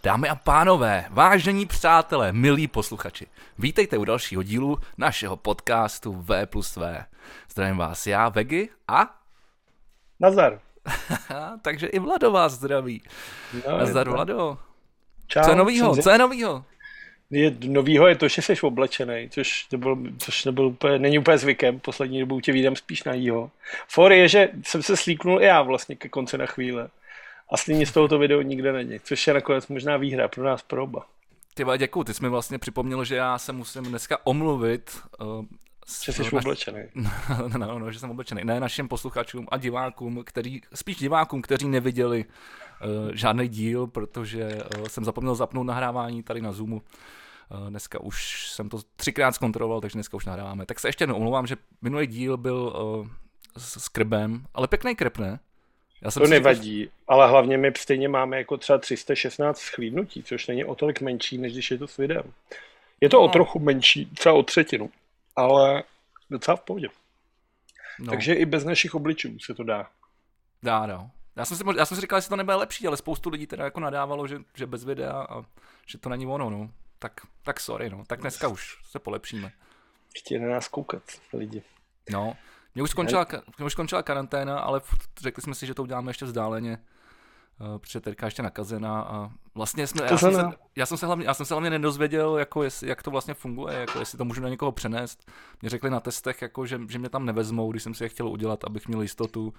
Dámy a pánové, vážení přátelé, milí posluchači, vítejte u dalšího dílu našeho podcastu V+V. Zdravím vás já, Vegy a... Nazdar. Takže i Vlado vás zdraví. No, Nazdar, Vlado. Čau. Co je novýho? Co je novýho? Novýho je to, že jsi oblečený, což nebyl úplně, není úplně zvykem. Poslední dobou tě vídám spíš na jího. For je, že jsem se slíknul i já vlastně ke konci na chvíli. A stejně z tohoto videa nikde není, což je nakonec možná výhra pro nás, pro oba. Tyba, děkuju, ty jsi mi vlastně připomněl, že já se musím dneska omluvit. Že jsi oblečený. No, že jsem oblečený. Ne našim posluchačům a divákům, spíš divákům, kteří neviděli žádný díl, protože jsem zapomněl zapnout nahrávání tady na Zoomu. Dneska už jsem to 3krát zkontroloval, takže dneska už nahráváme. Tak se ještě jednou omlouvám, že minulý díl byl s krbem, ale pěkný krb, ne? To nevadí, ale hlavně my stejně máme jako třeba 316 schlídnutí, což není o tolik menší, než když je to s videem. Je to o trochu menší, třeba o třetinu, ale docela v pohodě. No. Takže i bez našich obličejů se to dá. Dá. Já jsem si říkal, jestli to nebude lepší, ale spoustu lidí teda jako nadávalo, že bez videa a že to není ono, no. Tak sorry, no. Tak dneska už se polepšíme. Chtějí na nás koukat lidi. No. Mě už skončila karanténa, ale řekli jsme si, že to uděláme ještě vzdáleně, protože Terka ještě nakazená a vlastně já jsem se hlavně nedozvěděl, jako jak to vlastně funguje, jako jestli to můžu na někoho přenést. Mě řekli na testech, jako, že mě tam nevezmou, když jsem si je chtěl udělat, abych měl jistotu.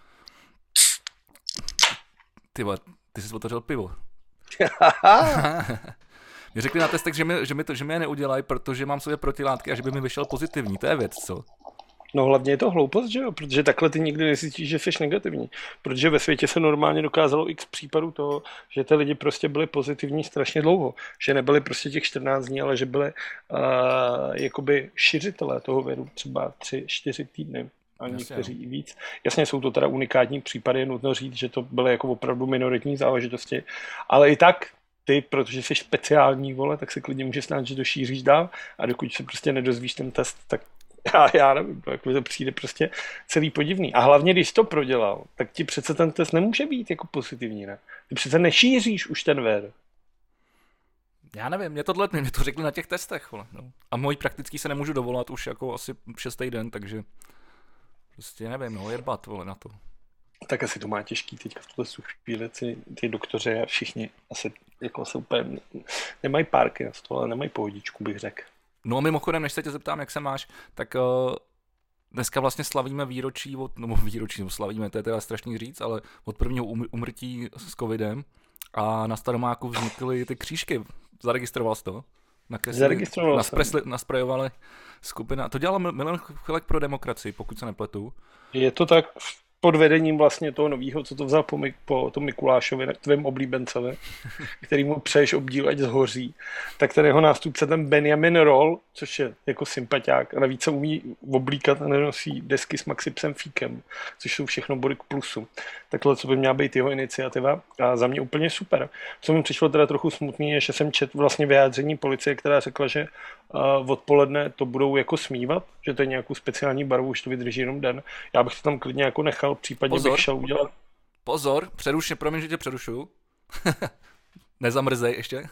Ty jsi otevřel pivo. Mě řekli na testech, že mi je neudělají, protože mám sobě protilátky a že by mi vyšel pozitivní. To je věc, co? No hlavně je to hloupost, že jo? Protože takhle ty nikdy nezjistíš, že jsi negativní. Protože ve světě se normálně dokázalo x případů toho, že ty lidi prostě byli pozitivní strašně dlouho. Že nebyli prostě těch 14 dní, ale že byli jakoby šiřitelé toho viru třeba 3-4 týdny. A někteří i víc. Jasně jsou to teda unikátní případy, je nutno říct, že to byly jako opravdu minoritní záležitosti. Ale i tak ty, protože jsi speciální, vole, tak se klidně může stát, že to šíříš dál a dokud se prostě nedozvíš ten test, tak já nevím, jako to přijde prostě celý podivný. A hlavně, když jsi to prodělal, tak ti přece ten test nemůže být jako pozitivní, ne? Ty přece nešíříš už ten vir. Já nevím, mě to řekli na těch testech, vole, no. A můj praktický se nemůžu dovolat už jako asi 6. den, takže prostě nevím, no, jebat, vole, na to. Tak asi to má těžký teďka v tuhle chvíli, ty doktoři a všichni asi jako se úplně nemají párky na stole, nemají pohodičku, bych řekl. No a mimochodem, než se tě zeptám, jak se máš, tak dneska vlastně slavíme výročí, slavíme, to je teda strašný říct, ale od prvního umrtí s covidem a na Staromáku vznikly ty křížky. Zaregistroval jsi to? Zaregistroval jsem. Nasprejovali skupina. To dělal Milan Chvilek pro demokracii, pokud se nepletu. Je to tak pod vedením vlastně toho novýho, co to vzal po tom Mikulášovi, tvém oblíbencovi, který mu přeješ obdíl, ať zhoří, tak ten jeho nástupce, ten Benjamin Roll, což je jako sympatiák a navíc se umí oblíkat a nenosí desky s Maxi Psem Fíkem, což jsou všechno body k plusu. Tak tohle, co by měla být jeho iniciativa a za mě úplně super. Co mi přišlo teda trochu smutný, je, že jsem četl vlastně vyjádření policie, která řekla, že odpoledne to budou jako smívat, že to je nějakou speciální barvu, už to vydrží jenom den. Já bych to tam klidně jako nechal, případně bych šel udělat. Pozor, promiň, že tě přerušu. Nezamrzej ještě.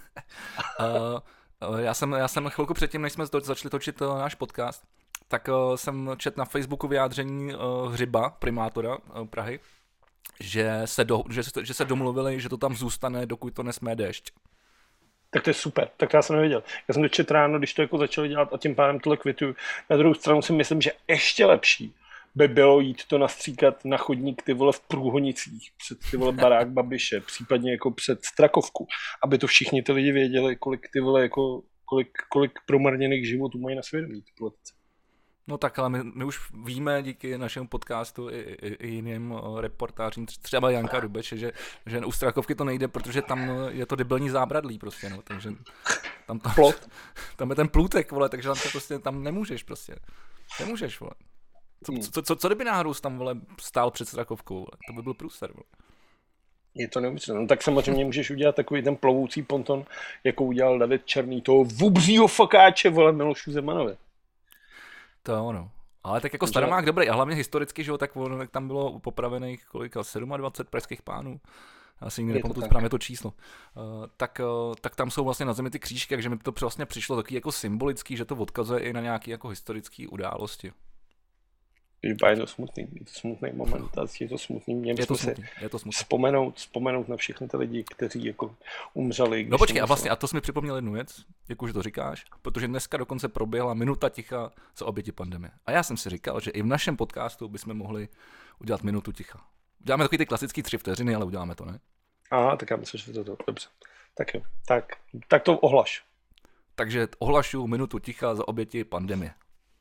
Já jsem chvilku předtím, než jsme začali točit náš podcast, tak jsem četl na Facebooku vyjádření Hřiba, primátora Prahy, že se domluvili, že to tam zůstane, dokud to nesmé déšť. Tak to je super, tak to já jsem nevěděl. Já jsem to četl ráno, když to jako začali dělat a tím pádem tohle kvituju. Na druhou stranu si myslím, že ještě lepší by bylo jít to nastříkat na chodník ty vole v Průhonicích před ty vole barák Babiše, případně jako před Strakovku, aby to všichni ty lidi věděli, kolik ty vole jako kolik promarněných životů mají na svědomí ty politici. No tak, ale my už víme díky našemu podcastu i jiným reportářím, třeba Janka Rubeče, že u Strakovky to nejde, protože tam je to debilní zábradlí prostě, no, takže tam je ten plůtek, vole, takže tam to prostě, tam nemůžeš prostě, vole. Co kdyby náhodou tam, vole, stál před Strakovkou, vole, to by byl průser, vole. Je to neuvěřitelné. No, tak samozřejmě můžeš udělat takový ten plovoucí ponton, jako udělal David Černý, toho vubřího fakáče, vole, Milošu Zemanovi. To je ono. Ale tak jako Staromák dobrý, a hlavně historicky, že jo, tak tam bylo popravených kolika, 27 pražských pánů. Já si nikdy nepamatuju správně to číslo. Tak tam jsou vlastně na zemi ty křížky, takže mi to vlastně přišlo taky jako symbolický, že to odkazuje i na nějaké jako historické události. Je to smutný moment, je to smutný. Je to smutný. Vzpomenout na všechny ty lidi, kteří jako umřeli. No počkej, a to jsi mi připomněl jednu věc, jak už to říkáš, protože dneska dokonce proběhla minuta ticha za oběti pandemie. A já jsem si říkal, že i v našem podcastu bychom mohli udělat minutu ticha. Uděláme takový ty klasický 3 vteřiny, ale uděláme to, ne? Aha, tak já myslím, že to dobře. Tak jo, tak to ohlaš. Takže ohlašuju minutu ticha za oběti pandemie.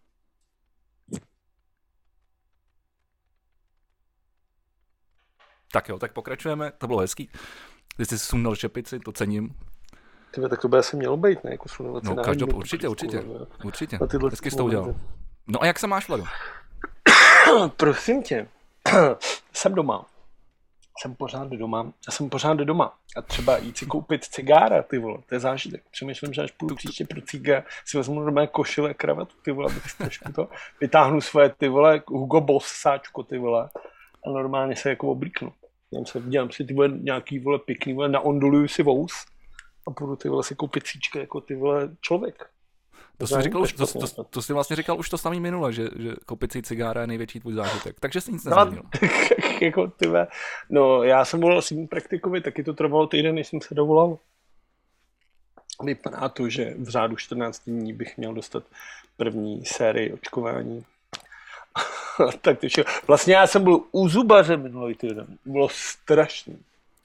Tak jo, tak pokračujeme, to bylo hezký. Ty jsi sundal šepici, to cením. Tyve, tak to by asi mělo být, ne? Jako no, určitě. Hezky jsi to udělal. No a jak se máš, Vlado? Prosím tě, jsem doma. Jsem pořád doma. A třeba jít si koupit cigára, ty vole, to je zážitek. Přemýšlím, že až půjdu příště pro cigára, si vezmu normálně košile, kravatu, ty vole, abych si trošku to vytáhnu svoje, ty vole, Hugo Boss sáčko, ty vole, a normálně se jako oblíknu. Dělám si ty vole nějaký, vole, pěkný, vole, naondoluju si vous a půjdu, ty vole, si koupit cíčka jako, ty vole, člověk. To jsi vlastně říkal už to samý minule, že koupit si cigára je největší tvůj zážitek, takže jsi nic nezměnil. Jako, tyve, no já jsem volal svým praktikovi, taky to trvalo týden, než jsem se dovolal. Vypadá to, že v řádu 14 dní bych měl dostat první sérii očkování. Tak to všechno. Vlastně já jsem byl u zubaře minulý týden. Bylo strašný.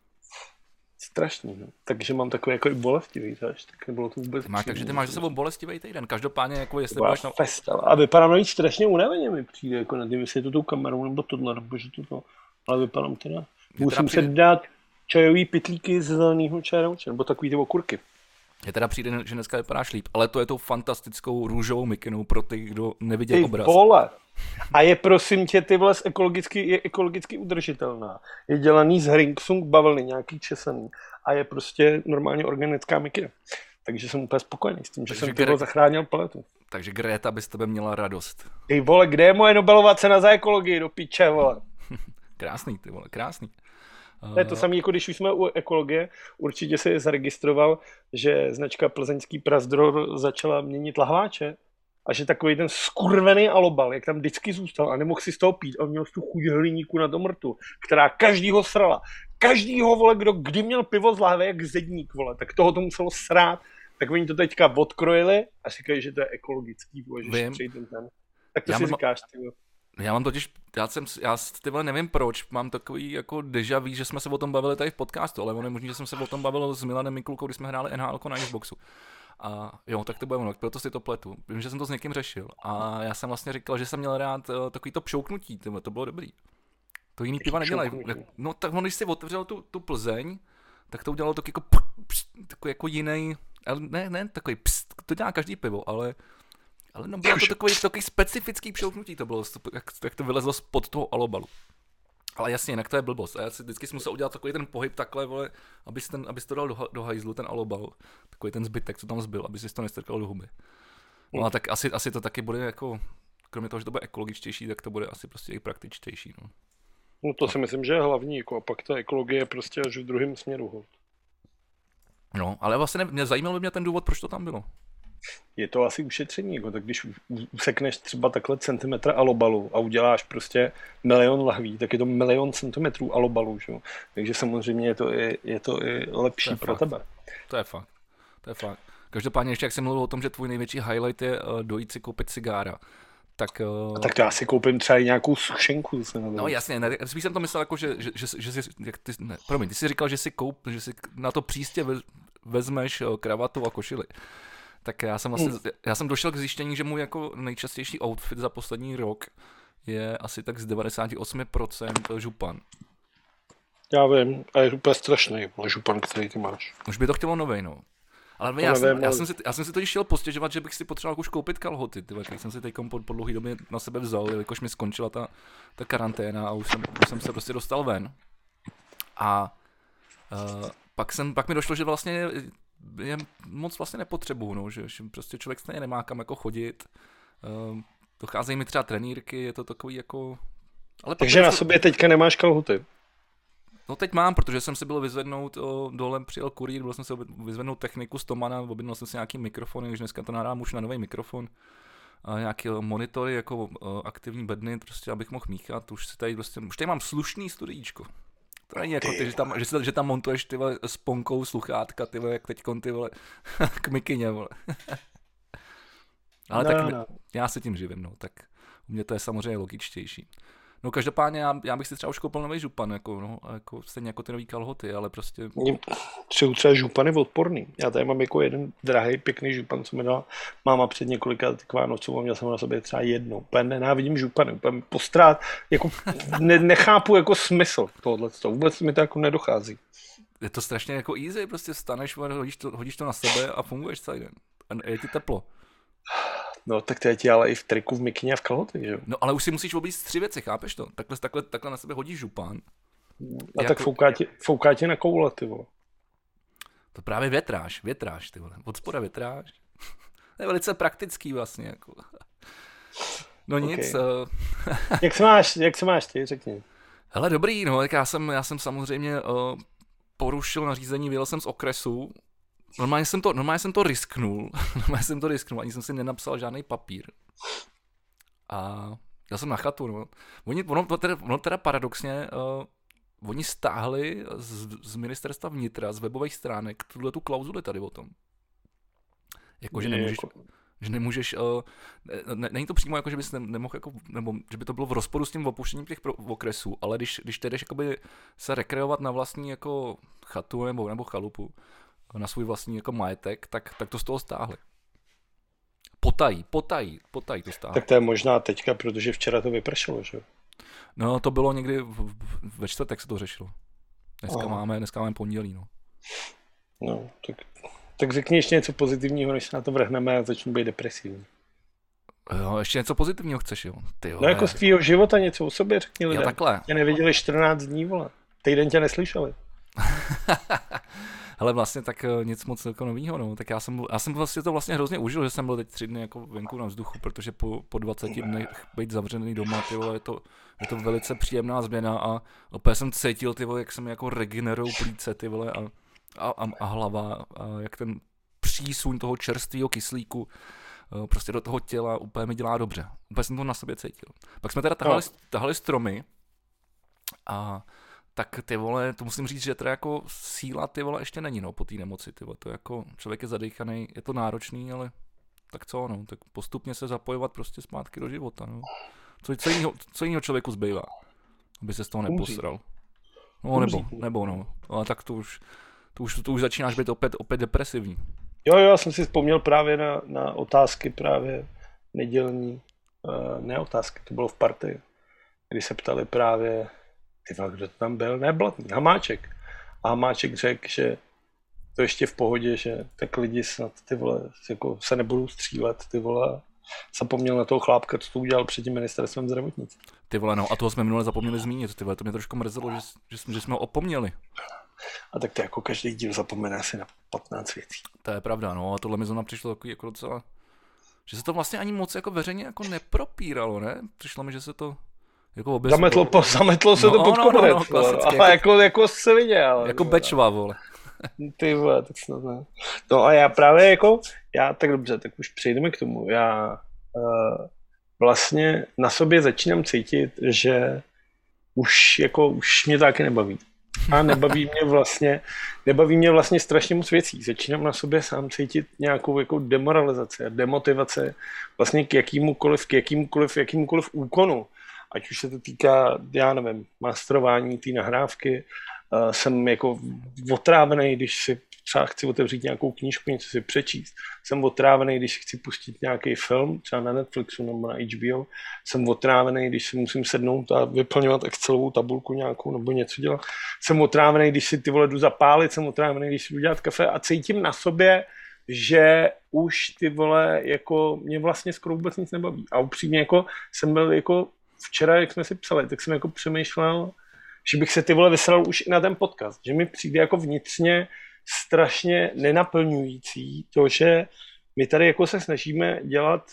No. Takže mám takový jako i bolestivý, tak nebylo to vůbec. Takže ty máš za sebou bolestivý týden. Každopádně jako jestli budeš festa. A vypadám navíc strašně unaveně mi přijde, jako nevím, jestli je to tou kamerou nebo tohle, nebo že to. Ale vypadám teda. Musím se dát čajový pytlíky z zeleného čaje, nebo takový ty okurky. Je teda přijde, že dneska vypadáš líp, ale to je tou fantastickou růžovou mikinou pro ty, kdo neviděl obraz. Vole. A je, prosím tě, ty vole, ekologicky udržitelná. Je dělaný z Hringsung bavlny, nějaký česaný. A je prostě normálně organická mikina. Takže jsem úplně spokojený s tím, že jsem ty zachránil planetu. Takže Greta by z tebe měla radost. Ty vole, kde je moje Nobelová cena za ekologii, do piče, vole. Krásný, ty vole, krásný. To je to samé, jako když už jsme u ekologie, určitě se zaregistroval, že značka Plzeňský Prazdror začala měnit lahváče a že takový ten skurvený alobal, jak tam vždycky zůstal a nemohl si z toho pít a měl tu chuť hliníku na domrtu, která každýho srala. Každýho, vole, kdo kdy měl pivo z lahve jak zedník, vole, tak toho to muselo srát. Tak oni to teďka odkrojili a říkají, že to je ekologický, vole, že ten. Tak to si říkáš, ty vole. Já mám totiž, já ty vole nevím proč, mám takový jako déjà vu, že jsme se o tom bavili tady v podcastu, ale ono je možný, že jsem se o tom bavil s Milanem Mikulkou, když jsme hráli NHL na Xboxu. A jo, tak to bude ono, proto si to pletu. Vím, že jsem to s někým řešil a já jsem vlastně říkal, že jsem měl rád takový to pšouknutí, to bylo dobrý. To jiný piva nedělají. No tak když si otevřel tu Plzeň, tak to udělalo takový jako jiný, ale ne takový pst, to dělá každý pivo, ale no bylo to takový specifický pšouknutí, to bylo, jak to vylezlo spod toho alobalu. Ale jasně, jinak to je blbost. A já si vždycky musel udělat takový ten pohyb takhle, vole, abys to dal do hajzlu, ten alobal. Takový ten zbytek, co tam zbyl, aby si to nestrkal do huby. No a tak asi to taky bude jako, kromě toho, že to bude ekologičtější, tak to bude asi prostě i praktičtější. No to si myslím, že je hlavní, jako, a pak ta ekologie je prostě až v druhém směru. Hold. No, ale vlastně mě zajímal by mě ten důvod, proč to tam bylo. Je to asi ušetření, jako, tak když usekneš třeba takhle centimetr alobalu a uděláš prostě 1 000 000 lahví, tak je to 1 000 000 centimetrů alobalu, že? Takže samozřejmě je to i lepší to pro tebe. To je fakt. Každopádně ještě, jak jsem mluvil o tom, že tvůj největší highlight je dojít si koupit cigára, tak to já si koupím třeba i nějakou sušenku. No jasně, spíš jsem to myslel jako, že ty jsi říkal, že si na to přístě vezmeš kravatu a košili. Tak já jsem došel k zjištění, že můj jako nejčastější outfit za poslední rok je asi tak z 98% župan. Já vím, a je úplně strašný župan, který ty máš. Už by to chtělo novej, no. Ale já jsem si totiž chtěl postěžovat, že bych si potřeboval už koupit kalhoty, když jsem si teď po dlouhé době na sebe vzal, jelikož mi skončila ta karanténa a už jsem se prostě dostal ven. A pak mi došlo, že vlastně je moc vlastně nepotřebuju, no, že prostě člověk stejně nemá kam jako chodit. Docházejí mi třeba trenýrky, je to takový jako... Ale takže na sobě teďka nemáš kalhoty? No teď mám, protože jsem si byl vyzvednout dole, přijel kurýr, byl jsem si vyzvednout techniku z Tomana, objednal jsem si nějaký mikrofon, takže dneska to nahrávám už na nový mikrofon. A nějaké monitory, jako aktivní bedny, prostě abych mohl míchat, už tady mám slušný studiíčko. To není jako ty, že tam montuješ ty vole s ponkou sluchátka, ty vole, jak teďkon ty vole k mikině, vole. Ale tak já se tím živím, no, tak u mě to je samozřejmě logičtější. No každopádně já bych si třeba už koupil nový župan, jako stejně jako ty nový kalhoty, ale prostě... Třeba župan je odporný. Já tady mám jako jeden drahý, pěkný župan, co mi dala máma před několika lety k Vánocům a měl jsem na sobě třeba jednou. Úplně nenávidím župany, úplně postrát, jako nechápu jako smysl tohoto. Vůbec mi to jako nedochází. Je to strašně jako easy, prostě vstaneš, hodíš to na sebe a funguješ celý den. A je ti teplo. No tak to je ti ale i v triku, v mikině a v kalhoty, že jo? No ale už si musíš oblíct 3 věci, chápeš to? Takhle na sebe hodíš župán. A tak fouká tě na koule, ty vole. To právě větráš, ty vole. Od spoda větráš. To je velice praktický vlastně, jako. No nic. Okay. Jak se máš ty, řekni. Hele, dobrý, no, tak já jsem samozřejmě porušil nařízení, vyjel jsem z okresu. Normálně jsem to risknul, ani jsem si nenapsal žádný papír. A já jsem na chatu, no. Ono teda paradoxně, oni stáhli z ministerstva vnitra, z webových stránek, tu klauzuli tady o tom. Jako, že nemůžeš, není to přímo jako, že bys nemohl, jako, nebo že by to bylo v rozporu s tím opuštěním těch okresů, ale když ty jdeš jakoby se rekreovat na vlastní jako chatu nebo chalupu, na svůj vlastní jako majetek, tak to z toho stáhli. Potají to stáhli. Tak to je možná teďka, protože včera to vypršelo, že jo? No to bylo někdy ve čtvrtek se to řešilo. Dneska máme pondělí, no. No, tak řekni ještě něco pozitivního, než se na to vrhneme a začnu být depresivní. Jo, ještě něco pozitivního chceš, jo? No jako z tvýho života něco o sobě řekni lidem. Jo, takhle. Tě neviděli 14 dní, vole. Týden tě neslyšeli. Ale vlastně tak nic moc jako novýho, no. Tak já jsem vlastně to vlastně hrozně užil, že jsem byl teď 3 dny jako venku na vzduchu, protože po 20 dnech být zavřený doma, ty vole, je to velice příjemná změna a opět jsem cítil, ty vole, jak se mi jako regenerujou plíce, ty vole, a hlava, a jak ten přísun toho čerstvého kyslíku prostě do toho těla úplně mi dělá dobře. Úplně jsem to na sobě cítil. Pak jsme teda tahali stromy a tak ty vole, to musím říct, že teda jako síla ty vole ještě není, no, po té nemoci, ty vole, to jako člověk je zadejchaný, je to náročný, ale tak co, no, tak postupně se zapojovat prostě zpátky do života, no. Co jinýho člověku zbývá, aby se z toho neposral. No, nebo no, ale tak to už začínáš být opět depresivní. Jo, já jsem si vzpomněl právě na otázky právě nedělní, ne otázky, to bylo v Partii, kdy se ptali právě, ty vole, kdo to tam byl? Ne, Blatný, Hamáček. A Hamáček řekl, že to ještě v pohodě, že tak lidi snad ty vole, jako se nebudou střílet, ty vole. Zapomněl na toho chlápka, co to udělal před tím ministerstvem zdravotnictví. Ty vole, no a toho jsme minule zapomněli zmínit, ty vole, to mě trošku mrzelo, že jsme ho opomněli. A tak to jako každý díl zapomene asi na 15 věcí. To je pravda, no a tohle mi zrovna přišlo takový jako docela, že se to vlastně ani moc jako veřejně jako nepropíralo, ne? Přišlo mi, že se to jako zametlo se to pod koberec, ale jako se viděl. Jako Bečva, vole. Ty vole, tak snad ne. No a já právě jako, tak dobře, tak už přejdeme k tomu. Já vlastně na sobě začínám cítit, že už mě to taky nebaví. A nebaví mě vlastně strašně moc věcí. Začínám na sobě sám cítit nějakou jako demoralizaci a demotivaci vlastně k jakýmukoliv úkonu. Ať už se to týká, já nevím, masterování té nahrávky, jsem jako otrávený, když si třeba chci otevřít nějakou knížku, něco si přečíst. Jsem otrávený, když chci pustit nějaký film, třeba na Netflixu nebo na HBO. Jsem otrávený, když si musím sednout a vyplňovat Excelovou tabulku nějakou nebo něco dělat. Jsem otrávený, když si ty vole jdu zapálit, jsem otrávený, když si jdu dělat kafe a cítím na sobě, že už ty vole, jako mě vlastně skoro vůbec nic nebaví. A upřímně jako jsem byl jako včera, jak jsme si psali, tak jsem jako přemýšlel, že bych se ty vole vysral už i na ten podcast. Že mi přijde jako vnitřně strašně nenaplňující to, že my tady jako se snažíme dělat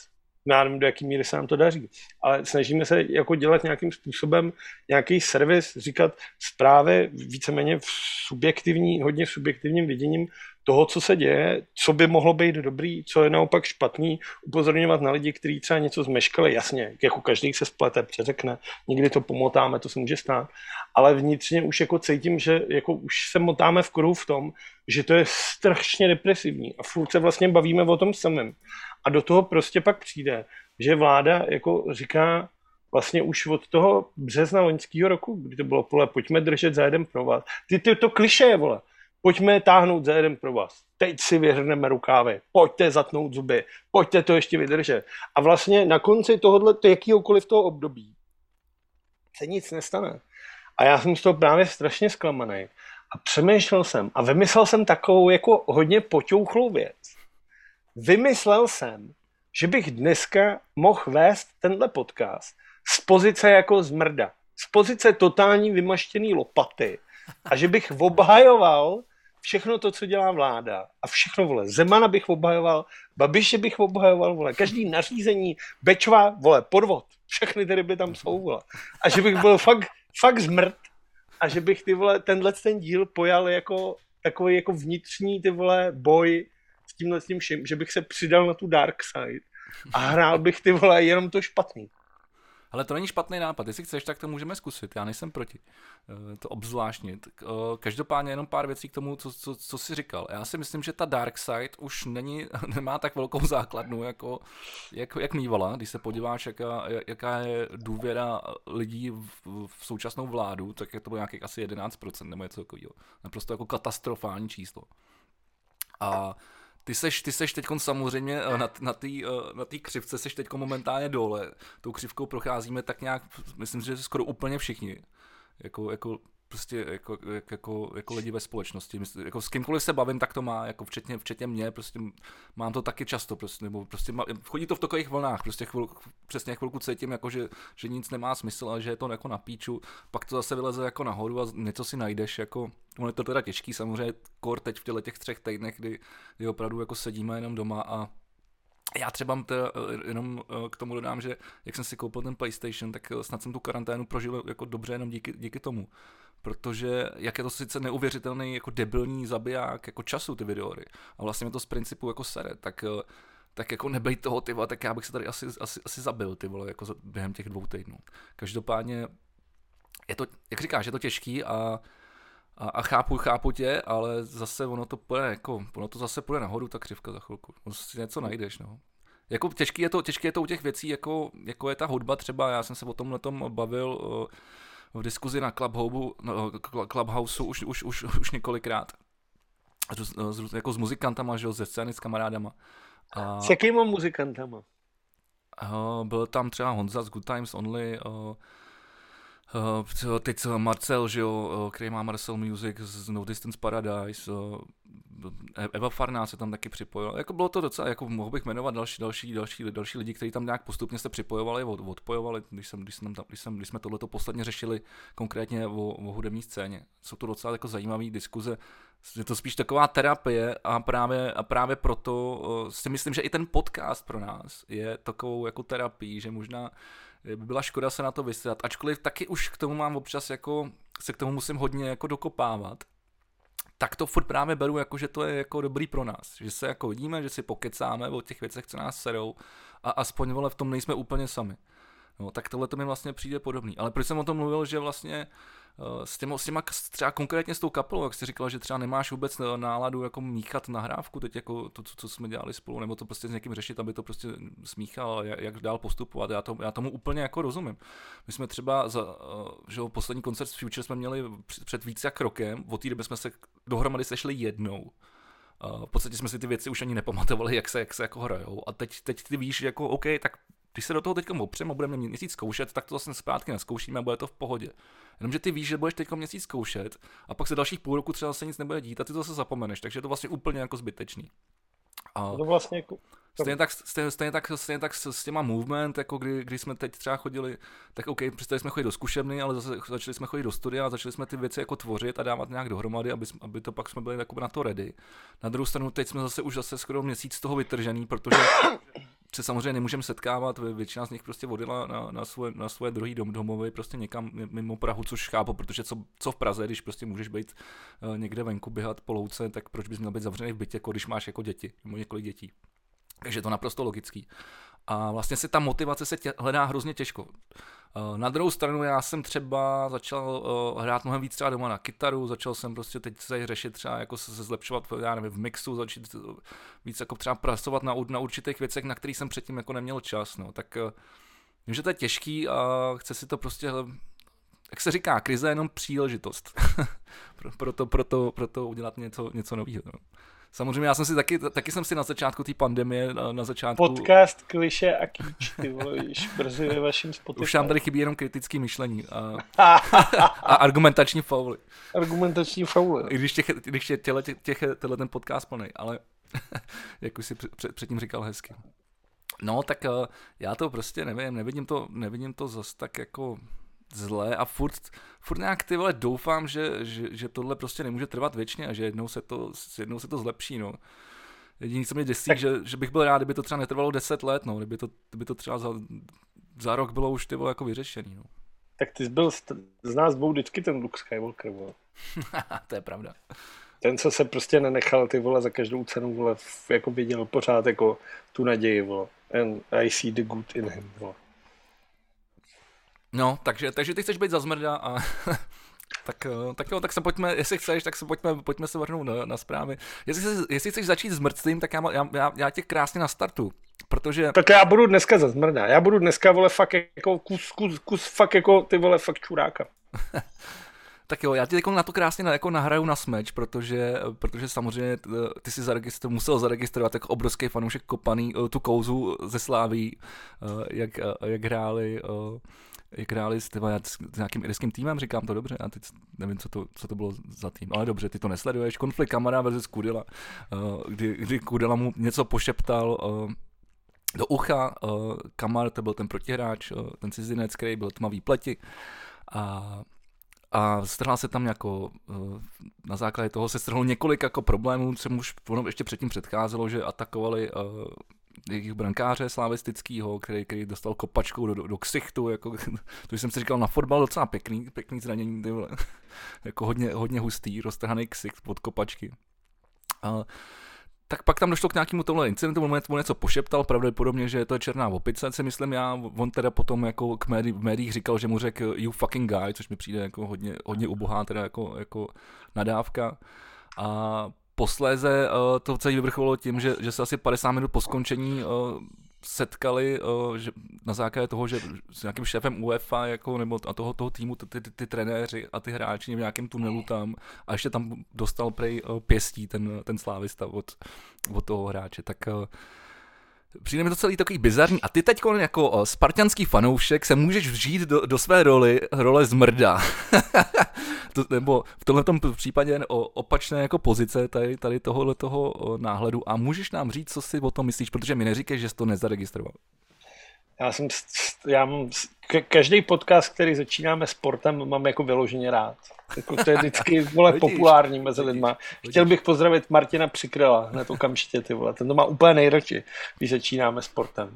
Já nevím, do jaký míry se nám to daří. Ale snažíme se jako dělat nějakým způsobem nějaký servis, říkat zprávy víceméně hodně subjektivním viděním toho, co se děje, co by mohlo být dobrý, co je naopak špatný, upozorňovat na lidi, kteří třeba něco zmeškali, jasně, jako každý se splete, přeřekne, někdy to pomotáme, to se může stát, ale vnitřně už jako cítím, že jako už se motáme v kruhu v tom, že to je strašně depresivní a furt se vlastně bavíme o tom samém. A do toho prostě pak přijde, že vláda jako říká vlastně už od toho března loňského roku, kdy to bylo, pojďme držet za jeden provaz. To klišé, vole. Pojďme táhnout za jeden provaz. Teď si vyhrneme rukávy. Pojďte zatnout zuby. Pojďte to ještě vydržet. A vlastně na konci tohoto jakýhokoliv toho období se nic nestane. A já jsem z toho právě strašně zklamaný. A přemýšlel jsem a vymyslel jsem takovou jako hodně poťouchlou věc. Vymyslel jsem, že bych dneska mohl vést tenhle podcast z pozice jako zmrda. Z pozice totální vymaštěný lopaty. A že bych obhajoval všechno to, co dělá vláda. A všechno, vole, Zemana bych obhajoval, Babiše bych obhajoval, vole, každý nařízení, Bečva, vole, podvod. Všechny ty ryby tam jsou, vole. A že bych byl fakt zmrt. A že bych, ty vole, ten díl pojal jako takový jako vnitřní, ty vole, boj s tímhle vším, že bych se přidal na tu dark side a hrál bych, ty vole, jenom to špatný. Ale to není špatný nápad, jestli chceš, tak to můžeme zkusit, já nejsem proti, to obzvláštně. Každopádně jenom pár věcí k tomu, co jsi říkal. Já si myslím, že ta dark side už nemá tak velkou základnu, jak mývala, když se podíváš, jaká je důvěra lidí v současnou vládu, tak je to bylo nějakých asi 11% nebo něco takového. Naprosto jako katastrofální číslo. A ty seš teď samozřejmě na té křivce seš teď momentálně dole. Tou křivkou procházíme tak nějak, myslím, že skoro úplně všichni. Jako lidi ve společnosti. Myslím, jako s kýmkoliv se bavím, tak to má, jako včetně mě, prostě mám to taky často, prostě, nebo prostě chodí to v takových vlnách, prostě přesně chvilku cítím, jako že nic nemá smysl, ale že je to jako na píču, pak to zase vyleze jako nahoru a něco si najdeš, jako, ono je to teda těžký, samozřejmě kor teď v těch 3 týdnech, kdy opravdu jako sedíme jenom doma a já třeba jenom k tomu dodám, že jak jsem si koupil ten PlayStation, tak snad jsem tu karanténu prožil jako dobře jenom díky tomu. Protože jak je to sice neuvěřitelný jako debilní zabiják jako času ty videohry a vlastně mě to z principu jako sere, tak jako nebej toho, ty vole, tak já bych se tady asi zabil, ty vole, jako během těch 2 týdnů. Každopádně je to, jak říkáš, je to těžký a chápu tě, ale zase ono to zase půjde nahoru, ta křivka za chvilku. Si něco najdeš, no. Jako těžký je to u těch věcí, jako je ta hudba třeba, já jsem se o tomhletom bavil v diskuzi na Clubhouse už několikrát. Jako s muzikantama, že jo, ze scény s kamarádama. S jakýma muzikantama? Byl tam třeba Honza z Good Times Only, teď Marcel, že jo, který má Marcel Music z No Distance Paradise, Eva Farná se tam taky připojila. Jako bylo to docela, jako mohl bych jmenovat další lidi, kteří tam nějak postupně se připojovali, odpojovali, když jsme tohleto posledně řešili konkrétně o hudební scéně. Jsou to docela jako zajímavé diskuze. Je to spíš taková terapie a právě proto si myslím, že i ten podcast pro nás je takovou jako terapii, že možná by byla škoda se na to vysrat, ačkoliv taky už k tomu mám občas jako, se k tomu musím hodně jako dokopávat, tak to furt právě beru jako, že to je jako dobrý pro nás, že se jako vidíme, že si pokecáme o těch věcech, co nás serou a aspoň vole v tom nejsme úplně sami. No, tak tohle to mi vlastně přijde podobný, ale proč jsem o tom mluvil, že vlastně s těma třeba konkrétně s tou kapelou, jak jsi říkal, že třeba nemáš vůbec náladu jako míchat nahrávku, teď jako to, co jsme dělali spolu, nebo to prostě s někým řešit, aby to prostě smíchal, jak dál postupovat, já tomu úplně jako rozumím. My jsme třeba že poslední koncert s Future jsme měli před více jak rokem, od té doby jsme se dohromady sešli jednou. V podstatě jsme si ty věci už ani nepamatovali, jak se jako hrajou a teď ty víš, jako OK, tak když se do toho teďka opřeme a budeme měsíc zkoušet, tak to vlastně zpátky nezkoušíme a bude to v pohodě. Jenomže ty víš, že budeš teďka měsíc zkoušet a pak se dalších půl roku třeba se nic nebude dít a ty to zase zapomeneš, takže je to vlastně úplně jako zbytečný. A to vlastně jako... Stejně tak s těma movement, jako když jsme teď třeba chodili, tak OK, přestali jsme chodit do zkušebny, ale zase začali jsme chodit do studia a začali jsme ty věci jako tvořit a dávat nějak dohromady, aby to pak jsme byli jako na to ready. Na druhou stranu teď jsme zase skoro měsíc z toho vytržený, protože se samozřejmě nemůžeme setkávat, většina z nich prostě odjela na svoje druhý domovy prostě někam mimo Prahu, což chápu, protože co v Praze, když prostě můžeš být někde venku běhat po louce, tak proč bys měl být zavřený v bytě, jako když máš jako děti, nebo několik dětí. Takže je to naprosto logický. A vlastně se ta motivace se hledá hrozně těžko. Na druhou stranu já jsem třeba začal hrát mnohem víc třeba doma na kytaru, začal jsem prostě teď se řešit třeba jako se zlepšovat, já nevím, v mixu, začít víc jako třeba pracovat na určitých věcech, na kterých jsem předtím jako neměl čas, no. Tak vím, že to je těžký a chce si to prostě, jak se říká, krize je jenom příležitost. proto udělat něco nového. No. Samozřejmě já jsem si taky jsem si na začátku té pandemie, na začátku... Podcast, kliše a kýč, ty vole, již brzy ve vašim Spotify. Už nám tady chybí jenom kritické myšlení a argumentační fauly. Argumentační fauly. I když je tenhle ten podcast plný, ale jak už si předtím říkal hezky. No tak já to prostě nevím, nevidím to zas tak jako zlé a furt nějak ty vole doufám, že tohle prostě nemůže trvat věčně a že jednou se to zlepší, no. Jediný, co mě děsí, že bych byl rád, kdyby to třeba netrvalo 10 let, no, kdyby to třeba za rok bylo už ty vole jako vyřešený, no. Tak ty jsi byl z nás dvou vždycky ten Luke Skywalker, vole. To je pravda. Ten, co se prostě nenechal ty vole za každou cenu, vole, jako viděl pořád jako tu naději, vole. And I see the good in him, vole. No, takže ty chceš být za zmrda a tak se pojďme, jestli chceš, tak se pojďme se vrhnout na zprávy. Jestli chceš začít s mrtvým, tak já tě krásně nastartu, protože... Tak já budu dneska za zmrda, já budu dneska, vole, fakt jako kus fakt jako ty vole fakt čuráka. Tak jo, já ti na to krásně jako nahraju na smeč, protože samozřejmě ty si musel zaregistrovat jako obrovský fanoušek Kopaný tu kouzu ze Sláví, jak hráli s nějakým irským týmem, říkám to dobře, a teď nevím, co to bylo za tým, ale dobře, ty to nesleduješ. Konflikt Kamara versus Kudela, kdy Kudela mu něco pošeptal do ucha, Kamar, to byl ten protihráč, ten cizinec, který byl tmavý pleti a strhla se tam jako, na základě toho se strhlo několik jako problémů, co už ještě předtím předcházelo, že atakovali jejich brankáře slavistického, který dostal kopačkou do ksichtu, jako, to jsem si říkal na fotbal docela pěkný zranění, ty vole. Jako hodně hustý, roztrhaný ksicht pod kopačky. Tak pak tam došlo k nějakému tohle incidentu, on něco pošeptal, pravděpodobně, že to je černá opice, si myslím já, on teda potom jako v médiích říkal, že mu řekl you fucking guy, což mi přijde jako hodně ubohá teda jako nadávka. A posléze to celé vyvrcholilo tím, že se asi 50 minut po skončení setkali že na základě toho, že s nějakým šéfem UEFA jako, nebo a toho týmu ty trenéři a ty hráči v nějakém tunelu tam a ještě tam dostal prej pěstí ten slávista od toho hráče, tak přijde mi to celý takový bizarní a ty teď jako spartanský fanoušek se můžeš vžít do své role zmrda. Nebo v tomto případě opačné jako pozice tady tohoto náhledu a můžeš nám říct, co si o tom myslíš, protože mi neříkej, že jsi to nezaregistroval. Každý podcast, který začínáme sportem, mám jako vyloženě rád. Jako to je vždycky, vole, populární mezi lidma. Chtěl bych pozdravit Martina Přikryla, hned okamžitě, ty vole. Ten to má úplně nejradši, když začínáme sportem.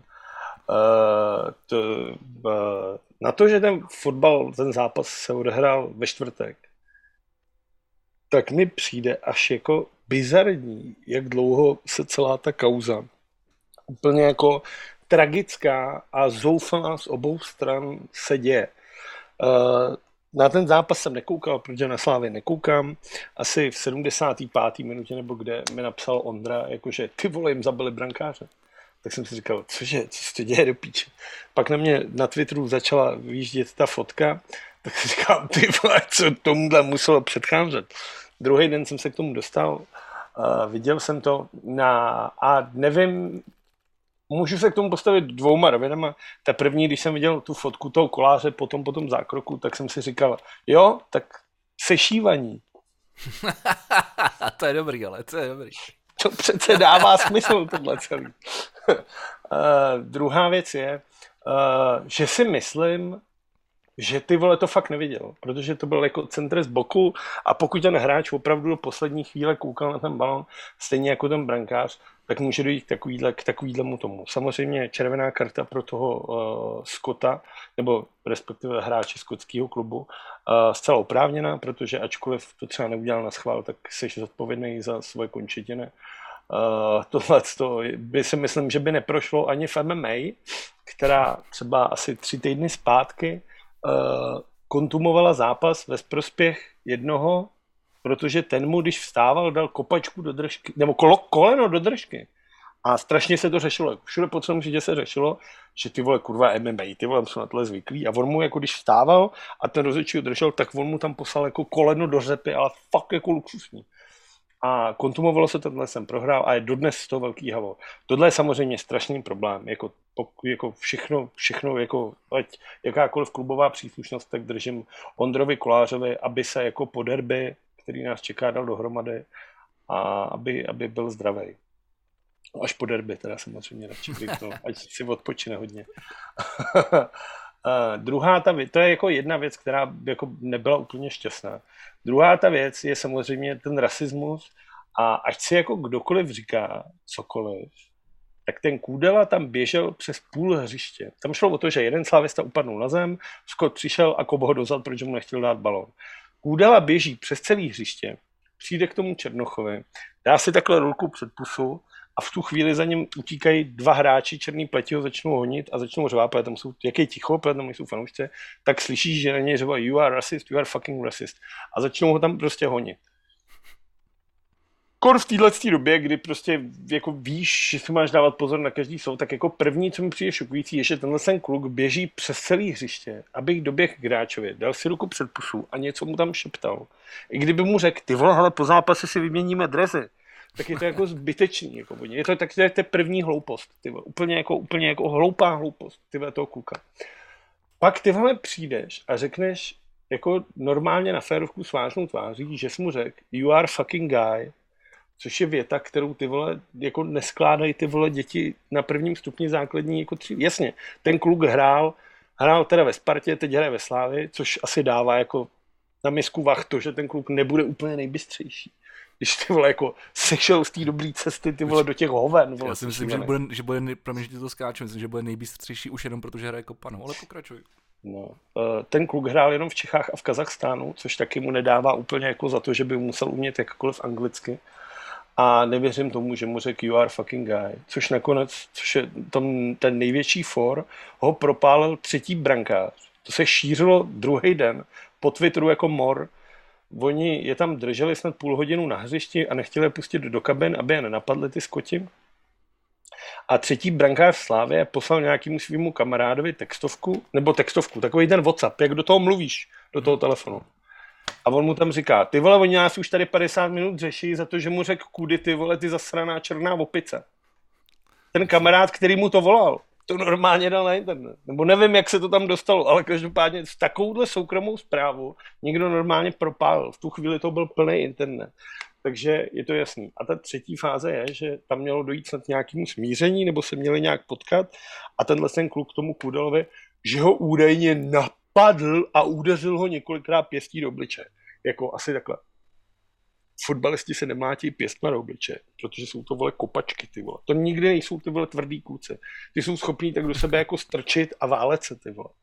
Na to, že ten fotbal, ten zápas se odehrál ve čtvrtek, tak mi přijde až jako bizarní, jak dlouho se celá ta kauza úplně jako tragická a zoufalá z obou stran se děje. Na ten zápas jsem nekoukal, protože na Slávě nekoukám. Asi v 75. minutě nebo kde mi napsal Ondra, jakože ty vole, jim zabili brankáře. Tak jsem si říkal, co se to děje do píče. Pak na mě na Twitteru začala vyjíždět ta fotka, tak si říkal, ty vole, co tomuhle muselo předcházet. Druhý den jsem se k tomu dostal, viděl jsem to a nevím, můžu se k tomu postavit dvouma rovinama. Ta první, když jsem viděl tu fotku toho koláře po tom zákroku, tak jsem si říkal, jo, tak sešívaní. To je dobrý, ale to je dobrý. To přece dává smysl tohle celý. Druhá věc je, že si myslím, že ty vole to fakt neviděl, protože to byl jako centr z boku a pokud ten hráč opravdu do poslední chvíle koukal na ten balon, stejně jako ten brankář, tak může dojít k takovýhlemu tomu. Samozřejmě červená karta pro toho Scotta, nebo respektive hráče skotského klubu, zcela oprávněná, protože ačkoliv to třeba neudělal na schvál, tak jsi zodpovědný za svoje končetiny. Tohleto by si myslím, že by neprošlo ani v MMA, která třeba asi 3 týdny zpátky kontumovala zápas ve prospěch jednoho, protože ten mu, když vstával, dal kopačku do držky, nebo koleno do držky. A strašně se to řešilo. Všude po celém světě se řešilo, že ty vole kurva MMA, ty vole jsou na tohle zvyklí. A on mu jako když vstával a ten rozhodčí ho držel, tak on mu tam poslal jako koleno do řepy, ale fakt jako luxusní. A kontumovalo se tenhle, jsem prohrál a je dodnes z toho velký havo. Tohle je samozřejmě strašný problém. Jako všechno jako ať jakákoliv klubová příslušnost, tak držím Ondrovi Kolářovi, aby se jako po derby, který nás čeká, dal dohromady a aby byl zdravý. Až po derby, teda samozřejmě radši bych to, ať si odpočine hodně. Druhá to je jako jedna věc, která jako nebyla úplně šťastná. Druhá ta věc je samozřejmě ten rasismus a ať si jako kdokoliv říká cokoliv, tak ten Kůdela tam běžel přes půl hřiště. Tam šlo o to, že jeden slávista upadnul na zem, Scott přišel a Kobo ho dozad, protože mu nechtěl dát balón. Kůdela běží přes celé hřiště, přijde k tomu Černochovi, dá si takhle ruku před pusu a v tu chvíli za ním utíkají 2 hráči černý pleti, ho začnou honit a začnou řvát, protože tam jsou, jak je ticho, protože tam nejsou fanoušci, tak slyšíš, že na něj řvají you are racist, you are fucking racist. A začnou ho tam prostě honit. Kor v této době, kdy prostě jako víš, že si máš dávat pozor na každý slovo, tak jako první, co mi přijde šokující, je, že tenhle ten kluk běží přes celý hřiště, aby doběh k hráčovi, dal si ruku před pusu a něco mu tam šeptal. I kdyby mu řekl, ty vole, hele, po zápase si vyměníme dresy, tak je to jako zbytečný. Jako to je první hloupost. Tyhle. Úplně jako hloupá hloupost tyhle, toho kluka. Pak ty vole přijdeš a řekneš jako normálně na férovku s vážnou tváří, že jsi mu řekl you are fucking guy, což je věta, kterou ty vole jako neskládají ty vole děti na prvním stupni základní jako 3. Jasně, ten kluk hrál teda ve Spartě, teď hraje ve Slávii, což asi dává jako na misku vah to, že ten kluk nebude úplně nejbystřejší. Když ty vole jako sešel z té dobré cesty ty vole do těch hoven. Vole, já si myslím, že bude promiň, že to skáču, myslím, že bude nejbystřejší už jenom protože hraje kopanou, ale pokračuj. No, ten kluk hrál jenom v Čechách a v Kazachstánu, což taky mu nedává úplně jako za to, že by musel umět jakkoliv anglicky. A nevěřím tomu, že mu řekl you are fucking guy, což nakonec, což je tam ten největší for, ho propálil 3. brankář. To se šířilo druhý den po Twitteru jako mor. Oni je tam drželi snad půl hodinu na hřišti a nechtěli je pustit do kabin, aby je nenapadli ty Skoti. A 3. brankář Slávie poslal nějakému svýmu kamarádovi textovku, takový ten WhatsApp, jak do toho mluvíš, do toho telefonu. A on mu tam říká, ty vole, oni nás už tady 50 minut řeší za to, že mu řekl kudy, ty vole, ty zasraná černá opice. Ten kamarád, který mu to volal, to normálně dal na internet. Nebo nevím, jak se to tam dostalo, ale každopádně s takovouhle soukromou zprávu někdo normálně propálil. V tu chvíli to byl plný internet. Takže je to jasný. A ta 3. fáze je, že tam mělo dojít snad nějakému smíření, nebo se měli nějak potkat a tenhle ten kluk tomu Kůdelovi, že ho údajně napadl a udeřil ho několikrát pěstí do obličeje. Jako asi takhle. Fotbalisti se nemátí pěstma do obličeje, protože jsou to vole kopačky, ty vole. To nikdy nejsou ty vole tvrdý kluci. Ty jsou schopní tak do sebe jako strčit a válet se, ty vole.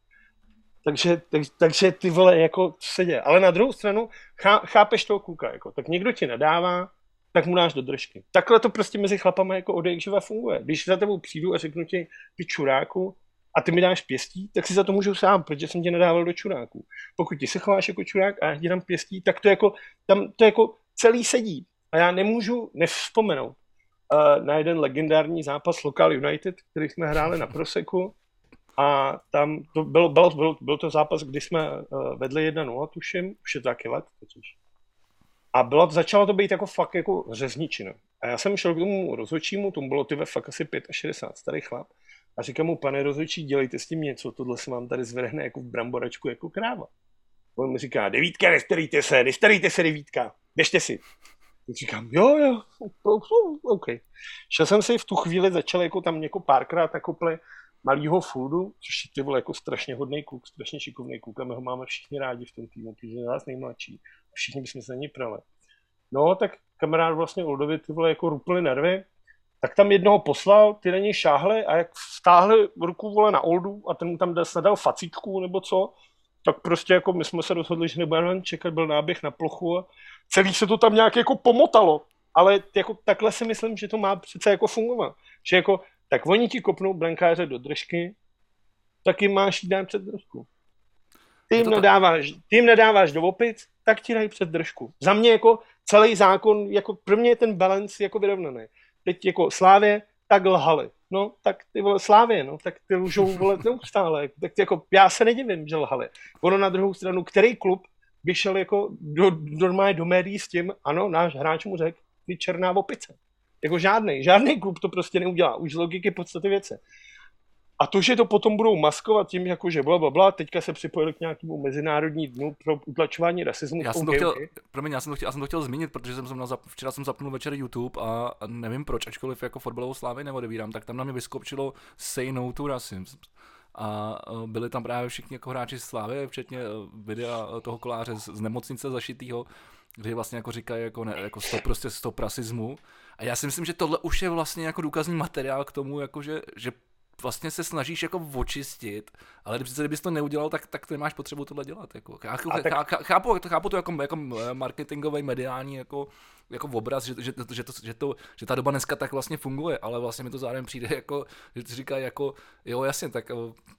Takže ty vole, jako, co se děje. Ale na druhou stranu, chápeš toho kluka, jako, tak někdo ti nadává, tak mu dáš do držky. Takhle to prostě mezi chlapama jako odejkživa funguje. Když za tebou přijdu a řeknu ti, ty čuráku, a ty mi dáš pěstí, tak si za to můžu sám, protože jsem tě nedával do čuráku. Pokud ti se chováš jako čurák a já ti dám pěstí, tak to jako, tam to jako celý sedí. A já nemůžu nevzpomenout na jeden legendární zápas Local United, který jsme hráli na Proseku. A tam to byl to zápas, kdy jsme vedli 1-0, tuším, už je to taky let totiž. A začalo to být jako fakt jako řezničina. A já jsem šel k tomu rozhodčímu, tomu bylo fakt asi 65, starý chlap. A říkám mu, pane rozhodčí, dělejte s tím něco, tohle se vám tady zvrhne jako v bramboračku, jako kráva. On mi říká, 9, nestarejte se 9, běžte si. Tak říkám, jo, OK. Šel jsem si v tu chvíli, začal jako tam jako párkrát nakopli malýho Fuldu, což je ty vole jako strašně hodnej kluk, strašně šikovný kluk a my ho máme všichni rádi v tom týmu, protože je nás nejmladší. Všichni bychom se na něj prali. No, tak kamarád vlastně Oldovi ty vole jako rupli nervy, tak tam jednoho poslal, ty na něj šáhli a jak stáhli ruku vole na Oldu a ten mu tam snadal facítku nebo co, tak prostě jako my jsme se rozhodli, že nebudeme čekat, byl náběh na plochu a celý se to tam nějak jako pomotalo. Ale jako takhle si myslím, že to má přece jako fungovat. Že jako, tak oni ti kopnou brankáře do držky, tak jim máš jít dát před držku. Ty jim nadáváš do opic, tak ti dají před držku. Za mě jako celý zákon, jako pro mě je ten balance jako vyrovnaný. Teď jako Slávě, tak lhali. No, tak ty vole Slávě, no, tak ty lžou vole neustále. Tak jako já se nedivím, že lhali. Ono na druhou stranu, který klub by šel jako normálně do médií s tím, ano, náš hráč mu řekl, ty černá opice. Jako žádný klub to prostě neudělá, už z logiky podstaty věce. A to, že to potom budou maskovat tím, jako že blablabla, teďka se připojili k nějakému mezinárodní dnu pro utlačování rasismu. Já jsem to chtěl zmínit, protože včera jsem zapnul večer YouTube a nevím proč, ačkoliv jako fotbalovou Slávy neodebírám, tak tam na mě vyskočilo Say No to Racism. A byli tam právě všichni jako hráči Slávy, včetně videa toho koláře z nemocnice zašitýho, kde vlastně jako říkají jako stop rasismu. A já si myslím, že tohle už je vlastně jako důkazní materiál k tomu, jako že vlastně se snažíš jako očistit, ale kdybys to neudělal, tak nemáš potřebu tohle dělat. Jako. Chápu to jako marketingový, mediální jako obraz, že ta doba dneska tak vlastně funguje, ale vlastně mi to zároveň přijde jako, že ti říkají jako, jo jasně, tak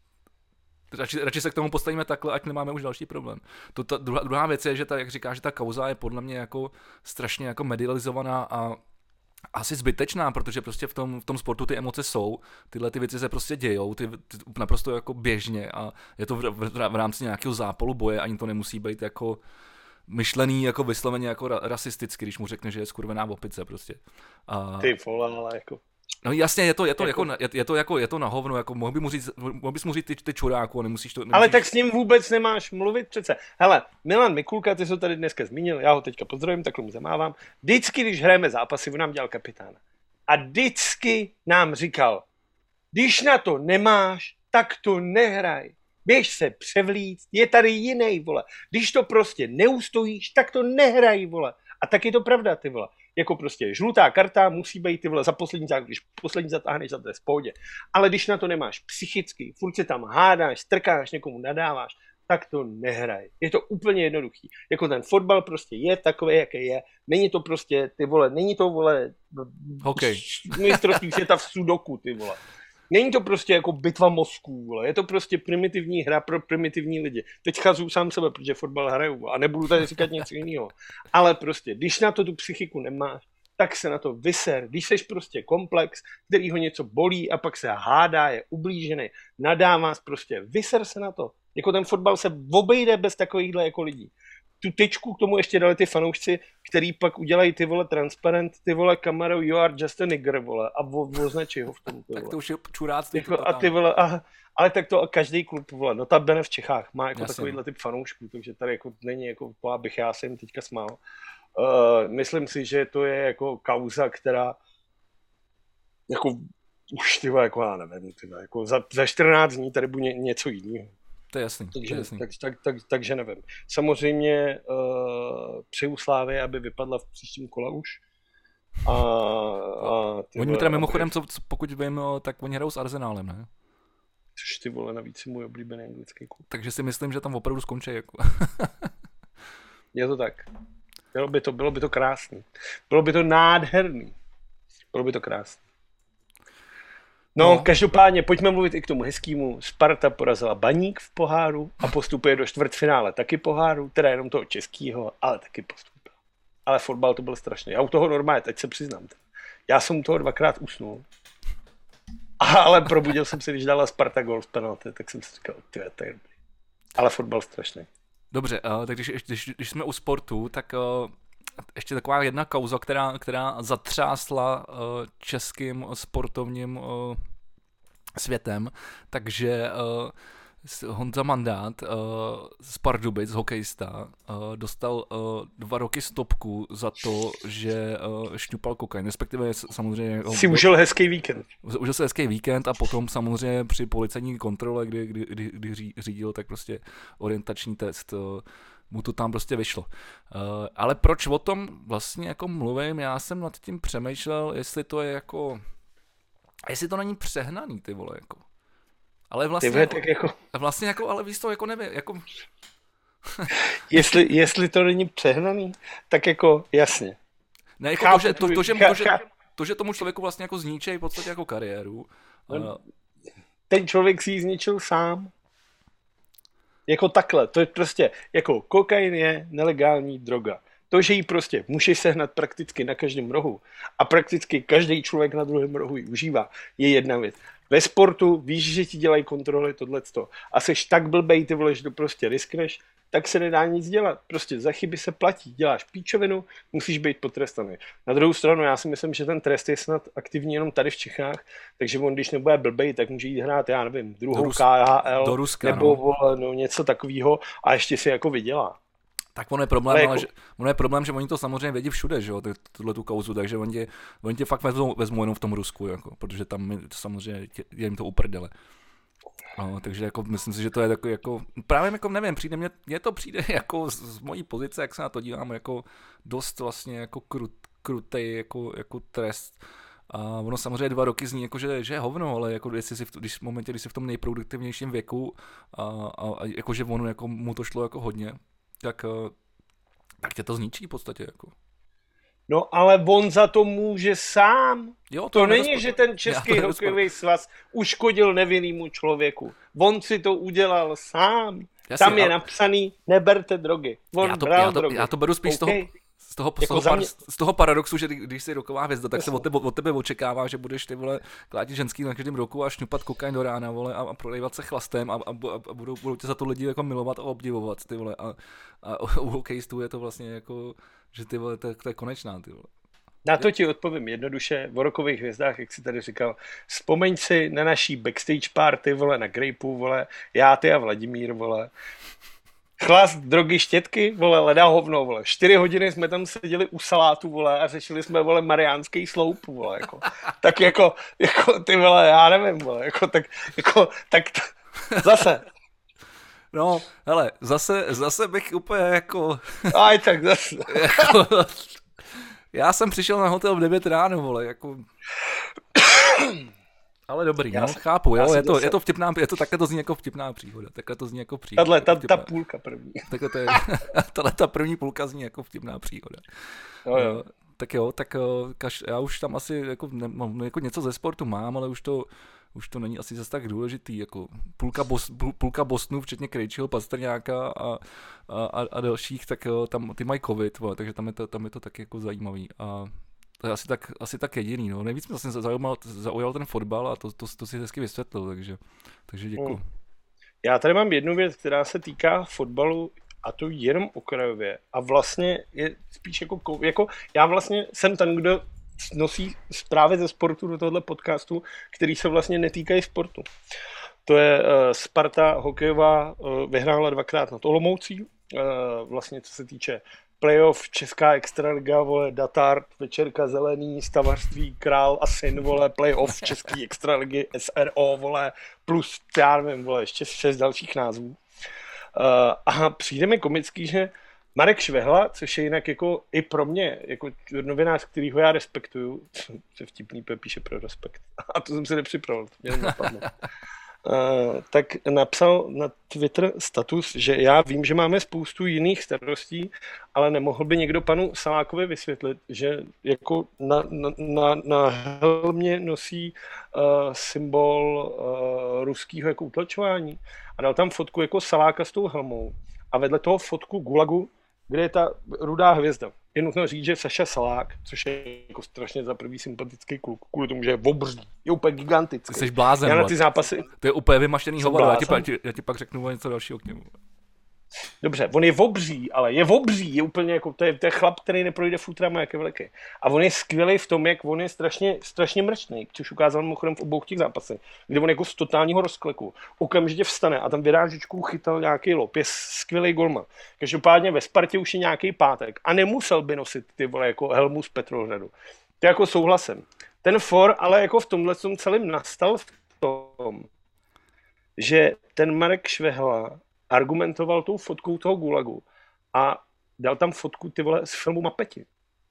radši se k tomu postavíme takhle, ať nemáme už další problém. Ta druhá věc je, že jak říkáš, že ta kauza je podle mě jako strašně jako medializovaná a asi zbytečná, protože prostě v tom sportu ty emoce jsou, tyhle ty věci se prostě dějou, ty naprosto jako běžně a je to v rámci nějakého zápalu boje, ani to nemusí být jako myšlený jako vysloveně jako rasisticky, když mu řekne, že je skurvená opice prostě. Ty vole, ale jako... No jasně, je to na hovno, jako mohl bys mu říct ty čuráku a nemusíš to... Ale tak s ním vůbec nemáš mluvit přece. Hele, Milan Mikulka, ty jsi to tady dneska zmínil, já ho teďka pozdravím, takhle mu zamávám. Vždycky, když hrajeme zápasy, on nám dělal kapitána. A vždycky nám říkal, když na to nemáš, tak to nehraj. Běž se převlíct, je tady jiný, vole. Když to prostě neustojíš, tak to nehraj, vole. A tak je to pravda, ty vole. Jako prostě žlutá karta musí být, ty vole, za poslední zák, když poslední zatáhneš, za to je v pohodě. Ale když na to nemáš psychicky, furt se tam hádáš, strkáš, někomu nadáváš, tak to nehraj. Je to úplně jednoduchý. Jako ten fotbal prostě je takový, jaký je. Není to prostě, ty vole, není to, vole, hokej. Mistrovství světa v sudoku, ty vole. Není to prostě jako bitva mozků, vole. Je to prostě primitivní hra pro primitivní lidi. Teď chazu sám sebe, protože fotbal hraju a nebudu tady říkat něco jiného. Ale prostě, když na to tu psychiku nemáš, tak se na to vyser. Když seš prostě komplex, který ho něco bolí a pak se hádá, je ublížený, nadává prostě, vyser se na to. Jako ten fotbal se obejde bez takovýchhle jako lidí. Tu tyčku k tomu ještě dali ty fanoušci, který pak udělají ty vole transparent, ty vole kamerou you are just a nigger, vole, a označí ho v tom. Tak to už je čuráctví. Jako, a ty vole, ale tak to každý klub, vole, notabene v Čechách má jako takovýhle typ fanoušků, takže tady jako není jako, abych já se jim teďka smál. Myslím si, že to je jako kauza, která jako už ty vole, jako já nevím, ty vole, jako za 14 dní tady bude něco jiného. To je jasný. Takže nevím. Samozřejmě přeju Slávy, aby vypadla v příštím kole už. Oni teda mimochodem, pokud vím, tak oni hrajou s Arsenálem, ne? Což ty vole, navíc je můj oblíbený anglický klub. Takže si myslím, že tam opravdu skončí. Jako. Je to tak. Bylo by to krásný. Bylo by to nádherný. Bylo by to krásný. No, každopádně, pojďme mluvit i k tomu hezkýmu. Sparta porazila Baník v poháru a postupuje do čtvrtfinále taky poháru, teda jenom toho českýho, ale taky postupuje. Ale fotbal to byl strašný. Já u toho normálně, teď se přiznám. Já jsem u toho 2krát usnul. Ale probudil jsem se, když dala Sparta gól z penalty, tak jsem si říkal, to je dobrý. Ale fotbal strašný. Dobře, tak když jsme u sportu, tak ještě taková jedna kauza, která zatřásla českým sportovním světem, takže Honza Mandát z Pardubic, hokejista, dostal 2 roky stopku za to, že šňupal kokain, respektive samozřejmě... Si užil hezký víkend. Užil se hezký víkend a potom samozřejmě při policejní kontrole, kdy řídil, tak prostě orientační test, mu to tam prostě vyšlo. Ale proč o tom vlastně jako mluvím, já jsem nad tím přemýšlel, jestli to je jako... Jestli to není přehnaný, ty vole, jako... Ale vlastně jako, ale víš to, jako nevím, jako... jestli to není přehnaný, tak jako jasně. Ne, jako to, že tomu člověku vlastně jako zničí v podstatě jako kariéru. Ten člověk si ji zničil sám. Jako takhle, to je prostě, jako kokain je nelegální droga. To, že ji prostě můžeš sehnat prakticky na každém rohu a prakticky každý člověk na druhém rohu ji užívá, je jedna věc. Ve sportu víš, že ti dělají kontroly tohleto a seš tak blbej, ty vole, že to prostě riskneš, tak se nedá nic dělat. Prostě za chyby se platí. Děláš píčovinu, musíš být potrestaný. Na druhou stranu, já si myslím, že ten trest je snad aktivní jenom tady v Čechách, takže on, když nebude blbej, tak může jít hrát, já nevím, druhou KHL do Ruska, nebo něco takového a ještě si jako vydělá. Tak ono je problém, ale že oni to samozřejmě vědí všude, že jo, tuhle tu kauzu, takže oni tě fakt vezmou jenom v tom Rusku, jako, protože tam samozřejmě je jim to uprdele. Takže jako myslím si, že to je takový jako, právě jako nevím, mně to přijde jako z mojí pozice, jak se na to dívám, jako dost vlastně jako krutej jako trest. A ono samozřejmě 2 roky zní jako, že je hovno, ale jako když v momentě, kdy jsi v tom nejproduktivnějším věku a jako, že ono jako mu to šlo jako hodně, tak tě to zničí v podstatě jako. No ale on za to může sám. Jo, to není, že ten Český hokejový svaz uškodil nevinnému člověku. On si to udělal sám. Jasně, tam je napsaný, neberte drogy. Já to beru spíš z toho paradoxu, že když jsi roková hvězda, tak se od tebe očekává, že budeš ty vole klátit ženský na každém roku a šňupat kokain do rána, vole, a prodejvat se chlastem a budou tě za to lidi jako milovat a obdivovat, ty vole, a u hokejistů je to vlastně jako, že ty vole, to je konečná, ty vole. Na to ti odpovím jednoduše, o rokových hvězdách, jak jsi tady říkal, vzpomeň si na naší backstage party, vole, na Grapeu, vole, já, ty a Vladimír, vole. Chlast, drogy, štětky, vole, leda hovno, vole. 4 hodiny jsme tam seděli u salátu, vole, a řešili jsme, vole, mariánský sloup, vole, jako. Tak jako, ty, vole, já nevím, vole, zase. No, hele, zase bych úplně jako... Aj, tak zase. Jako, já jsem přišel na hotel v 9 ráno, vole, jako... Ale dobrý, chápu, jo, je to vtipná, takhle to zní jako vtipná příhoda, takhle to zní jako příhoda. Ta půlka první. Takhle ta první půlka zní jako vtipná příhoda. Jo. Tak já už tam asi jako něco ze sportu mám, ale už to není asi zase tak důležitý, jako půlka Bostonu, včetně Krejčího, Pastrňáka a dalších, tak tam ty mají covid, takže tam je to taky jako zajímavý a to je asi tak jediný, no. Nejvíc mě vlastně zaujal ten fotbal a to si hezky vysvětlil, takže děkuju. Já tady mám jednu věc, která se týká fotbalu a to jenom okrajově a vlastně je spíš jako já vlastně jsem ten, kdo nosí zprávy ze sportu do tohoto podcastu, který se vlastně netýkají sportu. To je Sparta hokejová, vyhrála 2krát nad Olomoucí, vlastně co se týče playoff, Česká extraliga, vole, Datard, Večerka zelený, Stavařství, Král a syn, vole, playoff České extraligy, SRO, vole, plus, já nevím, vole, ještě 6 dalších názvů. A přijde mi komický, že Marek Švehla, což je jinak jako i pro mě, jako novinář, kterýho já respektuju, se vtipný píše pro respekt, a to jsem si nepřipravil, to mě napadlo. Tak napsal na Twitter status, že já vím, že máme spoustu jiných starostí, ale nemohl by někdo panu Salákovi vysvětlit, že jako na helmě nosí symbol ruského jako utlačování a dal tam fotku jako Saláka s tou helmou a vedle toho fotku Gulagu, kde je ta rudá hvězda. Je nutno říct, že Saša Salák, což je jako strašně za prvý sympatický kluk, kvůli tomu, že je obří, je úplně gigantický. Ty jsi blázen, já na ty zápasy... To je úplně vymaštěný hovor, já ti pak řeknu něco dalšího k němu. Dobře, on je obří, ale je obří, je úplně jako, to je chlap, který neprojde futrama, jak je veliký. A on je skvělý v tom, jak on je strašně mrčný, což ukázal mimochodem v obou těch zápasech, kde on jako z totálního rozkleku okamžitě vstane a tam vyrážičkou chytal nějaký lob, je skvělý golman. Každopádně ve Spartě už je nějaký pátek a nemusel by nosit ty vole jako helmu z Petrohradu. To jako souhlasem. Ten for ale jako v tomhle celém nastal v tom, že ten Marek Švehla argumentoval tou fotkou toho gulagu a dal tam fotku ty vole z filmu Mapeti.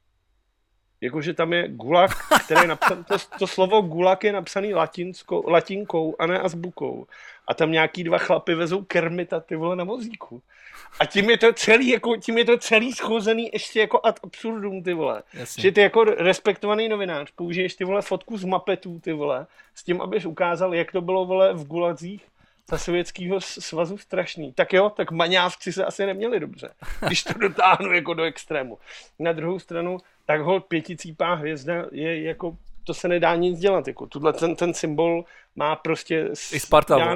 Jakože tam je gulag, který je napsaný, to slovo gulag je napsaný latinkou a ne azbukou. A tam nějaký dva chlapy vezou Kermita ty vole na vozíku. A tím je to celý schozený ještě jako ad absurdum ty vole. Jasně. Že ty jako respektovaný novinář použiješ ty vole fotku z Mapetů ty vole s tím, abys ukázal, jak to bylo vole v guladzích za Sovětského svazu strašný. Tak jo, tak maňávci se asi neměli dobře, když to dotáhnu jako do extrému. Na druhou stranu, tak holt pěticípá hvězda je jako, to se nedá nic dělat. Jako, ten symbol má prostě... I Sparta.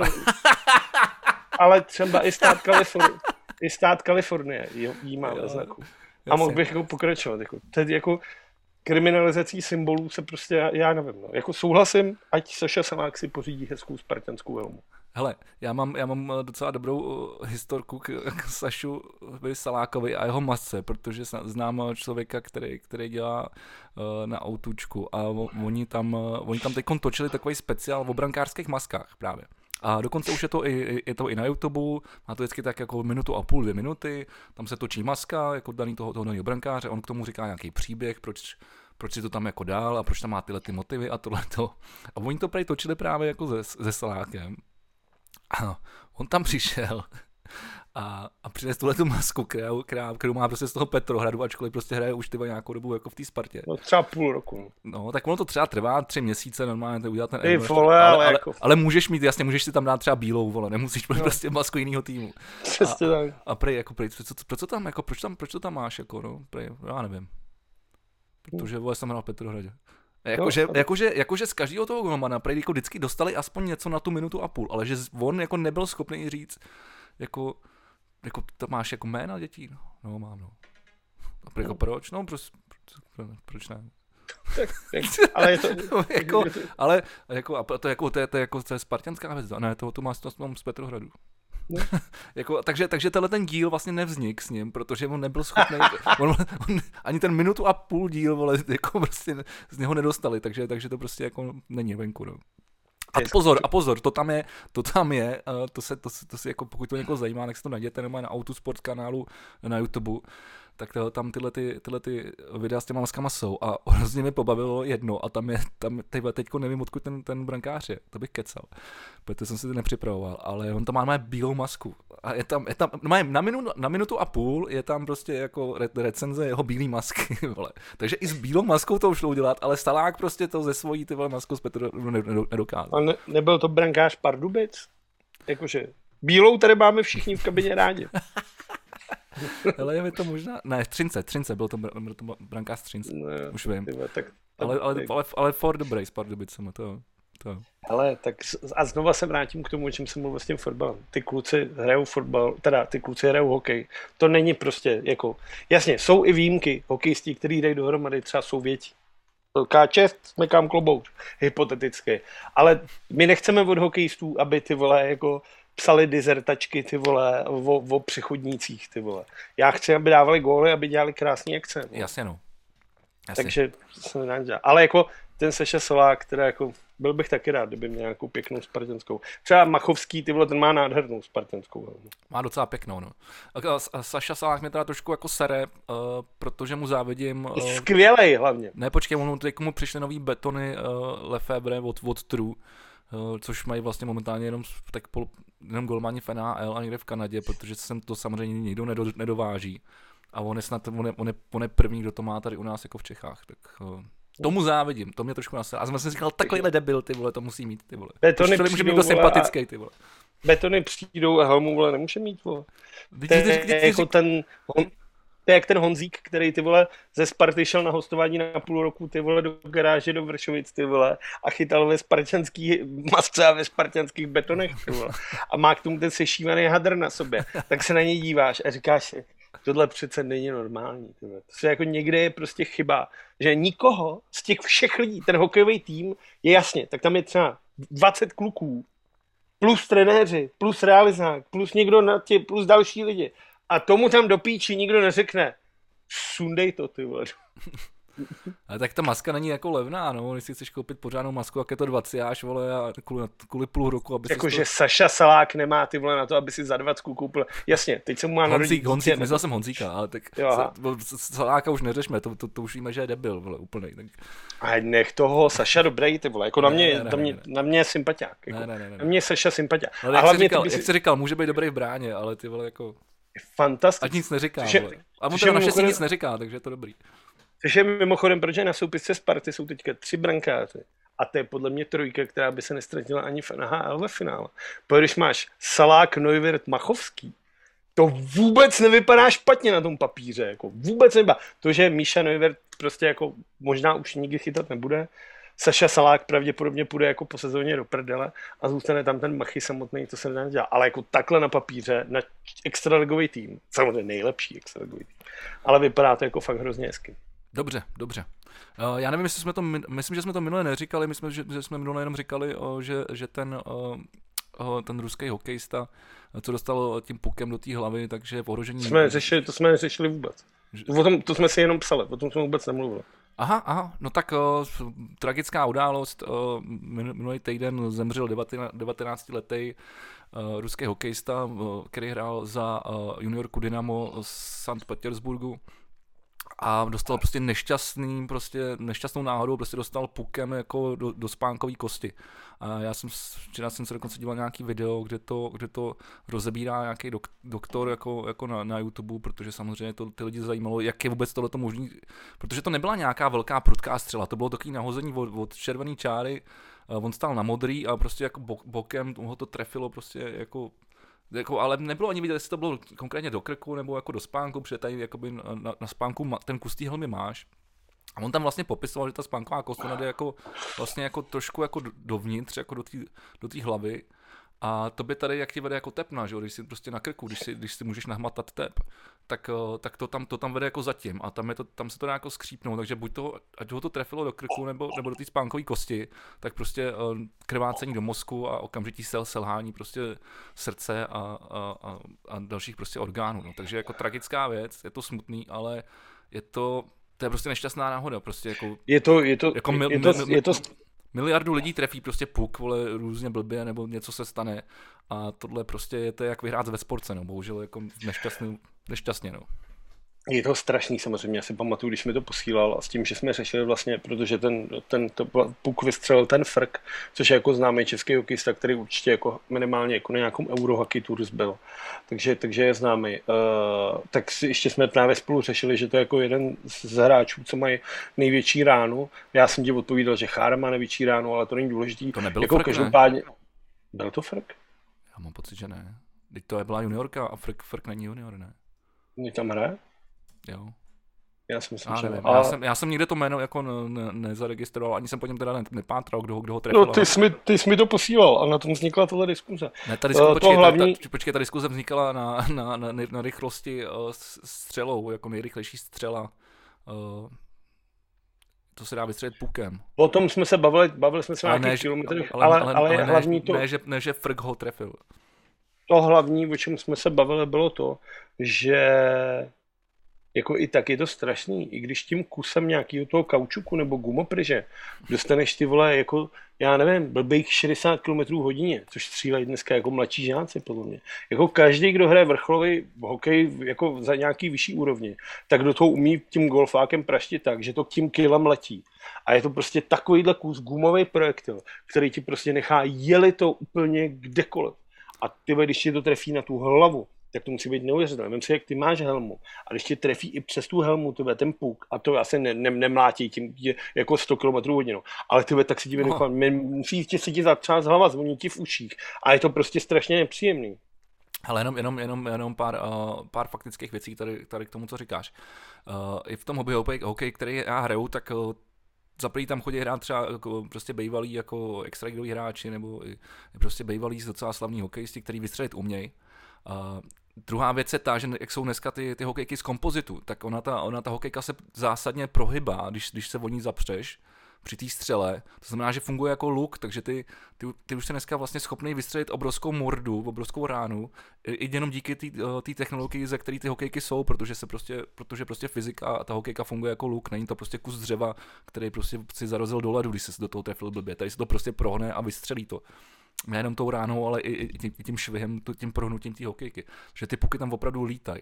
Ale třeba i stát Kalifornie jí má ve znaku. A mohl bych jako pokračovat. Jako, tedy jako kriminalizací symbolů se prostě, já nevím, no. Jako souhlasím, ať Saša Salák si pořídí hezkou spartanskou helmu. Hele, já mám docela dobrou historku k Sašu Salákovi a jeho masce, protože znám člověka, který dělá na autůčku a oni tam teď točili takový speciál v brankářských maskách právě. A dokonce už je to i na YouTube, má to vždycky tak jako 1,5 minuty, 2 minuty, tam se točí maska, jako daný toho daného brankáře, on k tomu říká nějaký příběh, proč si to tam jako dál a proč tam má tyhle ty motivy a tohleto. A oni to prej točili právě jako se Salákem. A on tam přišel a přines tuhletu masku, kterou má prostě z toho Petrohradu, ačkoliv prostě hraje už nějakou dobu jako v té Spartě. No třeba půl roku. No, tak ono to třeba trvá 3 měsíce normálně to udělat ten ale můžeš si tam dát třeba bílou, vole, nemusíš prostě masku jiného týmu. Přesně tak. A prej, proč to tam máš, jako, no, prej, já nevím. Protože, vole, jsem hrál v Petrohradě. Jakože z každého toho golmana prej jako vždycky dostali aspoň něco na tu 1,5 minuty, ale že on jako nebyl schopný říct, jako to máš jako jména dětí? No mám, no. A jako proč? No proč ne? Ale je to... to je spartanská hvězda, ne, to mám z Petrohradu. No. takže tenhle ten díl vlastně nevznik s ním, protože on nebyl schopný, on ani ten 1,5 minuty díl, vole, jako prostě z něho nedostali, takže to prostě jako není venku, no. A pozor, to tam je, to si jako pokud to někoho zajímá, tak se to najděte nebo na Autosport kanálu na YouTube, tak tam tyhle ty videa s těma maskama jsou a hrozně mi pobavilo jedno a tam teďko nevím, odkud ten brankář je, to bych kecal, protože jsem si to nepřipravoval, ale on tam má bílou masku a je tam na 1,5 minuty je tam prostě jako recenze jeho bílý masky, vole. Takže i s bílou maskou to šlo udělat, ale Salák prostě to ze svojí ty vole maskou z Petru nedokázal. A nebyl to brankář Pardubic? Jakože bílou tady máme všichni v kabině rádi. Ale je mi to možná... Ne, Třince, byl to brankář Třince, už vím. Ale for dobrý s Pardubicemi, to. Ale tak a znova se vrátím k tomu, o čem jsem mluvil s tím fotbalem. Ty kluci hrajou fotbal, ty kluci hrajou hokej. To není prostě jako... Jasně, jsou i výjimky hokejistí, kteří dají dohromady, třeba jsou větí. Velká čest, smekám klobouk, hypoteticky. Ale my nechceme od hokejistů, aby ty vole jako psali dizertačky ty vole o přechodnících ty vole. Já chci, aby dávali góly, aby dělali krásný akce. No. Jasně, no. Takže se nedá dělat. Ale jako ten Saša Salák, která jako byl bych taky rád, kdyby měl nějakou pěknou spartanskou. Třeba Machovský, ty vole, ten má nádhernou spartanskou. Má docela pěknou, no. A Saša Salák mě teda trošku jako sere, protože mu závidím. Skvělej hlavně. Ne, počkej, mu přišly nový betony Lefebvre od True, což mají vlastně momentálně jenom golmani v NHL a někde v Kanadě, protože sem to samozřejmě nikdo nedováží. A on je první, kdo to má tady u nás jako v Čechách, tak tomu závidím, to mě trošku nasel. A jsem si říkal, takovýhle debil, ty vole, to musí mít, ty vole. Betony může být sympatický, ty vole. Betony přijdou a helmu, vole, nemůže mít, vole. Jako To je jak ten Honzík, který ty vole ze Sparty šel na hostování na půl roku ty vole do garáže do Vršovic ty vole a chytal ve spartanský masce a ve spartanských betonech ty vole. A má k tomu ten sešívaný hadr na sobě. Tak se na něj díváš a říkáš si, tohle přece není normální. Ty vole. To se jako někde je prostě chyba, že nikoho z těch všech lidí, ten hokejový tým je jasně, tak tam je třeba 20 kluků, plus trenéři, plus realizák, plus někdo na tě, plus další lidi. A tomu tam do píči nikdo neřekne, sundej to, ty vole. Ale tak ta maska není jako levná, no, když si chceš koupit pořádnou masku, jak je to 20 až, vole, a kvůli půl roku, aby jako, že to... Saša Salák nemá ty vole na to, aby si za 20 koupil. Jasně, teď se mu má narodit. Honzík, myslel jsem Honzíka, ale tak Saláka už neřešme, to už víme, že je debil, vole, úplnej. Tak... A nech toho, Saša dobrý, ty vole, jako na mě je sympatiák. Jako. Ne. Na mě je Saša sympatiák. Ale jak jsi říkal, může být dobrý v bráně, ale ty vole, jako... Fantastický. Ať nic neříká, vole. A on teda naštěstí nic neříká, takže je to dobrý. Což je mimochodem, protože na soupisce Sparty jsou teďka 3 brankáři. A to je podle mě trojka, která by se nestratila ani v NHL ve finále. Protože když máš Salák, Neuwirth, Machovský, to vůbec nevypadá špatně na tom papíře. Jako vůbec nevypadá. To, že Míša Neuwirth prostě jako možná už nikdy chytat nebude, Saša Salák pravděpodobně půjde jako po sezóně do prdele a zůstane tam ten Machy samotný, to se nedá dělat. Ale jako takhle na papíře, na extraligový tým, samozřejmě nejlepší extraligový tým, ale vypadá to jako fakt hrozně hezky. Dobře. Já nevím, jestli myslím, že jsme to minule neříkali, myslím, že jsme minule jenom říkali, že ten ruský hokejista, co dostal tím pukem do té hlavy, takže v ohrožení... To jsme neřešili vůbec. To jsme si jenom psali, o tom jsme vůbec nemluvili. Aha, no tak tragická událost, minulý týden zemřel 19letý ruský hokejista, který hrál za juniorku Dynamo Sankt Petersburgu a dostal prostě nešťastnou náhodou, prostě dostal pukem jako do spánkové kosti. A včera jsem se dokonce díval nějaký video, kde to rozebírá nějaký doktor jako na YouTube, protože samozřejmě to ty lidi zajímalo, jak je vůbec tohleto možný, protože to nebyla nějaká velká prudká střela, to bylo takový nahození od červený čáry, on stál na modrý a prostě jako bokem ho to trefilo prostě jako, ale nebylo ani vidět, jestli to bylo konkrétně do krku nebo jako do spánku, protože tady jakoby na spánku ten kus té helmy máš. A on tam vlastně popisoval, že ta spánková kost jde jako vlastně jako trošku jako dovnitř, jako do té hlavy. A to by tady jak ti vede jako tepna, že? Když si prostě na krku, když si můžeš nahmatat tep, tak to tam vede jako zatím a tam se to dá jako skřípnout, takže ať ho to trefilo do krku nebo do té spánkové kosti, tak prostě krvácení do mozku a okamžitý selhání prostě srdce a dalších prostě orgánů. No. Takže jako tragická věc, je to smutný, ale je to prostě nešťastná náhoda, prostě jako... Je to miliardu lidí trefí prostě puk, vole, různě blbě, nebo něco se stane a tohle prostě je to jak vyhrát ve sportce, no, bohužel jako nešťastně, no. Je to strašný samozřejmě, já si pamatuju, když mi to posílal a s tím, že jsme řešili vlastně, protože to puk vystřelil ten Frk, což je jako známý český hokejista, který určitě jako minimálně jako na nějakom Eurohockey Tours byl, takže je známý. Tak si ještě jsme právě spolu řešili, že to je jako jeden z hráčů, co mají největší ránu. Já jsem ti odpovídal, že Chára má největší ránu, ale to není důležitý. To nebyl jako Frk, každopádně... Ne? Byl to Frk? Já mám pocit, že ne. Teď to byla juniorka a Frk není junior, ne? Tam hraje? Jo. Já si myslím, že já jsem nikde to jméno jako nezaregistroval, ani jsem po něm teda nepátral, kdo ho trefil. No, ty jsi mi to posílal a na tom vznikla tohle diskuze. Ne, počkej, ta diskuze vznikala na rychlosti střelou, jako nejrychlejší střela. To se dá vystřelit pukem. O tom jsme se bavili jsme se nějakých kilometrech, ale hlavní to... Ne, že Frk ho trefil. To hlavní, o čem jsme se bavili, bylo to, že jako i tak je to strašný, i když tím kusem nějakého toho kaučuku nebo gumopryže dostaneš ty vole jako, já nevím, blbých 60 km/h, což střílejí dneska jako mladší žáci podle mě. Jako každý, kdo hraje vrcholový hokej jako za nějaký vyšší úrovni, tak do toho umí tím golfákem praštit tak, že to k tím kilem letí. A je to prostě takovýhle kus gumový projektil, který ti prostě nechá jeli to úplně kdekoliv. A ty, když ti to trefí na tu hlavu, tak to musí být neuvěřitelné. Vem si, jak ty máš helmu a když ti trefí i přes tu helmu ten puk, a to asi nemlátí tím jako 100 km/h, ale tak si ti musí se ti zatřást hlava, zvoní ti v uších a je to prostě strašně nepříjemný. Ale jenom pár faktických věcí tady k tomu, co říkáš. I v tom hokej, který já hraju, tak za prvý tam chodí hrát třeba jako prostě bejvalí jako extraligoví hráči nebo i prostě bejvalí docela slavní hokejisti, který vystřelit umějí. Druhá věc je ta, že jak jsou dneska ty hokejky z kompozitu, tak ona ta hokejka se zásadně prohybá, když se o ní zapřeš při té střele. To znamená, že funguje jako luk, takže ty už se dneska vlastně schopný vystřelit obrovskou mordu, obrovskou ránu, i jenom díky té technologii, ze které ty hokejky jsou, protože prostě fyzika a ta hokejka funguje jako luk, není to prostě kus dřeva, který prostě si zarazil do ledu, když se do toho trefil blbě. Tady se to prostě prohne a vystřelí to. Nejenom tou ránou, ale i tím švihem, tím prohnutím té hokejky. Že ty puky tam opravdu lítají.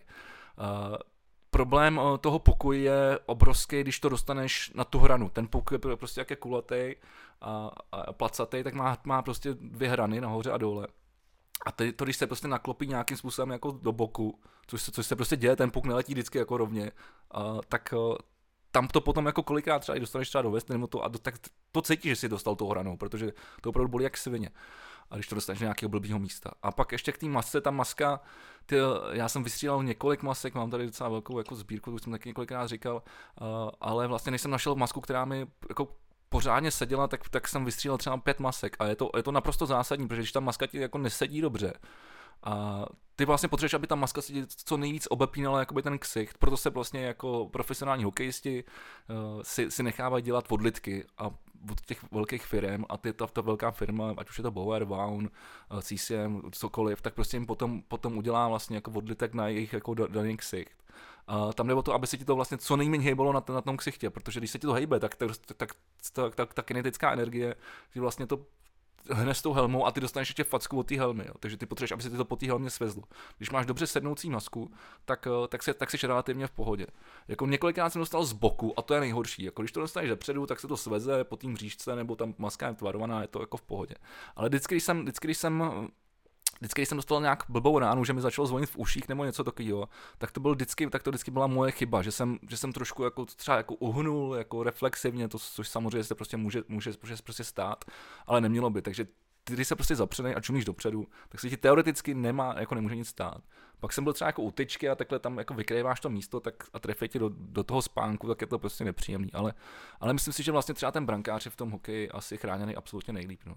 Problém toho puku je obrovský, když to dostaneš na tu hranu. Ten puk je prostě jak je kulatý a placatý, tak má prostě 2 hrany nahoře a dole. A to, když se prostě naklopí nějakým způsobem jako do boku, což se prostě děje, ten puk neletí vždycky jako rovně, tak tam to potom jako kolikrát třeba i dostaneš třeba do vesty, nebo tak to cítíš, že jsi dostal tou hranou, protože to opravdu bolí jak svině. A když to dostaneš do nějakého blbýho místa. A pak ještě k té masce, ta maska, já jsem vystřílel několik masek, mám tady docela velkou jako sbírku, to už jsem taky několikrát říkal, ale vlastně než jsem našel masku, která mi jako pořádně seděla, tak jsem vystřílel třeba 5 masek a je to naprosto zásadní, protože když ta maska ti jako nesedí dobře, a ty vlastně potřebuješ, aby ta maska si co nejvíc obepínala jakoby ten ksicht, proto se vlastně jako profesionální hokejisti si nechávají dělat odlitky a od těch velkých firm a ta velká firma, ať už je to Bauer, Vaughan, CCM, cokoliv, tak prostě jim potom udělá vlastně jako odlitek na jejich jako daný ksicht. Tam jde o to, aby se ti to vlastně co nejméně hejbalo na tom ksichtě, protože když se ti to hejbe, tak ta kinetická energie ti vlastně to hne s tou helmou a ty dostaneš ještě facku od té helmy, jo. Takže ty potřebuješ, aby se ty to po té helmě svezlo. Když máš dobře sednoucí masku, tak jsi relativně v pohodě. Jako několikrát jsem dostal z boku a to je nejhorší. Jako když to dostaneš depředu, tak se to sveze po té mřížce nebo tam maska je tvarovaná, je to jako v pohodě. Ale vždycky, když jsem dostal nějak blbou ránu, že mi začalo zvonit v uších nebo něco takového, tak to vždycky byla moje chyba, že jsem trošku jako třeba jako uhnul jako reflexivně, což samozřejmě se prostě může prostě stát, ale nemělo by, takže ty, když se prostě zapřenej a čumíš dopředu, tak se ti teoreticky nemůže nic stát. Pak jsem byl třeba jako u tyčky a takhle tam jako vykrýváš to místo a trefí tě do toho spánku, tak je to prostě nepříjemný, ale myslím si, že vlastně třeba ten brankář je v tom hokeji asi chráněný absolutně nejlíp, no.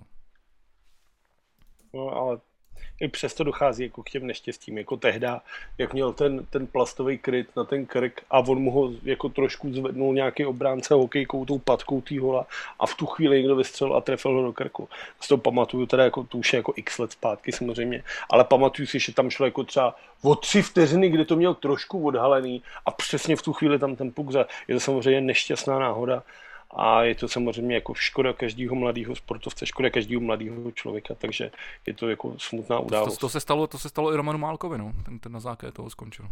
No, ale i přesto dochází jako k těm neštěstím, jako tehda, jak měl ten plastový kryt na ten krk a on mu ho jako trošku zvednul nějaký obránce hokejkou, tou patkou tý hola a v tu chvíli někdo vystřelil a trefil ho do krku. Z toho pamatuju teda, jako, to už je jako x let zpátky samozřejmě, ale pamatuju si, že tam šlo jako třeba o 3 vteřiny, kdy to měl trošku odhalený a přesně v tu chvíli tam ten puk je to samozřejmě nešťastná náhoda. A je to samozřejmě jako škoda každého mladého sportovce, škoda každého mladého člověka, takže je to jako smutná událost. To se stalo i Romanu Málkovi, no. Ten na základě toho skončil.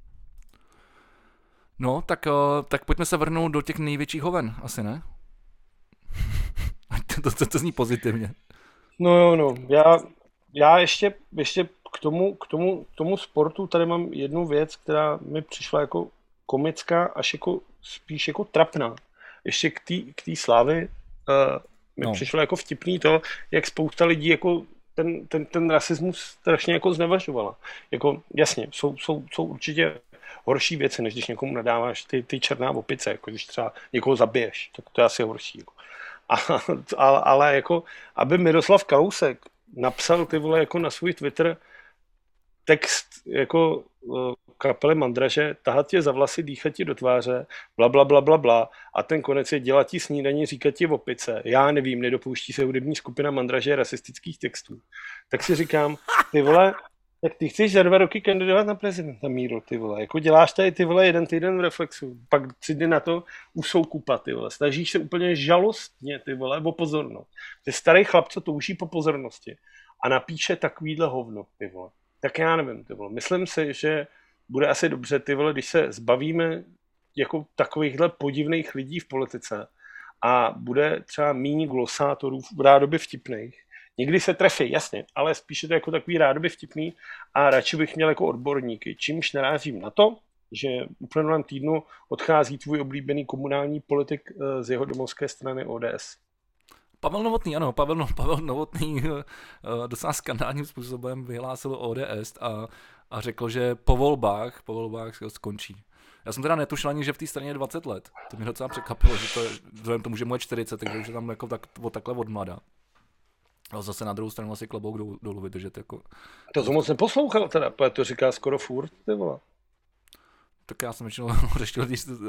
No, tak pojďme se vrhnout do těch největších hoven, asi ne? to zní pozitivně. No. Já ještě k tomu sportu tady mám jednu věc, která mi přišla jako komická, až jako spíš jako trapná. Ještě k té slávy mi přišlo jako vtipný to, jak spousta lidí jako ten rasismus strašně jako znevažovala. Jako jasně, jsou určitě horší věci, než když někomu nadáváš ty černá opice, jako když třeba někoho zabiješ, tak to je asi horší. Jako. Ale jako, aby Miroslav Kalousek napsal ty vole jako na svůj Twitter text jako kapely Mandraže, tahat tě za vlasy, dýchat ti do tváře, bla, bla, bla, bla, bla. A ten konec je dělat ti snídaní, říkat ti opice. Já nevím, nedopouští se hudební skupina Mandraže rasistických textů. Tak si říkám, ty vole, tak ty chceš za 2 roky kandidovat na prezidenta, Míro, ty vole. Jako děláš tady ty vole 1 týden v Reflexu, pak 3 dny na to už jsou kupa, ty vole. Snažíš se úplně žalostně, ty vole, o pozornost. Ty starý chlap, co touží po pozornosti a napíše takovýhle hovno, ty vole. Tak já nevím, ty vole. Myslím si, že bude asi dobře, ty vole, když se zbavíme jako takovýchhle podivných lidí v politice a bude třeba méně glosátorů rádoby vtipných. Někdy se trefí, jasně, ale spíše to jako takový rádoby vtipný a radši bych měl jako odborníky. Čímž narážím na to, že v uplynulém týdnu odchází tvůj oblíbený komunální politik z jeho domovské strany ODS. Pavel Novotný, ano, Pavel Novotný docela skandálním způsobem vyhlásil ODS a řekl, že po volbách skončí. Já jsem teda netušil ani, že v té straně je 20 let. To mě docela překvapilo, že to je, vzhledem tomu, že mu je 40, takže už je tam jako takhle od mlada. Ale zase na druhou stranu asi klobouk dolů vydržet. Jako... To jsem moc neposlouchal teda, to říká skoro furt, ty vole. Tak já jsem většinou řešil,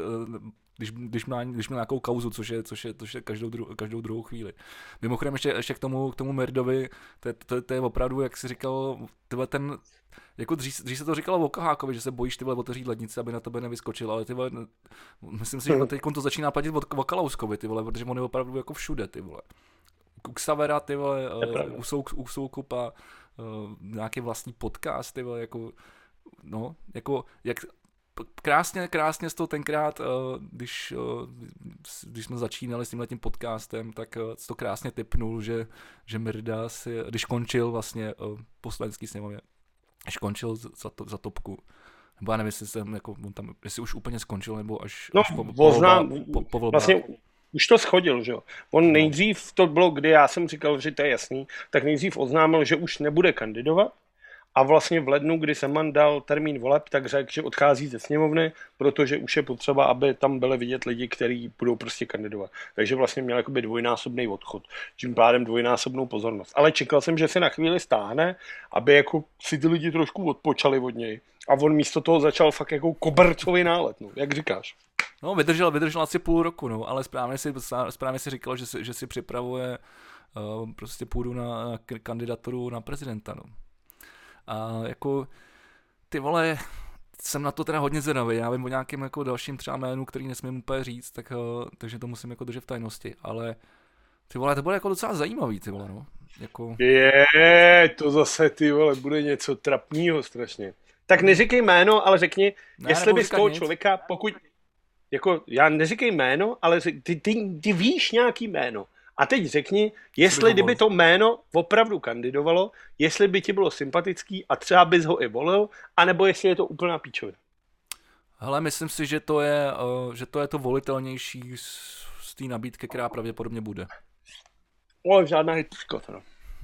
když má nějakou kauzu, což je každou druhou chvíli. Mimochodem ještě k tomu Mirdovi, to je opravdu, jak jsi říkal, ten, jako dřív se to říkalo o Kahákovi, že se bojíš tyhle otevřít lednici, aby na tebe nevyskočil, ale tyhle, myslím si, že teď to začíná platit o Kalouskovi, ty vole, protože on je opravdu jako všude, ty vole. U Xavera, ty vole, u Soukupa, nějaký vlastní podcast, ty vole, jako, no, jako, jak krásně z toho tenkrát, když jsme začínali s tímhletím podcastem, tak to krásně tipnul, že Mirda si, když končil vlastně poslanecký sněmovně, až končil za topku, nebo já nevím, jestli už úplně skončil, nebo až po volbách. Vlastně už to schodil, že jo. On nejdřív, to bylo, kdy já jsem říkal, že to je jasný, tak nejdřív oznámil, že už nebude kandidovat. A vlastně v lednu, kdy Zeman dal termín voleb, tak řekl, že odchází ze sněmovny, protože už je potřeba, aby tam byly vidět lidi, kteří budou prostě kandidovat. Takže vlastně měl jakoby dvojnásobný odchod, tím pádem dvojnásobnou pozornost. Ale čekal jsem, že se na chvíli stáhne, aby jako si ty lidi trošku odpočali od něj. A on místo toho začal fakt jako kobercový nálet, no, jak říkáš. No, vydržel asi půl roku, no, ale správně si říkal, že si připravuje prostě půjdu na kandidaturu na prezidenta, no. A jako, ty vole, jsem na to teda hodně zvědavý, já vím o nějakém jako dalším třeba jménu, který nesmím úplně říct, takže to musím jako držet v tajnosti, ale ty vole, to bude jako docela zajímavý, ty vole, no. Jako... To zase, ty vole, bude něco trapného strašně. Tak neříkej jméno, ale řekni, jestli bys toho člověka, pokud, jako, já neříkej jméno, ale ty víš nějaký jméno. A teď řekni, jestli kdyby to jméno opravdu kandidovalo, jestli by ti bylo sympatický a třeba bys ho i volil, anebo jestli je to úplná píčovina. Hele, myslím si, že to je to volitelnější z té nabídky, která pravděpodobně bude. Ale žádná hitpuška teda.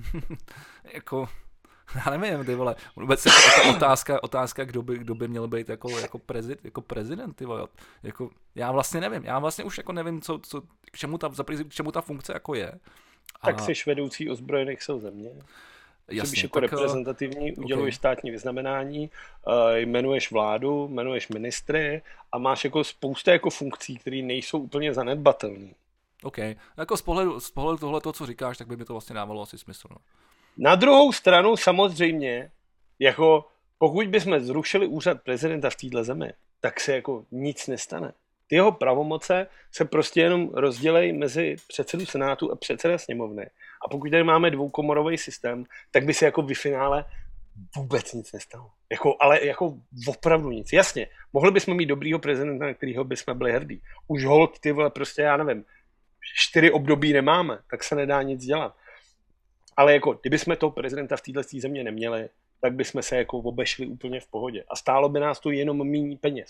Jako, já nevím, ty vole, vůbec je otázka, kdo by měl být jako prezident, ty vole, jako, já vlastně nevím, už jako nevím, k čemu ta funkce jako je. Tak jsi vedoucí ozbrojených sil země. Jasně, jsi jako reprezentativní, uděluješ státní vyznamenání, jmenuješ vládu, jmenuješ ministry a máš jako spousta jako funkcí, které nejsou úplně zanedbatelné. OK, jako z pohledu tohle, co říkáš, tak by mi to vlastně dávalo asi smysl, no. Na druhou stranu samozřejmě, jako pokud bychom zrušili úřad prezidenta v této zemi, tak se jako nic nestane. Ty jeho pravomoce se prostě jenom rozdělejí mezi předsedu Senátu a předseda sněmovny. A pokud tady máme dvoukomorový systém, tak by se jako v finále vůbec nic nestalo. Ale jako opravdu nic. Jasně, mohli bychom mít dobrýho prezidenta, na kterýho bychom byli hrdí. Už holt ty vole prostě, já nevím, 4 období nemáme, tak se nedá nic dělat. Ale jako, kdybychom toho prezidenta v této země neměli, tak bychom se jako obešli úplně v pohodě. A stálo by nás to jenom méně peněz.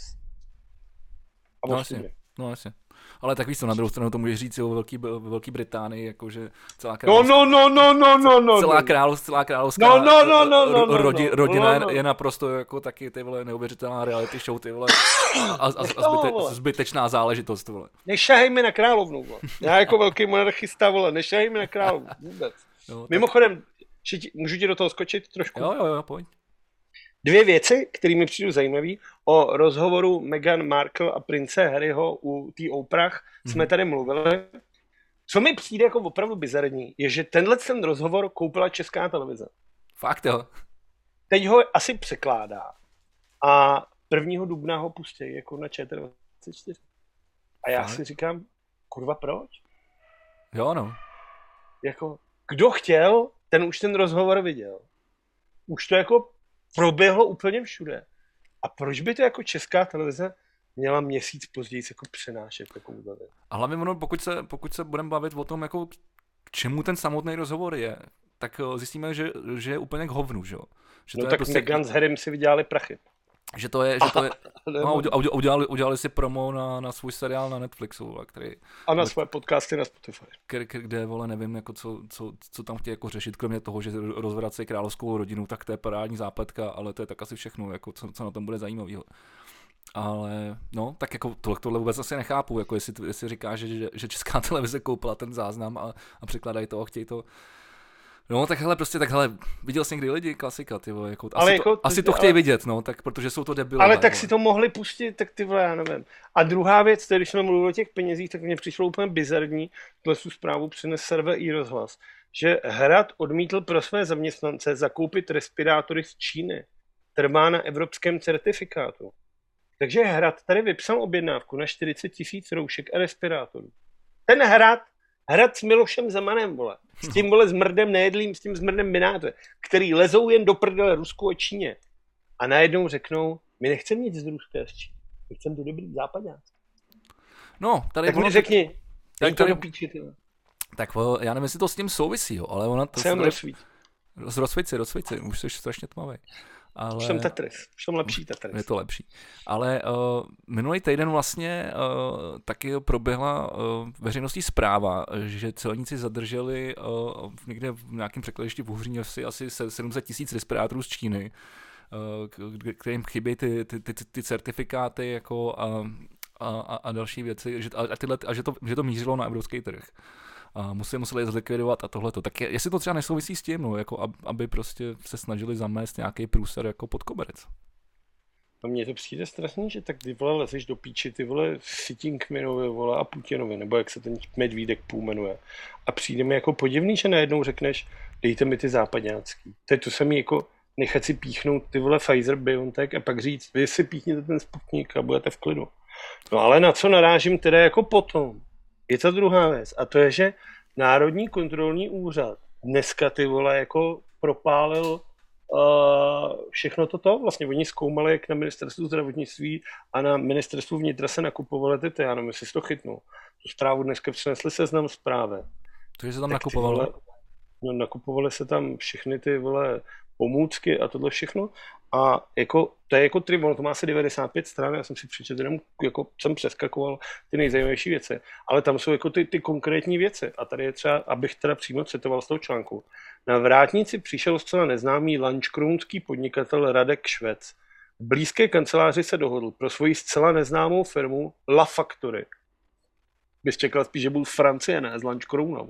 No jasně. Ale tak víš co, na druhou stranu to můžeš říct o Velké Británii, jakože celá královská rodina je naprosto jako taky ty vole neuvěřitelná reality show, ty vole, a zbytečná záležitost, vole. Nešahej mi na královnu, vole. Já jako velký monarchista, vole, nešahej mi na královnu, vůbec. No, mimochodem, můžu ti do toho skočit trošku? Jo, pojď. 2 věci, které mi přijdou zajímavé. O rozhovoru Meghan Markle a prince Harryho u té Oprah jsme tady mluvili. Co mi přijde jako opravdu bizarní, je, že ten rozhovor koupila Česká televize. Fakt jo. Teď ho asi překládá a 1. dubna ho pustí jako na ČT24. A já si říkám, kurva, proč? Jo, no. Jako, kdo chtěl, ten už ten rozhovor viděl. Už to jako proběhlo úplně všude. A proč by to jako Česká televize měla měsíc později jako přenášet takovou věc? A hlavně ono, pokud se budeme bavit o tom, jako k čemu ten samotný rozhovor je, tak zjistíme, že je úplně k hovnu, že jo? No tak prostě... Meghan s Harrym si vydělali prachy. že to je, no, udělali si promo na svůj seriál na Netflixu, který... A na své podcasty na Spotify. Kde, vole, nevím, jako co tam chtějí jako řešit, kromě toho, že rozvrací královskou rodinu, tak to je parádní zápletka, ale to je tak asi všechno, jako co na tom bude zajímavého. Ale no, tak jako tohle vůbec asi nechápu, jako jestli říká, že Česká televize koupila ten záznam a překladají to a chtějí to. No, tak hele, prostě takhle, viděl jsi někdy lidi, klasika, ty vole, jako, asi to chtějí vidět, no, tak protože jsou to debilové. Ale tak si to mohli pustit, tak ty vole, já nevím. A druhá věc, když jsme mluvili o těch penězích, tak mně přišlo úplně bizarní, tuhle zprávu přines server iRozhlas, že Hrad odmítl pro své zaměstnance zakoupit respirátory z Číny. Trvá na evropském certifikátu. Takže Hrad tady vypsal objednávku na 40 000 roušek a respirátorů. Ten Hrad s Milošem Zemanem, vole. S tím, vole, zmrdem nejedlým, s tím zmrdem Mináře, který lezou jen do prdele Rusku a Číně. A najednou řeknou, my nechceme nic z Ruska a z Číny. My chceme to dobrý západáci. No, tady... Tak mi řekni, tady píči, ty. Tak já nevím, jestli to s tím souvisí, jo, ale ona... Jsem rozsvíci, už jsi strašně tmavý. Ale... Už jsem Tetris, už jsem lepší Tetris. Je to lepší. Ale minulý týden vlastně taky proběhla veřejnostní zpráva, že celníci zadrželi někde v nějakém překladišti v Uhříněvsi asi 700 000 respirátorů z Číny, kterým chybí ty certifikáty jako a další věci, že to mířilo na evropský trh. A museli je zlikvidovat a tohleto. Tak jestli to třeba nesouvisí s tím, no, jako aby prostě se snažili zamést nějaký průser jako pod koberec. A mně to přijde strašně, že tak ty vole lezeš do píči, ty vole Sitínkminovi, vole a Putinovi, nebo jak se ten Medvídek půl jmenuje. A přijde mi jako podivný, že najednou řekneš, dejte mi ty západňácký. Teď to se mi jako nechat si píchnout ty vole Pfizer, BioNTech a pak říct, vy si píchněte ten Sputnik a budete v klidu. No ale na co narážím teda jako potom? Je to druhá věc a to je, že Národní kontrolní úřad dneska ty vole jako propálil všechno toto. Vlastně oni zkoumali, jak na ministerstvu zdravotnictví a na ministerstvu vnitra se nakupovaly ty, já nevím, jestli si to chytnul. Tu zprávu dneska přinesli Seznam Zprávy. To je se tam nakupovalo? No, nakupovaly se tam všechny ty vole pomůcky a tohle všechno. A jako, to je jako tribun, to má asi 95 stran, já jsem si přečetl, jenom jako jsem přeskakoval ty nejzajímavější věci, ale tam jsou jako ty konkrétní věci. A tady je třeba, abych teda přímo citoval z toho článku. Na vrátnici přišel zcela neznámý lančkrounský podnikatel Radek Švec. V blízké kanceláři se dohodl pro svoji zcela neznámou firmu La Factory. Bys čekal spíš, že byl z Francie, ne z Lančkrouna.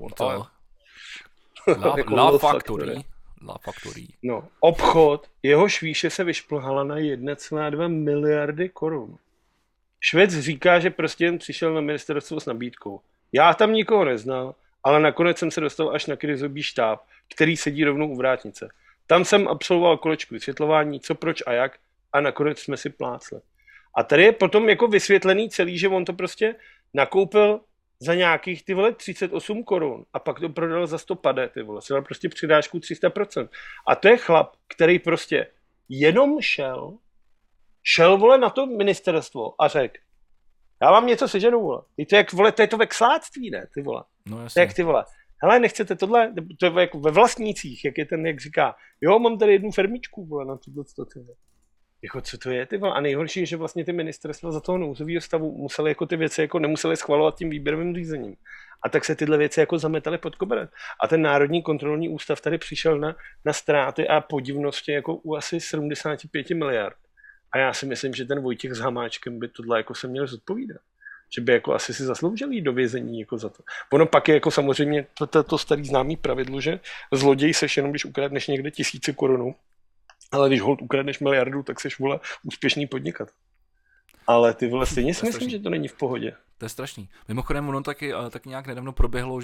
La Factory. La Factory. No, obchod, jehož výše se vyšplhala na 1,2 miliardy korun. Švec říká, že prostě jen přišel na ministerstvo s nabídkou. Já tam nikoho neznal, ale nakonec jsem se dostal až na krizový štáb, který sedí rovnou u vrátnice. Tam jsem absolvoval kolečku vysvětlování, co, proč a jak, a nakonec jsme si plácli. A tady je potom jako vysvětlený celý, že on to prostě nakoupil za nějakých ty vole 38 korun a pak to prodal za 150, ty vole, si dal prostě přidášku 300%. A to je chlap, který prostě jenom šel vole na to ministerstvo a řekl, já vám něco seženu, vole. To je jak, vole, to je to vexláctví, ne, ty vole. No jasně. To je jak ty vole. Hele, nechcete tohle? To je jako ve vlastnících, jak je ten, jak říká, jo, mám tady jednu fermičku, vole, na tohle, ty vole. Jako, co to je, ty vole? A nejhorší je, že vlastně ty ministerstva za toho nouzového stavu museli jako ty věci jako nemuseli schvalovat tím výběrovým řízením. A tak se tyhle věci jako zametaly pod koberec. A ten Národní kontrolní ústav tady přišel na ztráty a podivnosti jako u asi 75 miliard. A já si myslím, že ten Vojtěch s Hamáčkem by tohle jako se měl zodpovídat. Že by jako asi si zasloužil jít do vězení jako za to. Ono pak je jako samozřejmě to starý známý pravidlo, že zloděj seš jenom, když ukradneš někde 1000 korun. Ale když holt ukradneš miliardu, tak seš, vole, úspěšný podnikat. Ale ty vole, stejně si myslím, že to není v pohodě. To je strašný. Mimochodem, ono taky nějak nedávno proběhlo,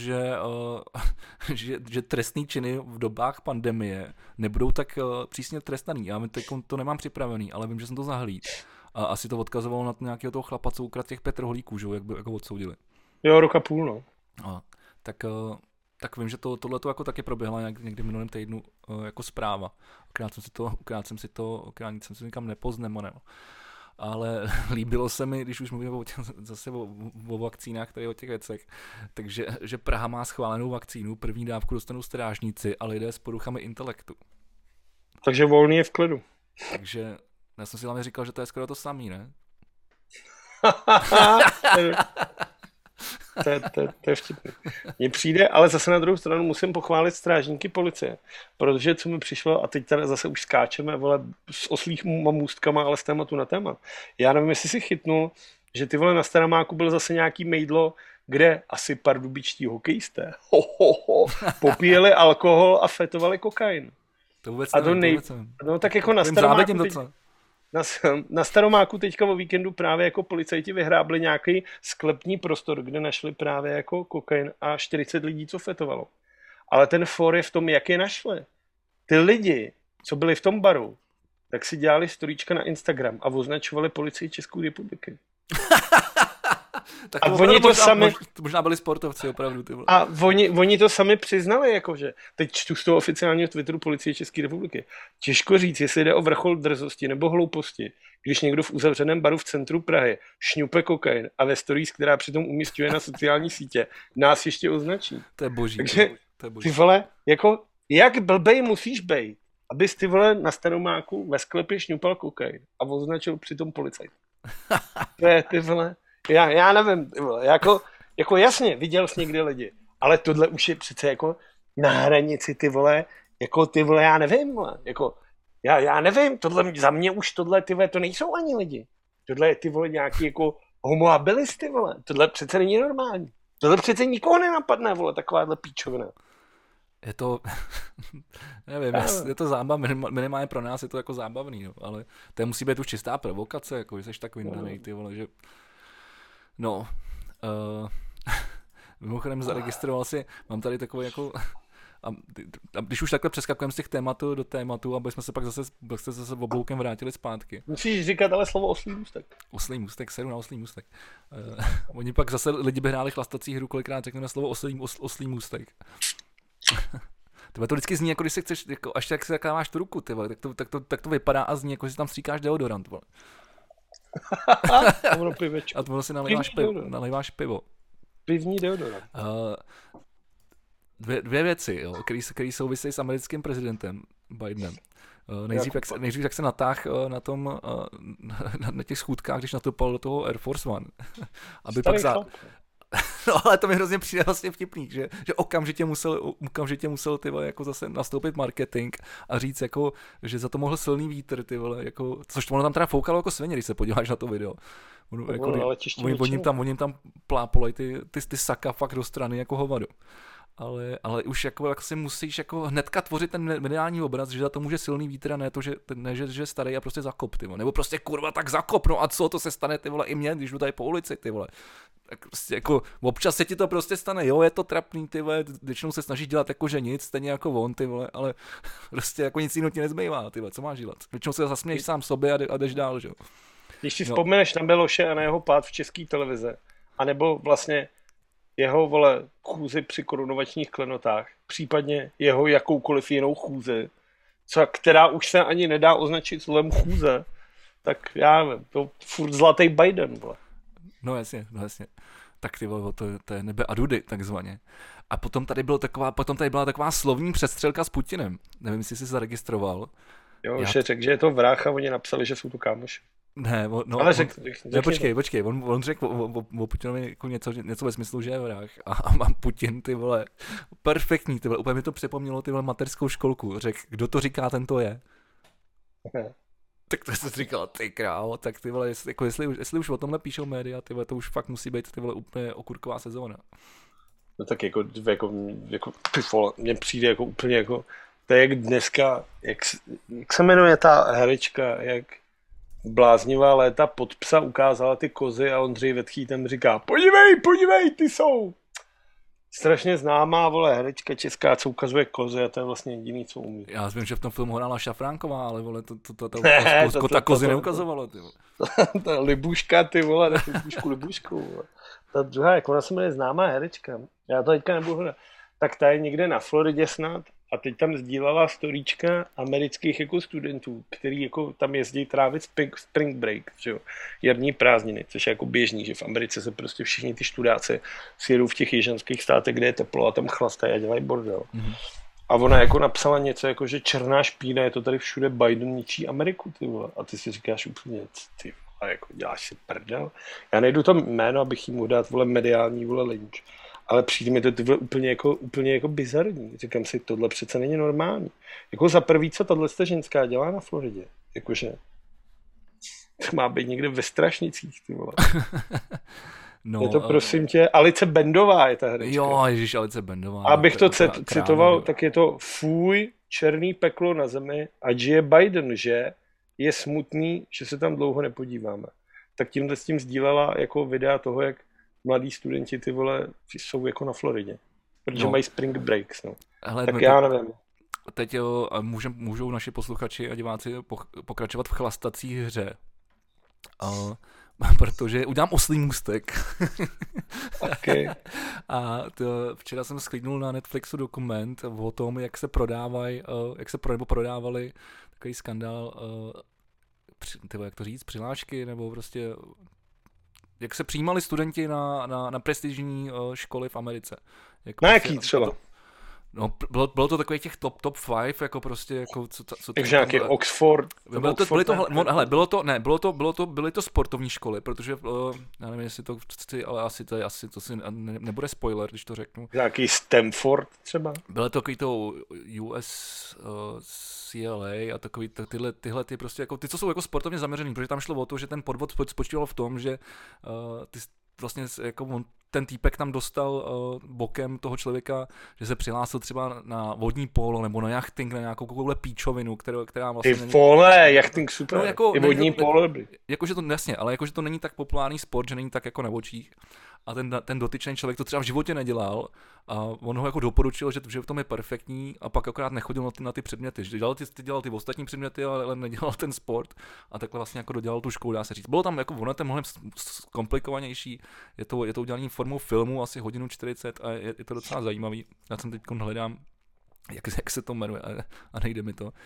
že trestný činy v dobách pandemie nebudou tak přísně trestaný. Já teď to nemám připravený, ale vím, že jsem to zahlíd. A asi to odkazovalo na nějakého toho chlapa, co ukradl těch Petr Holíků, že jak by jako odsoudili. Jo, roka půl, no. Tak vím, že tohle jako taky proběhlo někdy v minulém týdnu jako zpráva. Akorát jsem si to nikam nepoznemonil. Ale líbilo se mi, když už mluvím zase o vakcínách, tady o těch věcech, takže že Praha má schválenou vakcínu, první dávku dostanou strážníci a lidé s poruchami intelektu. Takže Volný je v klidu. Takže Já jsem si hlavně říkal, že to je skoro to samý, ne? To je vtipný. Mně přijde, ale zase na druhou stranu musím pochválit strážníky policie, protože co mi přišlo, a teď tady zase už skáčeme, vole, s oslýma můstkama, ale z tématu na téma. Já nevím, jestli si chytnul, že ty vole na Staramáku byl zase nějaký mejdlo, kde asi pardubičtí hokejisté popíjeli alkohol a fetovali kokain. To vůbec nevím, No tak jako na Staromáku na Staromáku teďka o víkendu právě jako policajti vyhrábli nějaký sklepní prostor, kde našli právě jako kokain a 40 lidí, co fetovalo. Ale ten for je v tom, jak je našli. Ty lidi, co byli v tom baru, tak si dělali storíčka na Instagram a označovali policii České republiky. Tak a oni to sami... Možná byli sportovci, opravdu. Ty vole. A oni to sami přiznali, jakože. Teď čtu z toho oficiálního Twitteru policie České republiky. Těžko říct, jestli jde o vrchol drzosti nebo hlouposti, když někdo v uzavřeném baru v centru Prahy šňupe kokain a ve stories, která přitom umísťuje na sociální sítě, nás ještě označí. To je boží. Takže to je boží. Ty vole, jako, jak blbej musíš bejt, abys ty vole na Staromáku ve sklepě šňupal kokain a označil přitom policajt. To je ty vole... Já nevím, jako jasně, viděl jsi někdy lidi, ale tohle už je přece jako na hranici, ty vole, jako ty vole, já nevím, vole, jako, já nevím, tohle, za mě už tohle, ty vole, to nejsou ani lidi, tohle je, ty vole, nějaký jako homo habilis, ty vole, tohle přece není normální, tohle přece nikoho nenapadne, vole, takováhle píčovina. Je to, nevím, je to zábavné, minimálně pro nás je to jako zábavný, no, ale to musí být už čistá provokace, jako, že jsi takový danej, ty vole, že... No, mimochodem zaregistroval si, mám tady takový jako, a když už takhle přeskakujeme z těch tématů do tématu, aby jsme se pak zase obloukem vrátili zpátky. Musíš říkat ale slovo oslý můstek. Oslý můstek, sedu na oslý můstek. Oni pak zase lidi by hráli chlastací hru, kolikrát řekneme slovo oslý můstek. Tebe to vždycky zní, jako když si chceš, jako, až tak si zakáváš tu ruku, ty vole, tak to vypadá a zní, jako si tam stříkáš deodorant, vole. A to si naléváš pivo. Pivní deodorant. Dvě věci, které souvisejí s americkým prezidentem Bidenem. Nejdřív jak se natáhl na těch schůdkách, když nastoupal do toho Air Force One. Aby pak No ale to mi hrozně přijde vlastně vtipný, že okamžitě musel ty vole, jako zase nastoupit marketing a říct jako, že za to mohl silný vítr, ty vole, jako, což to ono tam teda foukalo jako svině, když se podíváš na to video. Oni tam plápolej ty saka fakt do strany jako hovado. Ale už jako si musíš jako hnedka tvořit ten mediální obraz, že za to může silný vítr a ne to, že je starý a prostě zakop, ty vole. Nebo prostě kurva tak zakop, no a co, to se stane, ty vole, i mně, když jdu tady po ulici, ty vole. Tak prostě jako občas se ti to prostě stane, jo, je to trapný, ty vole, většinou se snažíš dělat jako že nic, stejně jako on, ty vole, ale prostě jako nic jiného ti nezbývá, ty vole, co máš dělat? Většinou se zasměješ sám sobě a jdeš dál, že jo. Když si vzpomeneš na Beloše a na jeho pád v České televize, anebo vlastně jeho, vole, chůzi při korunovačních klenotách, případně jeho jakoukoliv jinou chůzi, která už se ani nedá označit slovem chůze, tak já nevím, to furt zlatý Biden, vole. No jasně. Tak ty vole, to je nebe a dudy, takzvaně. A potom tady byla taková slovní přestřelka s Putinem. Nevím, jestli jsi zaregistroval. Jo, už řekl, že je to vrah a oni napsali, že jsou to kámoši. Ne, no, ale počkej, on řekl o Putinovi jako něco ve smyslu, že je vrah. A mám Putin, ty vole, perfektní, ty vole, úplně mi to připomnělo, ty vole, mateřskou školku. Řekl, kdo to říká, ten to je. Tak to jsi říkal, ty krávo, tak ty vole, jako jestli už o tomhle píšou média, ty vole, to už fakt musí být, ty vole, úplně okurková sezóna. No tak jako ty vole, mně přijde jako úplně jako, to je jak dneska, jak se jmenuje ta herečka, jak Bláznivá léta pod psa ukázala ty kozy a Ondřej Vetchýtem říká, podívej, ty jsou. Strašně známá, vole, herečka česká, co ukazuje kozy a to je vlastně jediný, co umí. Já vím, že v tom filmu hrála Šafránková, ale vole, ta kozy neukazovala, ty vole. Ta Libuška, ty vole, Libušku, vole. Ta druhá, jak ona se jmenuje známá herečka, já to teďka nebudu hledat. Tak ta je někde na Floridě snad a teď tam sdílala storíčka amerických jako studentů, který jako tam jezdí trávit spring break, že jo, jarní prázdniny, což je jako běžný, že v Americe se prostě všichni ty študáci sjedou v těch jižanských státech, kde je teplo a tam chlastají a dělají bordel. Mm-hmm. A ona jako napsala něco jako, že černá špína, je to tady všude, Biden ničí Ameriku, ty vole. A ty si říkáš úplně, ty vole, jako děláš si prdel. Já nejdu to jméno, abych jí mohl dát, vole, mediální, vole, lynč. Ale přijde mi to ty vole úplně jako bizarní. Říkám si, tohle přece není normální. Jako za prvý, co tahle ženská dělá na Floridě? Jakože to má být někde ve Strašnicích, ty vole. No, je to, prosím tě, Alice Bendová je ta herečka. Jo, ježiš, Alice Bendová. Abych to citoval, tak je to fuj, černý peklo na zemi a žije Biden, že je smutný, že se tam dlouho nepodíváme. Tak tímhle s tím sdílela jako videa toho, jak mladí studenti, ty vole, jsou jako na Floridě. Protože mají spring breaks, no. Hele, tak já nevím. Teď jo, můžou naši posluchači a diváci pokračovat v chlastací hře. Protože udělám oslý můstek. Okay. A včera jsem sklídnul na Netflixu dokument o tom, jak se prodávali takový skandál, jak to říct, přihlášky, nebo prostě jak se přijímali studenti na prestižní školy v Americe. Na jaký třeba? No, bylo to takových těch top 5, jako prostě, jako co takže nějaký Oxford. Byly to sportovní školy, protože, já nevím, jestli to chci, ale asi to si nebude spoiler, když to řeknu. Nějaký Stanford třeba? Bylo to takový to UCLA a takový tyhle ty prostě, jako ty, co jsou jako sportovně zaměřený, protože tam šlo o to, že ten podvod spočíval v tom, že ty vlastně jako ten týpek tam dostal bokem toho člověka, že se přihlásil třeba na vodní polo nebo na jachting, na nějakou takovouhle píčovinu, která vlastně není... Vole, jachting super, no, jako, i vodní polo. Jakože to, jasně, ale jakože to není tak populární sport, že není tak jako na očích. A ten dotyčný člověk to třeba v životě nedělal a on ho jako doporučil, že v tom je perfektní a pak akorát nechodil na ty předměty. Že dělal ty ostatní předměty, ale nedělal ten sport a takhle vlastně jako dodělal tu školu, dá se říct. Bylo tam jako, ono je to mnohem komplikovanější, je to udělané formou filmu, asi 1:40 a je to docela zajímavý. Já jsem teď hledám, jak se to jmenuje a nejde mi to.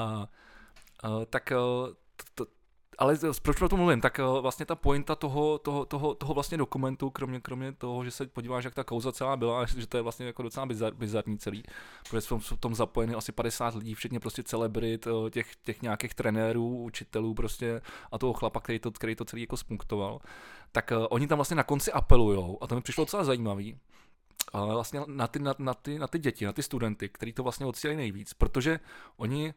Ale proč pro to mluvím, tak vlastně ta pointa toho vlastně dokumentu, kromě toho, že se podíváš, jak ta kauza celá byla, že to je vlastně jako docela bizarní celý, protože jsou v tom zapojeny asi 50 lidí, včetně prostě celebrit, těch nějakých trenérů, učitelů prostě a toho chlapa, který to celý jako spunktoval, tak oni tam vlastně na konci apelujou a to mi přišlo docela zajímavý, vlastně na ty děti, na ty studenty, který to vlastně odsílají nejvíc, protože oni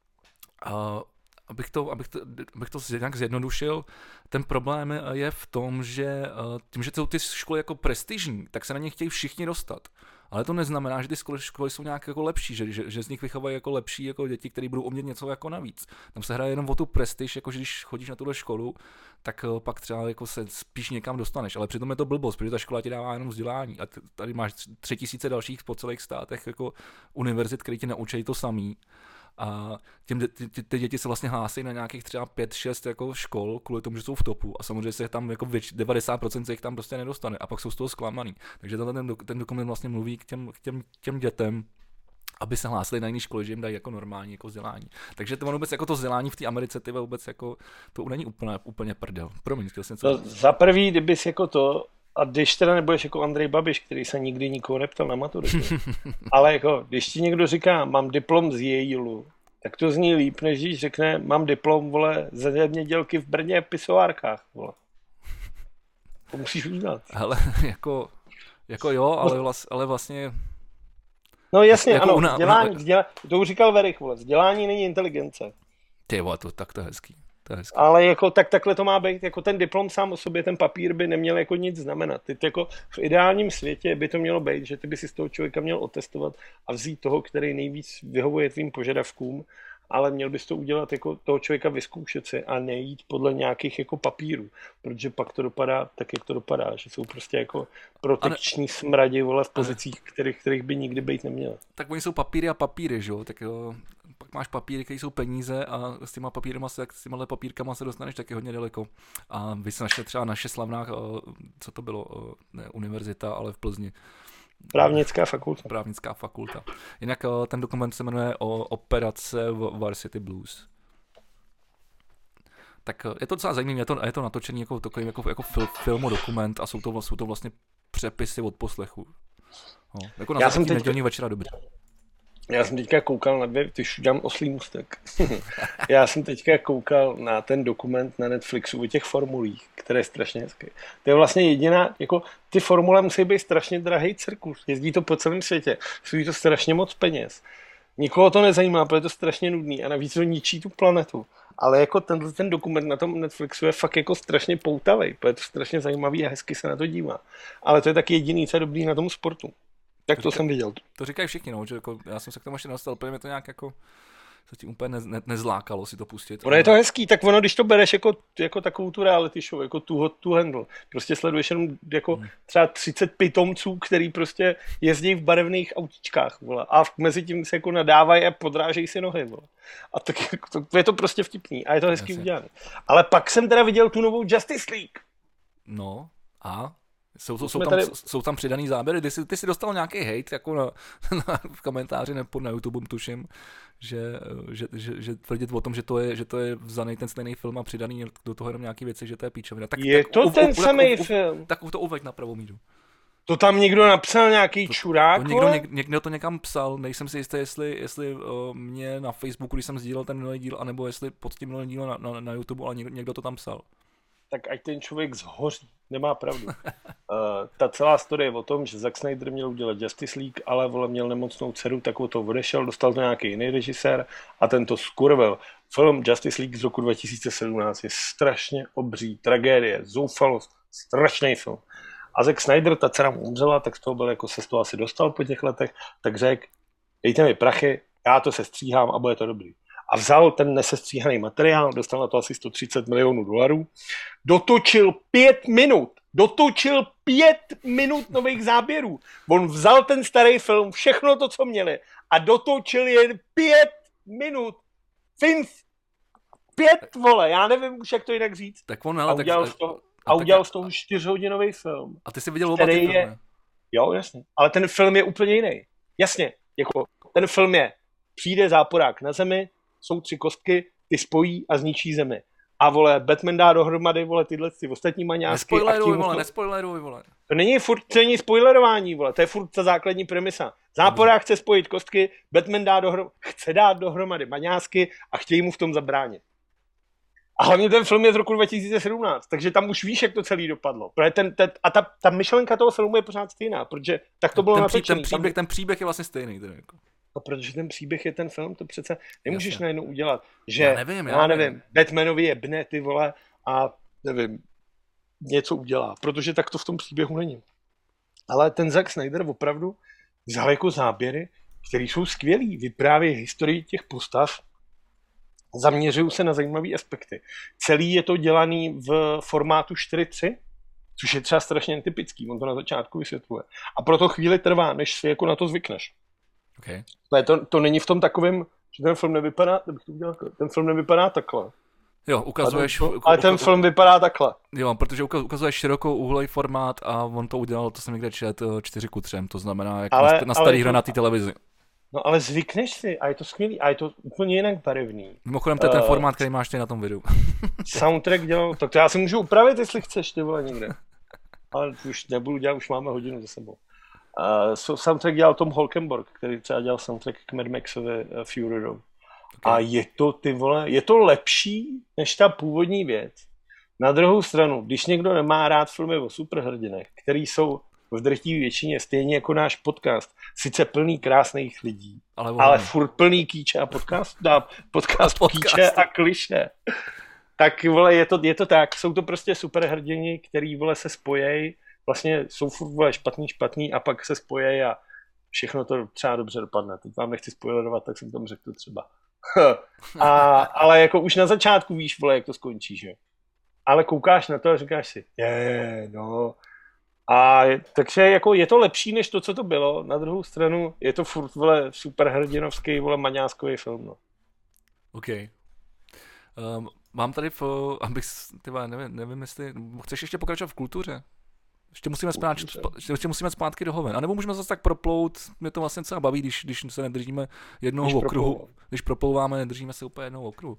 Abych to nějak zjednodušil, ten problém je v tom, že tím, že jsou ty školy jako prestižní, tak se na ně chtějí všichni dostat. Ale to neznamená, že ty školy jsou nějak jako lepší, že z nich vychovají jako lepší jako děti, které budou umět něco jako navíc. Tam se hraje jenom o tu prestiž, jako že když chodíš na tuhle školu, tak pak třeba jako se spíš někam dostaneš, ale přitom je to blbost, protože ta škola ti dává jenom vzdělání a tady máš 3000 dalších po celých státech jako univerzit, které ti naučí to samý. A ty děti se vlastně hlásí na nějakých třeba 5-6 jako škol kvůli tomu, že jsou v topu a samozřejmě se tam jako 90% se jich tam prostě nedostane a pak jsou z toho zklamaný. Takže ten dokument vlastně mluví k těm dětem, aby se hlásili na jiné školy, že jim dají jako normální jako vzdělání. Takže to vůbec jako to vzdělání v té Americe, ty vůbec jako to není úplně prdel. Promiň, chtěl jsem něco. Za prvý, kdybys jako to, a když teda nebudeš jako Andrej Babiš, který se nikdy nikoho neptal na maturitu, ale jako, když ti někdo říká, mám diplom z Yaleu, tak to zní líp, než když řekne, mám diplom, vole, ze zemědělky v Brně v pisovárkách, vole. To musíš uznat. Ale jako jo, ale vlastně... No jasně, jako ano, vzdělání, to už říkal Verich, vole, vzdělání není inteligence. Ty vole, tak to je hezký. Ale jako takhle to má být, jako ten diplom sám o sobě, ten papír by neměl jako nic znamenat. Ty jako v ideálním světě by to mělo být, že ty by si z toho člověka měl otestovat a vzít toho, který nejvíc vyhovuje tvým požadavkům, ale měl bys to udělat jako toho člověka vyzkoušet si a nejít podle nějakých jako papírů, protože pak to dopadá tak, jak to dopadá, že jsou prostě jako protekční smradi, vole, v pozicích, kterých by nikdy být neměl. Tak oni jsou papíry a papíry, že jo, tak jo. Pak máš papíry, které jsou peníze a s těma papírama s těma papírkama se dostaneš taky hodně daleko. A vy se našli třeba naše slavná, co to bylo, ne univerzita, ale v Plzni. Právnická fakulta. Jinak ten dokument se jmenuje Operace Varsity Blues. Tak je to docela zajímavé, je to natočený jako takový jako filmodokument a jsou to vlastně přepisy od poslechu. Jako na nedělní večera dobrý. Já jsem teďka koukal na ty už dám oslý můstek. Já jsem teďka koukal na ten dokument na Netflixu o těch formulích, které je strašně hezký. To je vlastně jediná, jako ty formule musí být strašně drahý cirkus. Jezdí to po celém světě, stojí to strašně moc peněz. Nikoho to nezajímá, protože je to strašně nudný a navíc to ničí tu planetu. Ale jako ten dokument na tom Netflixu je fakt jako strašně poutavý, protože je to strašně zajímavý a hezky se na to dívá. Ale to je taky jediný, co je dobrý na tom sportu. Tak to jsem viděl. To říkají všichni, no, že jako, já jsem se k tomu ještě nedostal, protože mě to nějak jako se tím úplně nezlákalo si to pustit. Ono je to hezký, tak ono, když to bereš jako takovou tu reality show, jako tu handle, prostě sleduješ jenom jako třeba 30 pitomců, který prostě jezdí v barevných autíčkách, vole, a mezi tím se jako nadávají a podrážejí si nohy, vole. A tak to je to prostě vtipný a je to hezký udělané. Ale pak jsem teda viděl tu novou Justice League. No a? Jsou tam přidaný záběry. Ty jsi dostal nějaký hate jako v komentáři nebo na YouTube, tuším, že tvrdit o tom, že to je vzaný ten stejný film a přidaný do toho jenom nějaký věci, že to je píčovina. Je to ten samý film? Tak to uveď na pravou míru. To tam někdo napsal nějaký čurák? Někdo to někam psal, nejsem si jistý, jestli mě na Facebooku, když jsem sdílel ten minulý díl, anebo jestli pod tím minulý díl na YouTube, ale někdo to tam psal. Tak ať ten člověk zhoří, nemá pravdu. Ta celá story je o tom, že Zack Snyder měl udělat Justice League, ale vole měl nemocnou dceru, tak o to odešel, dostal to nějaký jiný režisér a ten to skurvel. Film Justice League z roku 2017 je strašně obří tragédie, zoufalost, strašný film. A Zack Snyder, ta dcera mu umřela, tak z toho byl, jako se z toho asi dostal po těch letech, tak řekl, dejte mi prachy, já to sestříhám a bude to dobrý. A vzal ten nesestříhaný materiál, dostal na to asi 130 milionů dolarů, dotočil 5 minut nových záběrů. On vzal ten starý film, všechno to, co měli, a dotočil jen 5 minut. 5, vole, já nevím už, jak to jinak říct. Tak on, a udělal z toho 4hodinový film. A ty jsi viděl oba ty filmy? Jo, jasně. Ale ten film je úplně jiný. Jasně, jako ten film je, přijde záporák na zemi, jsou 3 kostky, ty spojí a zničí zemi. A vole, Batman dá dohromady, vole, tyhle ty ostatní maňásky. Nespoileruj, vole. To není spoilerování, vole, to je furt ta základní premisa. Záporák chce spojit kostky, Batman chce dát dohromady maňásky a chtějí mu v tom zabránit. A hlavně ten film je z roku 2017, takže tam už víš, jak to celý dopadlo. Ta myšlenka toho filmu je pořád stejná, protože tak to bylo natočený. Ten příběh je vlastně stejný. Tedy jako. No, protože ten příběh je ten film, to přece nemůžeš najednou udělat, že já nevím. Batmanovi jebne, ty vole, a nevím, něco udělá, protože tak to v tom příběhu není. Ale ten Zack Snyder opravdu vzal jako záběry, které jsou skvělý, vyprávějí historii těch postav, zaměřují se na zajímavé aspekty. Celý je to dělaný v formátu 4:3, což je třeba strašně netypický, on to na začátku vysvětluje. A proto chvíli trvá, než si jako na to zvykneš. Okay. To není v tom takovém, že ten film nevypadá takhle. Jo, ukazuješ... Ale ten film vypadá takhle. Jo, protože ukazuješ širokou úhlový formát a on to udělal, to jsem někde čet, 4:3, to znamená jak na starý hranatý televizi. No ale zvykneš si a je to skvělý a je to úplně jinak barevný. Mimochodem to je ten formát, který máš ty na tom videu. Soundtrack dělal, tak to já si můžu upravit, jestli chceš, ty vole, někde. Ale už nebudu dělat, už máme hodinu za sebou. Soundtrack dělal Tom Holkenborg, který třeba dělal soundtrack k Mad Maxovi Fury Road. Okay. A je to, ty vole, je to lepší než ta původní věc. Na druhou stranu, když někdo nemá rád filmy o superhrdinech, který jsou v drtivé většině stejně jako náš podcast, sice plný krásných lidí, ale furt plný kýče a podcast kýče a kliše. Tak vole, je to tak, jsou to prostě superhrdini, který vole se spojejí, vlastně jsou furt vole špatný a pak se spojejí a všechno to třeba dobře dopadne. Teď vám nechci spoilerovat, tak jsem tam řekl třeba. Ale jako už na začátku víš, vole, jak to skončí, že? Ale koukáš na to a říkáš si, no. A takže jako je to lepší než to, co to bylo. Na druhou stranu je to furt, vole, superhrdinovský, vole, maňáskový film, no. OK. Mám tady, abych, nevím, jestli, chceš ještě pokračovat v kultuře? Ještě musíme zpátky do Hoven. A nebo můžeme zase tak proplout, mě to vlastně celá baví, když se nedržíme jednoho okruhu. Když proplouváme, nedržíme se úplně jednoho okruhu.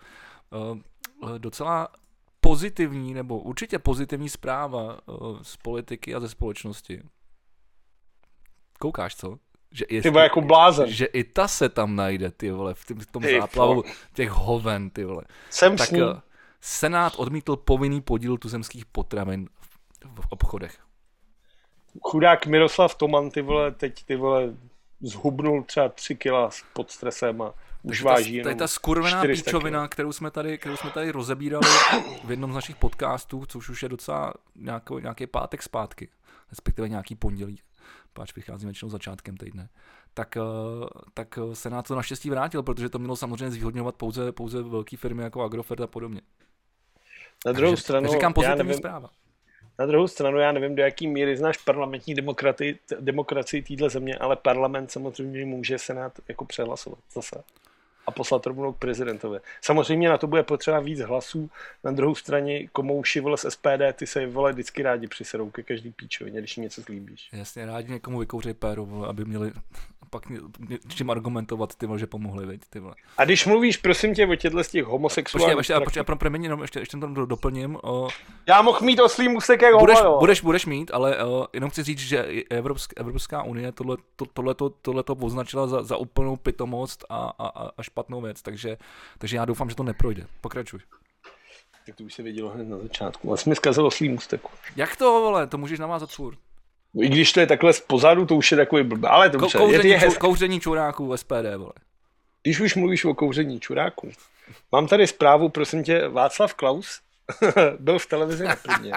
Docela pozitivní, nebo určitě pozitivní zpráva z politiky a ze společnosti. Koukáš, co? Ty vole, jako blázen. Že i ta se tam najde, ty vole, v tom záplavu těch hoven, ty vole. Jsem tak s ním. Senát odmítl povinný podíl tuzemských potravin v obchodech. Chudák Miroslav Toman, ty vole, teď ty vole zhubnul třeba 3 kila pod stresem a už váží jenom. To je ta skurvená píčovina, kterou jsme tady rozebírali v jednom z našich podcastů, což už je docela nějaký pátek zpátky, respektive nějaký pondělí, páč vycházíme většinou začátkem týdne. Tak Senát to naštěstí vrátil, protože to mělo samozřejmě zvýhodňovat pouze velké firmy jako Agrofert a podobně. Na druhou stranu, říkám pozitivní zpráva. Na druhou stranu, já nevím, do jaký míry znáš parlamentní demokracii téhle země, ale parlament samozřejmě může Senát jako přehlasovat zase a poslat rovnou k prezidentovi. Samozřejmě na to bude potřeba víc hlasů. Na druhou straně komouši vole z SPD, ty se vole vždycky rádi přisedou ke každý píčovině, když jim něco slíbíš. Jasně, rádi někomu vykouří péro, vole, aby měli pak čím argumentovat, ty vole, že pomohli, veď, ty vole. A když mluvíš, prosím tě, o těchto z těch homosexuálů... Počkej, promiň, ještě to doplním. Já mohl mít oslý můstek jak budeš mít, ale jenom chci říct, že Evropská unie tohleto označila za úplnou pitomost a špatnou věc, takže já doufám, že to neprojde. Pokračuj. Tak to už se vědělo hned na začátku. Vlastně mi zkazil oslý můstek. Jak to, vole, to můžeš navázat furt. I když to je takhle pozadu, to už je takový blbý, ale to už kouření čuráků SPD, vole. Když už mluvíš o kouření čuráků, mám tady zprávu, prosím tě, Václav Klaus byl v televizi na Primě.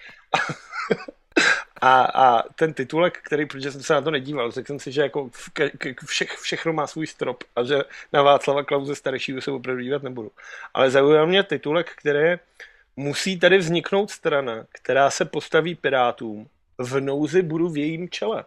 A ten titulek, protože jsem se na to nedíval, řekl jsem si, že jako všechno má svůj strop a že na Václava Klause staršího se opravdu dívat nebudu. Ale zaujal mě titulek, který musí tady vzniknout strana, která se postaví Pirátům. V nouzi budu v jejím čele.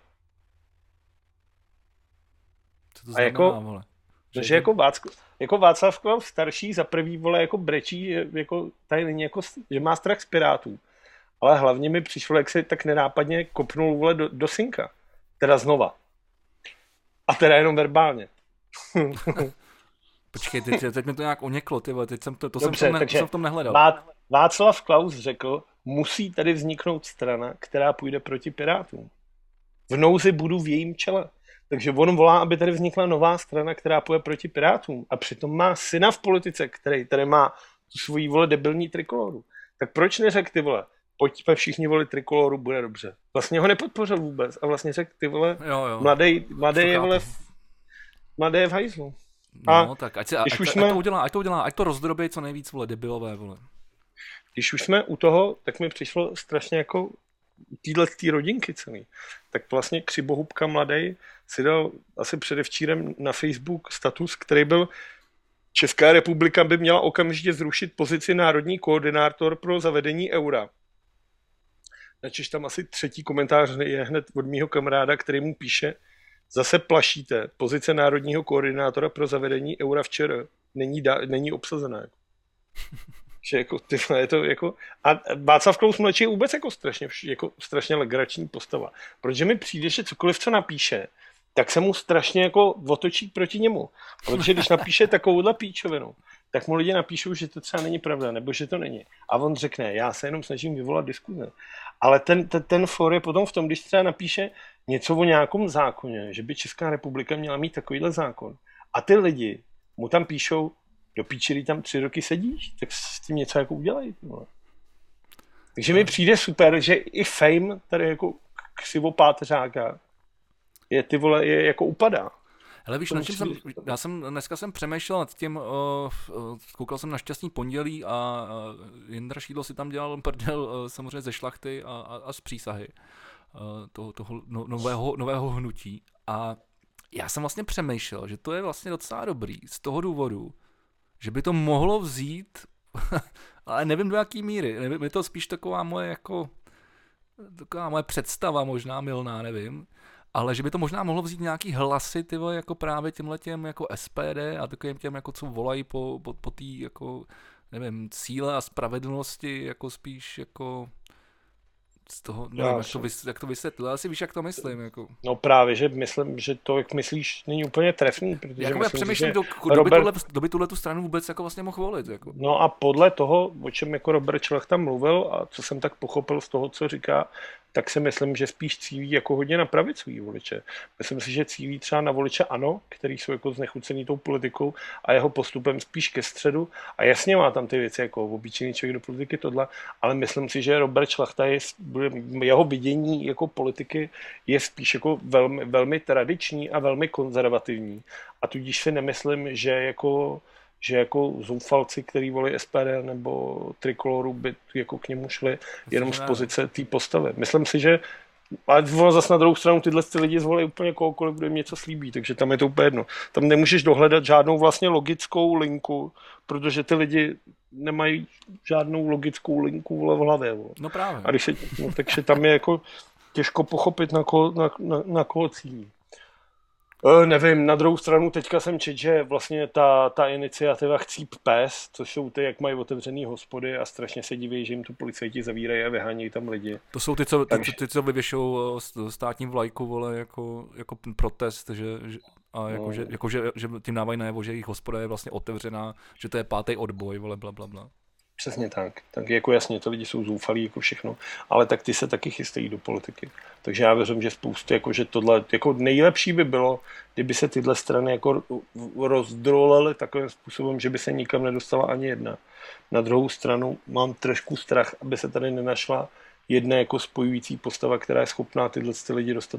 Co to znamená, vole? Že jako Václav Klaus starší za prvý, vole, jako brečí, jako tady není jako, že má strach z Pirátů. Ale hlavně mi přišlo, jak se tak nenápadně kopnul, vole, do synka. Teda znova. A teda jenom verbálně. Počkej, teď mi to nějak uniklo, ty vole, teď jsem jsem v tom nehledal. Václav Klaus řekl, musí tady vzniknout strana, která půjde proti Pirátům. V nouzi budu v jejím čele. Takže on volá, aby tady vznikla nová strana, která půjde proti Pirátům. A přitom má syna v politice, který tady má tu svoji, vole, debilní trikoloru. Tak proč neřekl, ty vole, pojďme všichni volit trikoloru, bude dobře. Vlastně ho nepodpořil vůbec a vlastně řekl, ty vole, mladý je, vole, mladý je v hajzlu. No, tak ať to udělá, ať to rozdrobí co nejvíc, vole, debilové, vole. Když už jsme u toho, tak mi přišlo strašně jako tý rodinky celý. Tak vlastně Křibohubka mladý si dal asi předevčírem na Facebook status, který byl: Česká republika by měla okamžitě zrušit pozici národní koordinátor pro zavedení eura. Načež tam asi třetí komentář je hned od mýho kamaráda, který mu píše: zase plašíte, pozice národního koordinátora pro zavedení eura včera není obsazená. Že jako, je to jako... A Václav Klaus mladší je vůbec jako strašně legrační postava. Protože mi přijde, že cokoliv, co napíše, tak se mu strašně jako otočí proti němu. Protože když napíše takovouhle píčovinu, tak mu lidi napíšou, že to třeba není pravda, nebo že to není. A on řekne, já se jenom snažím vyvolat diskuze. Ale ten for je potom v tom, když třeba napíše něco o nějakém zákoně, že by Česká republika měla mít takovýhle zákon. A ty lidi mu tam píšou, do píči, tam 3 roky sedíš, tak s tím něco jako udělají. Takže mi přijde super, že i Fame tady jako křivopáteřáka je jako upadá. Hele, víš, dneska jsem přemýšlel nad tím, koukal jsem na Šťastný pondělí a Jindra Šídlo si tam dělal prdel samozřejmě ze šlachty a z přísahy toho nového hnutí. A já jsem vlastně přemýšlel, že to je vlastně docela dobrý z toho důvodu, že by to mohlo vzít, ale nevím do jaký míry, je to spíš taková moje představa, možná mylná, nevím, ale že by to možná mohlo vzít nějaký hlasy, ty vole, jako právě těmhletěm jako SPD a takovým těm, jako co volají po té, jako, nevím, cíle a spravedlnosti, jako spíš, jako z toho, nevím, jak to vysvětlil, ale asi víš, jak to myslím, jako. No právě, že myslím, že to, jak myslíš, není úplně trefný, protože jako myslím, já přemýšlím, kdo by tuhletu stranu vůbec jako vlastně mohl volit, jako. No a podle toho, o čem jako Robert Čelech tam mluvil a co jsem tak pochopil z toho, co říká, tak si myslím, že spíš cílí jako hodně na pravicový voliče. Myslím si, že cílí třeba na voliče ANO, který jsou jako znechucený tou politikou a jeho postupem spíš ke středu. A jasně má tam ty věci jako obyčejný člověk do politiky tohle, ale myslím si, že Robert Šlachta jeho vidění jako politiky je spíš jako velmi, velmi tradiční a velmi konzervativní. A tudíž si nemyslím, že jako zoufalci, který volí SPD nebo Trikoloru, by jako k němu šli jenom z pozice té postavy. Myslím si, že ale zase na druhou stranu tyhle lidi zvolí úplně kohokoliv, kdo jim něco slíbí, takže tam je to úplně jedno. Tam nemůžeš dohledat žádnou vlastně logickou linku, protože ty lidi nemají žádnou logickou linku v hlavě. No právě. A takže tam je jako těžko pochopit, na koho cílí. Nevím, na druhou stranu teďka jsem četl, že vlastně ta iniciativa Chcíp pes, což jsou ty, jak mají otevřený hospody a strašně se diví, že jim tu policajti zavírají a vyhánějí tam lidi. To jsou ty, co vyvěšou státní vlajku, vole, jako protest, že tím dávají najevo, že jejich hospoda je vlastně otevřená, že to je 5. odboj, vole, blablabla. Přesně tak. Tak jako jasně, ty lidi jsou zoufalí jako všechno, ale tak ty se taky chystají do politiky. Takže já věřím, že spousty, jako že tohle, jako nejlepší by bylo, kdyby se tyhle strany jako rozdrolaly takovým způsobem, že by se nikam nedostala ani jedna. Na druhou stranu mám trošku strach, aby se tady nenašla jedna jako spojující postava, která je schopná tyhle lidi dostat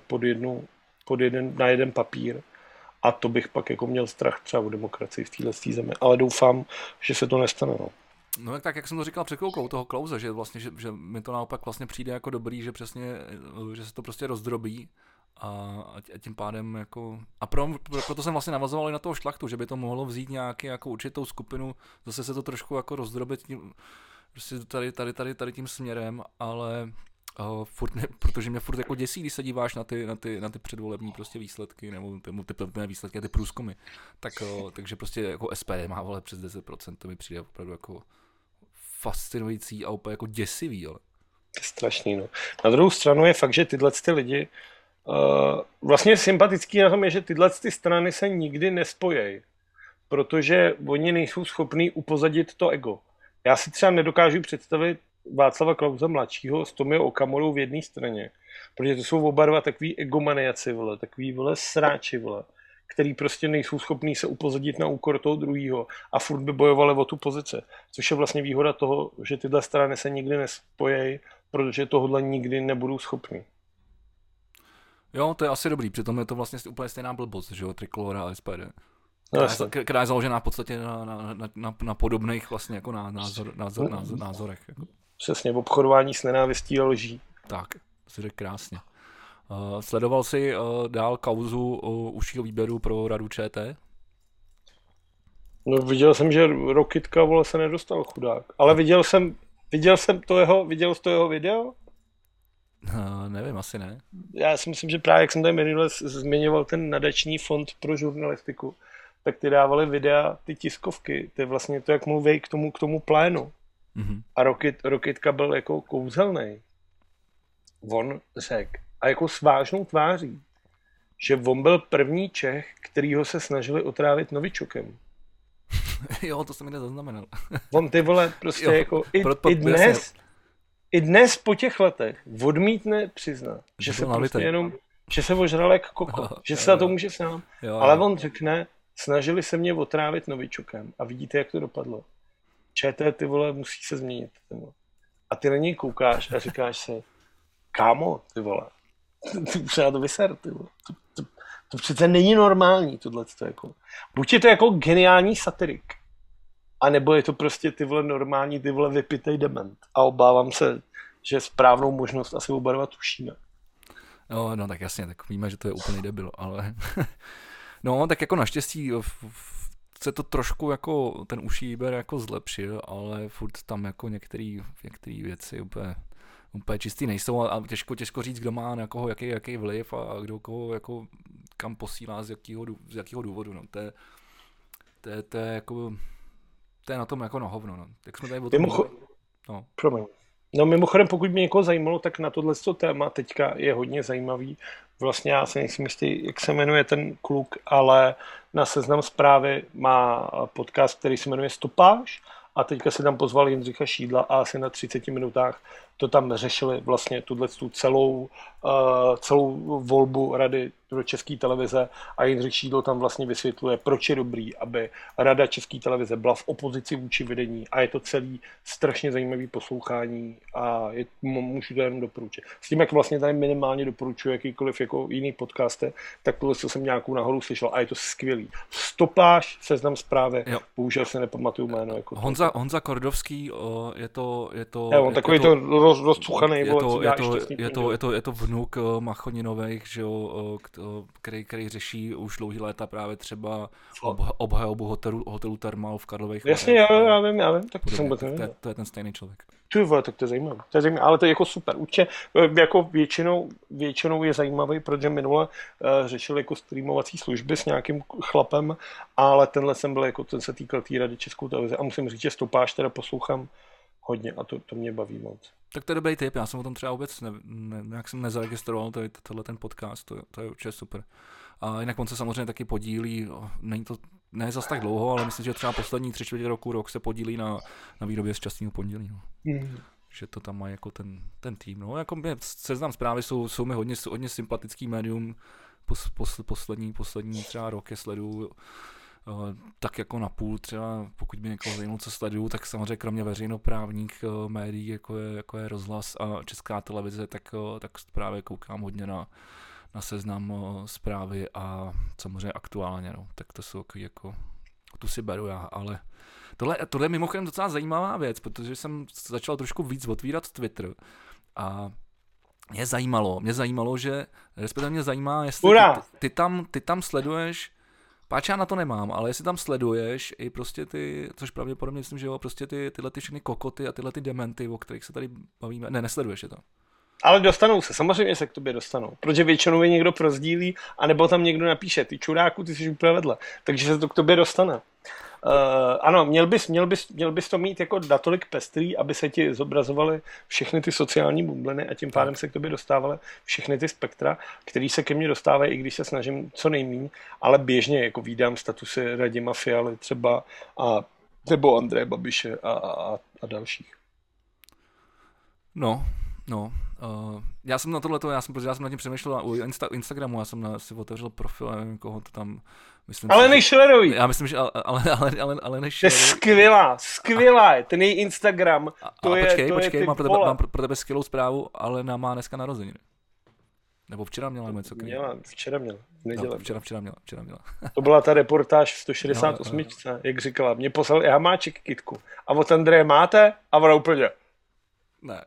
na jeden papír. A to bych pak jako měl strach třeba o demokracii v téhle zemi. Ale doufám, že se to nestane. No tak, jak jsem to říkal před chvilkou, toho Klause, že vlastně, že mi to naopak vlastně přijde jako dobrý, že přesně, že se to prostě rozdrobí a tím pádem jako, a proto jsem vlastně navazoval i na toho Šlachtu, že by to mohlo vzít nějaký jako určitou skupinu, zase se to trošku jako rozdrobit tím, prostě tady tím směrem, ale protože mě furt jako děsí, když se díváš na ty předvolební prostě výsledky, nebo ty výsledky a ty průzkumy, takže prostě jako SPD má, vole, přes 10%, to mi přijde opravdu jako fascinující a úplně jako děsivý, ale. To je strašný, no. Na druhou stranu je fakt, že tyhle lidi vlastně sympatický na tom je, že tyhle strany se nikdy nespojejí, protože oni nejsou schopní upozadit to ego. Já si třeba nedokážu představit Václava Klause mladšího s Tomio Okamurou v jedné straně, protože to jsou oba dva takový egomaniaci, vole, takový, vole, sráči, vole, který prostě nejsou schopní se upozadit na úkor toho druhého a furt by bojovali o tu pozici. Což je vlastně výhoda toho, že tyhle strany se nikdy nespojejí, protože tohle nikdy nebudou schopní. Jo, to je asi dobrý, přitom je to vlastně úplně stejná blbost, že jo, Trikolora a SPD. Která je založená v podstatě na podobných vlastně jako názorech. Jako. Přesně, v obchodování s nenávistí a lží. Tak, to si řekl krásně. Sledoval jsi dál kauzu užšího výběru pro Radu ČT? No, viděl jsem, že Rokytka, vole, se nedostal, chudák. Ale viděl jsi to jeho video? Nevím, asi ne. Já si myslím, že právě, jak jsem tady minule zmiňoval ten nadační fond pro žurnalistiku, tak ty dávali videa, ty tiskovky, ty vlastně to, jak mluví k tomu plénu. Mm-hmm. A Rokytka byl jako kouzelnej. On řekl, a jako s vážnou tváří, že on byl první Čech, kterýho se snažili otrávit novičokem. Jo, to jsem mi nezaznamenal. On, ty vole, prostě jo, jako i dnes po těch letech odmítne přiznat, že se prostě jenom, že se ožral jak koko, že se na to může sám. Ale on řekne, snažili se mě otrávit novičokem a vidíte, jak to dopadlo. ČT, ty vole, musí se změnit. A ty na něj koukáš a říkáš si, kámo, ty vole, ty už se na to vyser, ty vole. To přece není normální, tohleto jako. Buď je to jako geniální satirik, a nebo je to prostě ty vole normální, ty vole vypitej dement. A obávám se, že správnou možnost asi oba dva tušíme. No tak jasně, tak víme, že to je úplný debil, ale no tak jako naštěstí se to trošku jako ten uší výběr jako zlepšil, ale furt tam jako některé věci úplně čistý nejsou a těžko říct, kdo má na koho jaký vliv a kdo koho jako kam posílá z jakého důvodu, no. To je jako to je na tom jako na hovno, no. Tak jsme tady o tom No mimochodem, pokud mě někoho zajímalo, tak na tohleto téma teďka je hodně zajímavý. Vlastně já si nejsem jistý, jak se jmenuje ten kluk, ale na Seznam Zprávy má podcast, který se jmenuje Stopáž a teďka se tam pozval Jindřicha Šídla a asi na 30 minutách to tam řešili vlastně tu celou volbu rady do České televize a Jindřich Šídlo tam vlastně vysvětluje, proč je dobrý, aby rada České televize byla v opozici vůči vedení a je to celý strašně zajímavý poslouchání a můžu to jenom doporučit. S tím, jak vlastně tady minimálně doporučuji jakýkoliv jako jiný podcast, tak tohle, co jsem nějakou nahoru slyšel a je to skvělý. Stopáž, Seznam Zprávy, bohužel se nepamatuju jméno. Jako Honza Kordovský, je to on takový to rozcuchaný, je to vnuk Machoninových, že jo, který řeší už dlouhý léta právě třeba obhajobu hotelu Thermal v Karlových Varech. Jasně, já vím, tak to jsem vůbec nevěděl. To je ten stejný člověk. Ty vole, tak to je zajímavé. Ale to je jako super. Určitě jako většinou je zajímavý, protože minule řešil jako streamovací služby s nějakým chlapem, ale tenhle jsem byl jako, ten se týkal té rady Českou televize a musím říct, že Stopáž teda poslouchám hodně a to mě baví moc. Tak to je dobrý tip, já jsem o tom třeba vůbec nějak jsem nezaregistroval, tohle ten podcast, to je určitě super. A jinak on se samozřejmě taky podílí, ne zas tak dlouho, ale myslím, že třeba poslední 3/4 rok se podílí na výrobě šťastného pondělí. No. Že to tam má jako ten tým. No. Jako Seznam Zprávy jsou mi hodně sympatický médium, poslední třeba rok je sleduju. Tak jako napůl třeba, pokud by někoho zajímalo, co sleduju, tak samozřejmě kromě veřejnoprávních médií, jako je Rozhlas a Česká televize, tak právě koukám hodně na Seznam Zprávy a samozřejmě Aktuálně, no. Tak to jsou jako, tu si beru já, ale tohle je mimochodem docela zajímavá věc, protože jsem začal trošku víc otvírat Twitter a mě zajímalo, že respektive mě zajímá, jestli ty tam sleduješ. Páč, já na to nemám, ale jestli tam sleduješ i prostě což pravděpodobně myslím, že jo, prostě tyhle všechny kokoty a tyhle dementy, o kterých se tady bavíme, nesleduješ je to. Ale dostanou se, samozřejmě se k tobě dostanou, protože většinou je někdo prozdílí, anebo tam někdo napíše, ty čuráku, ty jsi úplně vedle, takže se to k tobě dostane. Ano, měl bys to mít jako natolik pestrý, aby se ti zobrazovaly všechny ty sociální bubliny a tím pádem se k tobě dostávaly všechny ty spektra, který se ke mně dostávají, i když se snažím co nejméně, ale běžně jako vídám statusy Radima Fialy třeba nebo Andreje Babiše a dalších. No. Já jsem na tohleto, já jsem nad tím přemýšlel u Instagramu, já jsem si otevřel profil, nevím, koho to tam, myslím. Ale nejšlerový. Já myslím, že ale nejšlerový. To je skvělá je, ten její Instagram, počkej, mám pro tebe skvělou zprávu, ale má dneska narozeniny. Nebo včera měla něco. Včera měla. Včera měla. To byla ta reportáž v 168, jak říkala, mě poslal Hamáček kytku. A od Andreje máte? A ona úplně. Ne.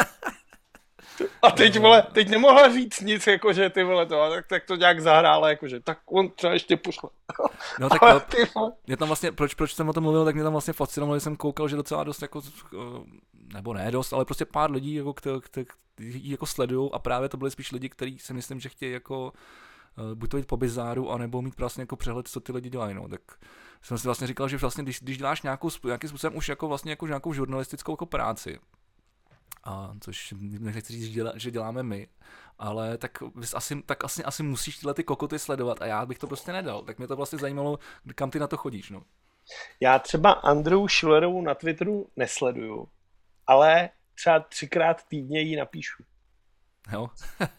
A teď nemohla říct nic, jakože ty vole to, tak to nějak zahrála, jakože tak on třeba ještě pošle. No tak mě tam vlastně, proč jsem o tom mluvil, tak mě tam vlastně fascinovalo, že jsem koukal, že docela dost jako, nebo ne dost, ale prostě pár lidí jako, jako sledujou a právě to byly spíš lidi, kteří si myslím, že chtějí jako buď to jít po bizáru, anebo mít vlastně jako přehled, co ty lidi dělají, no, tak jsem si vlastně říkal, že vlastně, když děláš nějakým způsobem už jako vlastně jako nějakou žurnalistickou jako práci, což nechci říct, že děláme my, ale tak asi musíš tyhle ty kokoty sledovat a já bych to prostě nedal. Tak mě to vlastně zajímalo, kam ty na to chodíš. No. Já třeba Andreu Schillerovou na Twitteru nesleduju, ale třeba 3krát týdně jí napíšu. Jo?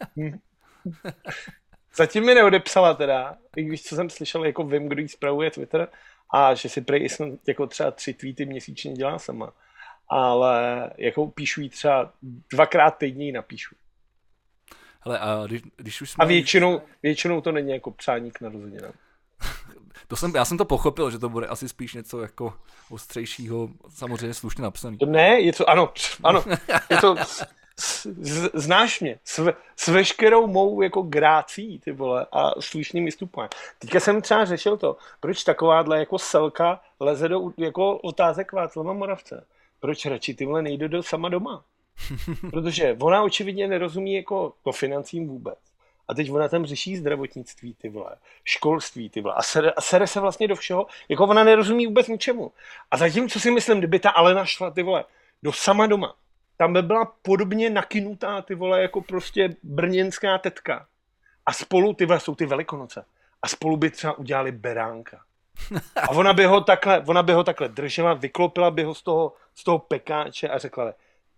Zatím mi neodepsala teda, i když co jsem slyšel, jako vím, kdo jí spravuje Twitter a že si prej jako třeba 3 tweety měsíčně dělá sama. Ale jako píšu jí třeba 2krát týdně jí napíšu. Hele, a když už jsme... A většinou to není jako přání k narozeninám. Já jsem to pochopil, že to bude asi spíš něco jako ostřejšího, samozřejmě slušně napsaný. To ne, je to, ano, je to, znáš mě, s veškerou mou jako grácí, ty vole, a slušným vystupem. Teďka jsem třeba řešil to, proč takováhle jako selka leze do jako otázek Václava Moravce. Proč radši ty vole nejde sama doma? Protože ona očividně nerozumí jako to financím vůbec. A teď ona tam řeší zdravotnictví, ty vole, školství, ty vole, a sere se vlastně do všeho, jako ona nerozumí vůbec ničemu. A zatímco si myslím, kdyby ta Alena šla, ty vole, do sama doma, tam by byla podobně nakynutá, ty vole, jako prostě brněnská tetka. A spolu, ty vole, jsou ty Velikonoce. A spolu by třeba udělali beránka. A ona by ho takhle držela, vyklopila by ho z toho pekáče a řekla,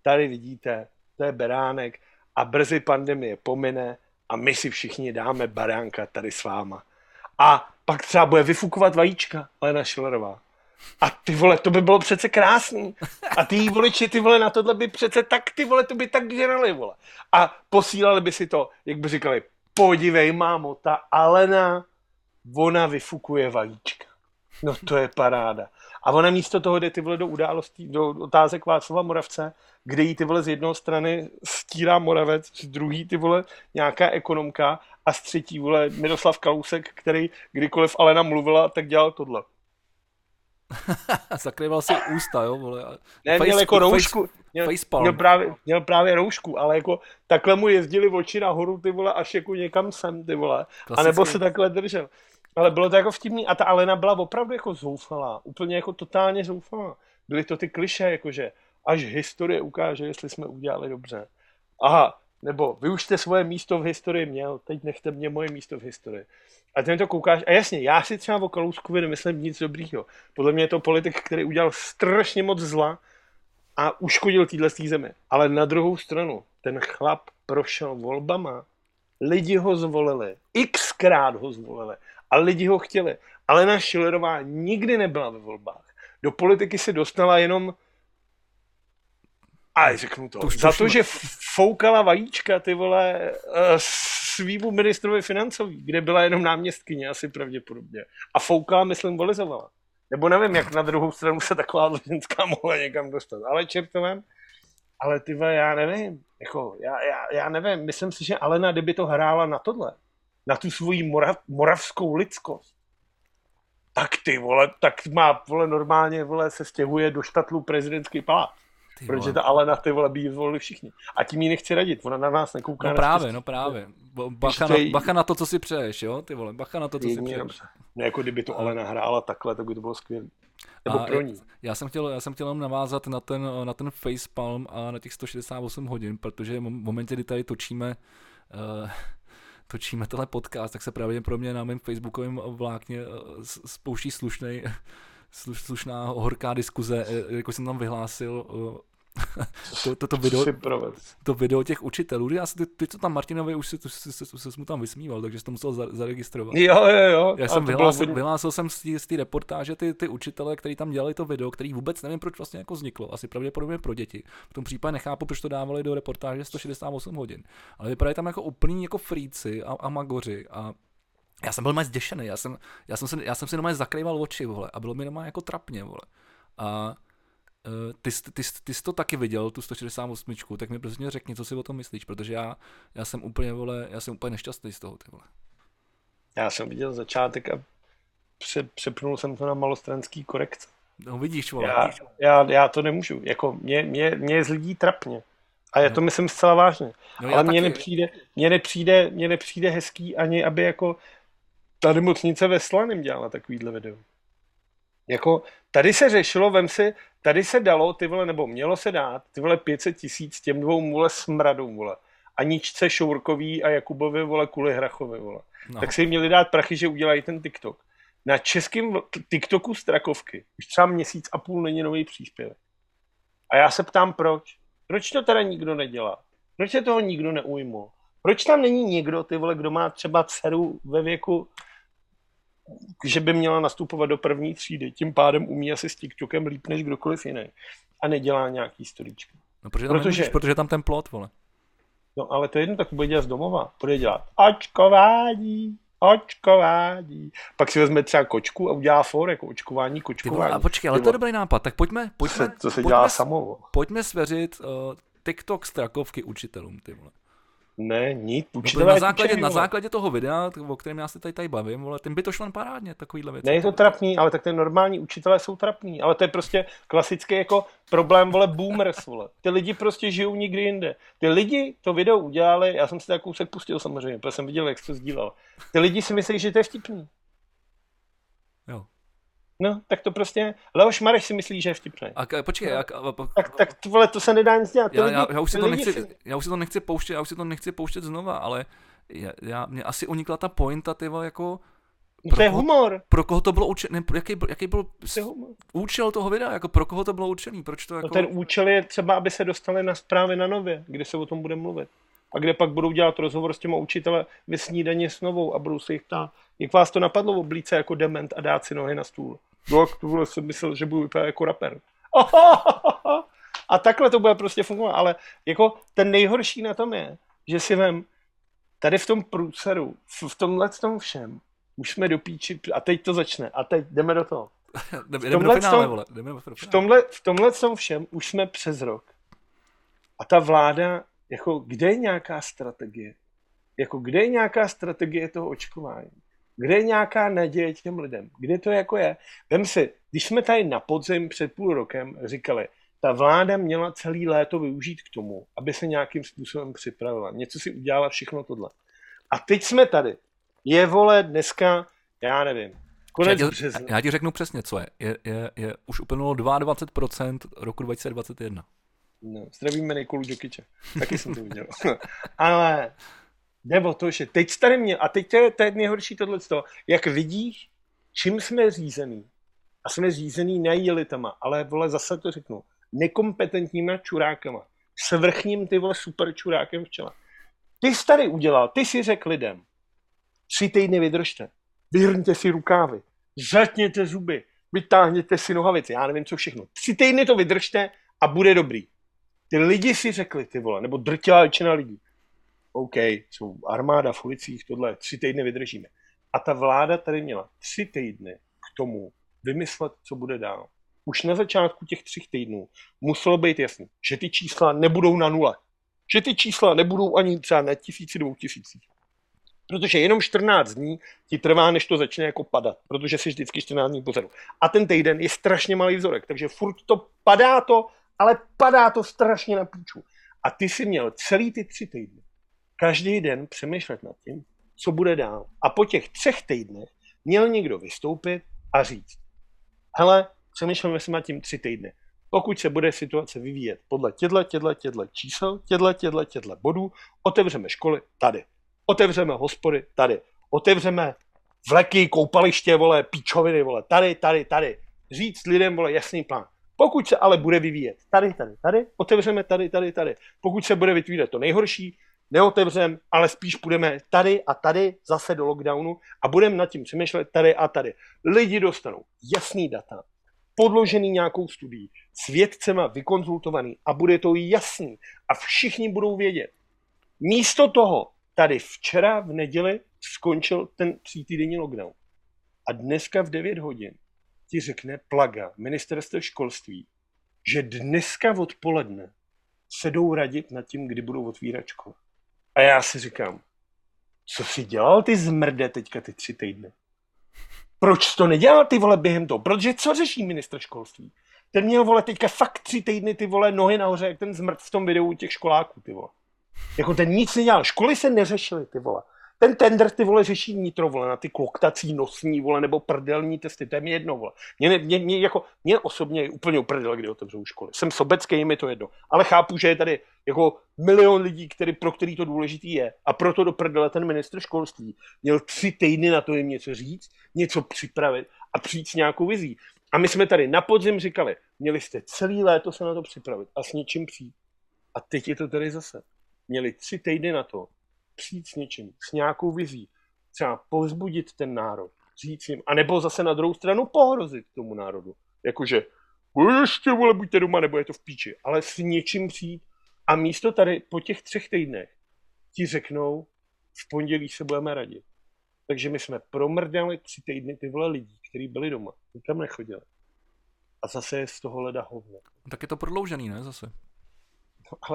tady vidíte, to je beránek a brzy pandemie pomine a my si všichni dáme baránka tady s váma. A pak třeba bude vyfukovat vajíčka Alena Schillerová. A ty vole, to by bylo přece krásný. A ty voliči, ty vole, na tohle by přece tak, ty vole, to by tak žrali, vole. A posílali by si to, jak by říkali, podívej, mámo, ta Alena, ona vyfukuje vajíčka. No to je paráda. A ona místo toho jde ty vole do událostí, do otázek Václava Moravce, kde jí ty vole z jedné strany stírá Moravec, z druhé ty vole nějaká ekonomka a z třetí vole Miroslav Kalousek, který kdykoliv Alena mluvila, tak dělal tohle. Zakrýval si ústa, jo, vole. Ne, měl jako roušku. Měl právě roušku, ale jako takhle mu jezdili oči nahoru, ty vole, až jako někam sem, ty vole. A nebo se takhle držel. Ale bylo to jako vtipný a ta Alena byla opravdu jako zoufalá, úplně jako totálně zoufalá. Byly to ty klišé, jakože až historie ukáže, jestli jsme udělali dobře. Aha, nebo vy už jste svoje místo v historii měl, teď nechte mě moje místo v historii. A ty to koukáš, a jasně, já si třeba o Kalouskovi nemyslím nic dobrýho. Podle mě je to politik, který udělal strašně moc zla a uškodil této zemi. Ale na druhou stranu, ten chlap prošel volbama, lidi ho zvolili, xkrát ho zvolili a lidi ho chtěli. Alena Schillerová nikdy nebyla ve volbách. Do politiky se dostala jenom, a řeknu to, za to, že foukala vajíčka, ty vole, svýmu ministrovi financí, kde byla jenom náměstkyně asi pravděpodobně. A foukala, myslím, volizovala. Nebo nevím, jak na druhou stranu se taková ženská mohla někam dostat. Ale čertovem, ale ty vole, já nevím. Jako, já nevím, myslím si, že Alena, kdyby to hrála na tohle, na tu svoji moravskou lidskost, tak ty vole, tak má, vole, normálně, vole, se stěhuje do štatlu prezidentský palác. Protože ta Alena, ty vole, by ji zvolili všichni. A tím jí nechci radit, ona na nás nekouká. No právě. Bacha na to, co si přeješ, jo, ty vole, bacha na to, co si přeješ. No, jako kdyby to Alena hrála takhle, tak by to bylo skvělé. Nebo pro ní. Já jsem chtěl jenom navázat na ten facepalm a na těch 168 hodin, protože v momentě, kdy tady točíme tenhle podcast, tak se právě pro mě na mém facebookovém vlákně spouští slušná horká diskuze, jako jsem tam vyhlásil to video těch učitelů. Ty co tam Martinovi už se mu tam vysmíval, takže jsi to musel zaregistrovat. Jo. Já jsem vyhlásil jsem z té reportáže ty učitele, kteří tam dělali to video, který vůbec nevím, proč vlastně jako vzniklo. Asi pravděpodobně pro děti. V tom případě nechápu, proč to dávali do reportáže 168 hodin. Ale vypadají tam jako úplný jako fríci a magoři a já jsem byl máš zděšený, já jsem si normálně zakrýval oči, vole, a bylo mi normálně jako trapně, vole. A ty jsi to taky viděl, tu 168, tak mi prostě řekni, co si o tom myslíš, protože já jsem úplně nešťastný z toho, ty vole. Já jsem viděl začátek a přepnul jsem to na malostranský korekce. No vidíš, vole. Já to nemůžu, jako mě je z lidí trapně. A já to myslím zcela vážně. No, ale mně nepřijde hezký ani, aby jako ta nemocnice ve Slaném dělala takovýhle video. Jako, tady se řešilo, tady se dalo, ty vole, nebo mělo se dát, ty vole 500 000 těm dvou, vole, smradům, vole. Aničce Šourkový a Jakubovi, vole, Kulihrachovi, vole. No. Tak si jim měli dát prachy, že udělají ten TikTok. Na českém TikToku Strakovky už třeba 1,5 měsíce není nový příspěvek. A já se ptám, proč? Proč to teda nikdo nedělá? Proč se toho nikdo neujmul? Proč tam není někdo, ty vole, kdo má třeba dceru ve věku, že by měla nastupovat do první třídy, tím pádem umí asi s TikTokem líp než kdokoliv jiný a nedělá nějaký storíčky. No, protože tam ten plot, vole. No ale to je jedno, tak bude dělat z domova. Bude dělat očkování. Pak si vezme třeba kočku a udělá jako očkování. A počkej, ale to je dobrý nápad. Tak pojďme to se dělá samo. Pojďme svěřit TikTok Strakovky učitelům, ty vole. Ne, nic. Na základě toho videa, o kterém já se tady bavím, vole, tím by to šlo parádně, takovýhle věci. Ne, je to trapný, ale tak ty normální učitelé jsou trapný, ale to je prostě klasický jako problém, vole, boomers, vole. Ty lidi prostě žijou nikdy jinde. Ty lidi to video udělali, já jsem si tak kousek pustil samozřejmě, protože jsem viděl, jak jsi to sdílel. Ty lidi si myslí, že to je vtipný. Jo. No, tak to prostě, Leoš Mareš si myslí, že je vtipný. Počkej, tak vole, to se nedá nic dělat. Já už si to nechci pouštět znova, ale mě asi unikla ta pointa, ty vole, jako To je humor. Pro koho to bylo určené? Jaký byl účel toho videa? Jako pro koho to bylo určený? Proč to jako... No ten účel je třeba, aby se dostali na zprávy na Nově, kde se o tom bude mluvit. A kde pak budou dělat rozhovor s těma učitele ve snídaně s Novou a budou se jich ptát, jak vás to napadlo oblít se jako dement a dát si nohy na stůl. No, tohle jsem myslel, že budu vypadat jako rapper. A takhle to bude prostě fungovat. Ale jako ten nejhorší na tom je, že si vem, tady v tom průseru, v tomhle tom všem, už jsme do píči, a teď to začne, a teď jdeme do toho. V tomhle tom všem už jsme přes rok. A ta vláda, jako kde je nějaká strategie? Jako kde je nějaká strategie toho očkování? Kde je nějaká naděje těm lidem? Kde to jako je? Vem si, když jsme tady na podzim před půl rokem říkali, ta vláda měla celý léto využít k tomu, aby se nějakým způsobem připravila. Něco si udělala, všechno tohle. A teď jsme tady. Je vole dneska, já nevím, konec března. Já ti řeknu přesně, co je. Je už uplynulo 22% roku 2021. No, zdravíme Nikolu Jokiče. Taky jsem to udělal. Ale nebo to, že teď tady měl, a teď to je nejhorší tohleto, jak vidíš, čím jsme řízený. A jsme řízený nejelitama, ale vole, zase to řeknu, nekompetentníma čurákama. S vrchním ty vole super čurákem v čele. Ty jsi tady udělal, ty si řekl lidem, 3 týdny vydržte, vyhrňte si rukávy, zatněte zuby, vytáhněte si nohavice, já nevím co všechno. 3 týdny to vydržte a bude dobrý. Ty lidi si řekli, ty vole, nebo drtivá většina lidí. OK, jsou armáda v ulicích, tohle 3 týdny vydržíme. A ta vláda tady měla 3 týdny k tomu vymyslet, co bude dál. Už na začátku těch 3 týdnů muselo být jasný, že ty čísla nebudou na nule. Že ty čísla nebudou ani třeba na 1000, 2000. Protože jenom 14 dní ti trvá, než to začne jako padat. Protože jsi vždycky 14 dní pozadu. A ten týden je strašně malý vzorek. Takže furt to padá ale padá to strašně na píču. A ty si měl celý ty 3 týdny každý den přemýšlet nad tím, co bude dál. A po těch 3 týdnech měl někdo vystoupit a říct, hele, přemýšlíme se nad tím 3 týdny. Pokud se bude situace vyvíjet podle těchto čísel, těchto bodů, otevřeme školy tady. Otevřeme hospody tady. Otevřeme vleky, koupaliště, vole, píčoviny, vole, tady. Říct lidem, vole, jasný plán. Pokud se ale bude vyvíjet tady, otevřeme tady. Pokud se bude vytvírat to nejhorší, neotevřeme, ale spíš půjdeme tady a tady zase do lockdownu a budeme nad tím přemýšlet tady a tady. Lidi dostanou jasný data, podložený nějakou studií, s vědcema vykonzultovaný a bude to jasný a všichni budou vědět. Místo toho tady včera v neděli skončil ten 3týdenní lockdown. A dneska v 9 hodin ti řekne Plaga, ministerstvo školství, že dneska odpoledne se jdou radit nad tím, kdy budou otvírat školy. A já si říkám, co si dělal ty zmrde teďka ty 3 týdny? Proč to nedělal ty vole během toho? Protože co řeší ministr školství? Ten měl vole teďka fakt 3 týdny ty vole nohy nahoře, jak ten zmrt v tom videu těch školáků ty vole. Jako ten nic nedělal, školy se neřešily ty vole. Ten tender ty vole řeší vnitro vole na ty kloktací nosní vole nebo prdelní testy, to je mi jedno vole. Mě osobně je úplně uprdel, kdy otevřou školy. Jsem sobecký, je mi to jedno. Ale chápu, že je tady jako milion lidí, pro který to důležitý je. A proto do prdele ten ministr školství měl 3 týdny na to jim něco říct, něco připravit a přijít s nějakou vizí. A my jsme tady na podzim říkali, měli jste celý léto se na to připravit a s něčím přijít. A teď je to tady zase. Měli 3 týdny na to přijít s něčím, s nějakou vizí, třeba povzbudit ten národ, říct jim, anebo zase na druhou stranu pohrozit tomu národu. Jakože, ještě vole, buďte doma, nebo je to v píči, ale s něčím přijít a místo tady po těch 3 týdnech ti řeknou, v pondělí se budeme radit. Takže my jsme promrdali 3 týdny ty vole lidí, kteří byli doma, nikam nechodili. A zase je z toho leda hovno. Tak je to prodloužený, ne, zase? Ale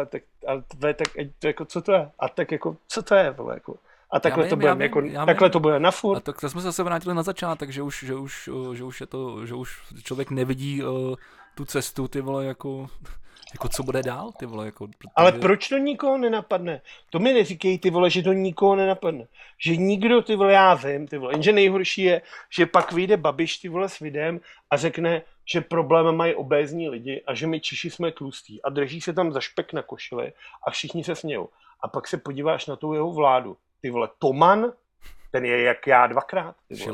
jako, co to je? A tak jako, co to je, vole, jako? A takhle to bude na furt. A tak jsme se zase vrátili na začátek, že už je to, že už člověk nevidí tu cestu, ty vole, jako co bude dál, ty vole, jako. Protože... Ale proč to nikoho nenapadne? To mi neříkej, ty vole, že to nikoho nenapadne. Že nikdo, ty vole, já vím, ty vole. Jenže nejhorší je, že pak vyjde Babiš, ty vole, s videem a řekne, že problém mají obézní lidi a že my Češi jsme tlustí a drží se tam za špek na košili a všichni se smějou. A pak se podíváš na tu jeho vládu. Ty vole, Toman, ten je jak já dvakrát.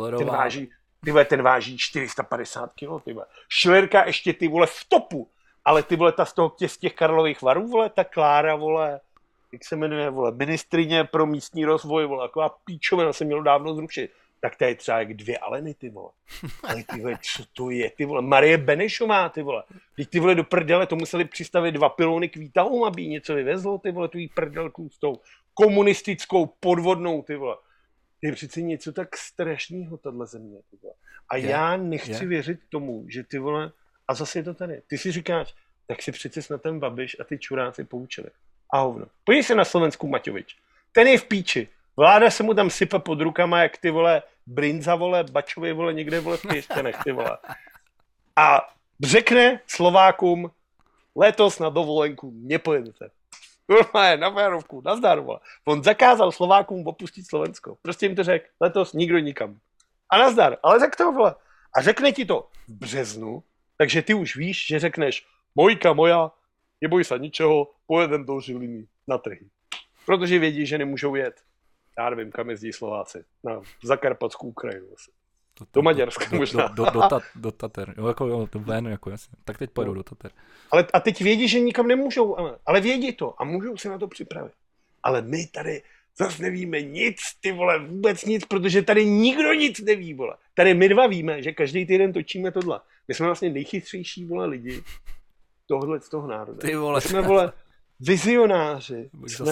Ten váží 450 kg, ty vole. Schillerka ještě ty vole v topu, ale ty vole ta z těch Karlových Varů, vole, ta Klára, vole, jak se jmenuje, vole, ministryně pro místní rozvoj, vole, taková píčovina se mělo dávno zrušit. Tak to je třeba jak 2 Aleny, ty vole. Ale ty vole, co to je, ty vole? Marie Benešová, ty vole. Teď ty vole do prdele, to museli přistavit 2 pilony k výtahům, aby jí něco vyvezlo, ty vole, tu jí prdelku s tou komunistickou podvodnou, ty vole. To je přece něco tak strašného, tahle země, ty vole. A já nechci věřit tomu, že ty vole, a zase je to tady. Ty si říkáš, tak si přece snad ten Babiš a ty čuráci poučili. A hovno. Podívej se na Slovensku Maťovič. Ten je v píči. Vláda se mu tam sype pod rukama, jak ty vole Brinza, vole, Bačovi, vole, někde, vole, v Piešťanech, ty vole. A řekne Slovákům, letos na dovolenku nepojedete. Normálně, na férovku, nazdar, vole. On zakázal Slovákům opustit Slovensko. Prostě jim to řekl, letos nikdo nikam. A nazdar, ale řekl to, vole. A řekne ti to v březnu, takže ty už víš, že řekneš, Mojka moja, neboj se ničeho, pojedem do Žiliny na trhy. Protože vědí, že nemůžou jet. Já nevím, kam jezdí Slováci. Na Zakarpatskou Ukrajinu asi. Do Maďarska možná. Do Tater. Jo, to ven, jako jasně. Tak teď pojedou do Tater. Ale a teď vědí, že nikam nemůžou, ale vědí to a můžou se na to připravit. Ale my tady zase nevíme nic, ty vole, vůbec nic, protože tady nikdo nic neví, vole. Tady my dva víme, že každý týden točíme tohle. My jsme vlastně nejchytřejší, vole, lidi tohle z toho národa. Ty vole. My jsme, vole, vizionáři.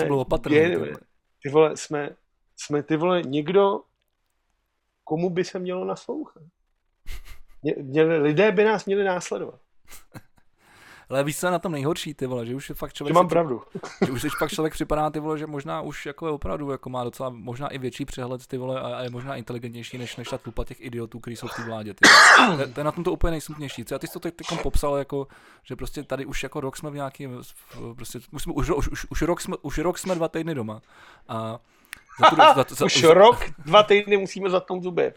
Ty vole, jsme ty vole, někdo, komu by se mělo naslouchat. Lidé by nás měli následovat. Ale víš, co je na tom nejhorší, ty vole, že už je fakt člověk... Že mám pravdu. Že už fakt člověk připadá, ty vole, že možná už jako je opravdu, jako má docela možná i větší přehled, ty vole, a je možná inteligentnější, než ta tlupa těch idiotů, kteří jsou v té vládě, ty vole. To je na tom to úplně nejsmutnější. A ty jsi to teď popsal, jako, že prostě tady už jako rok jsme v nějakým, prostě, už rok jsme 2 týdny doma. A už rok, 2 týdny musíme zatnout zuby.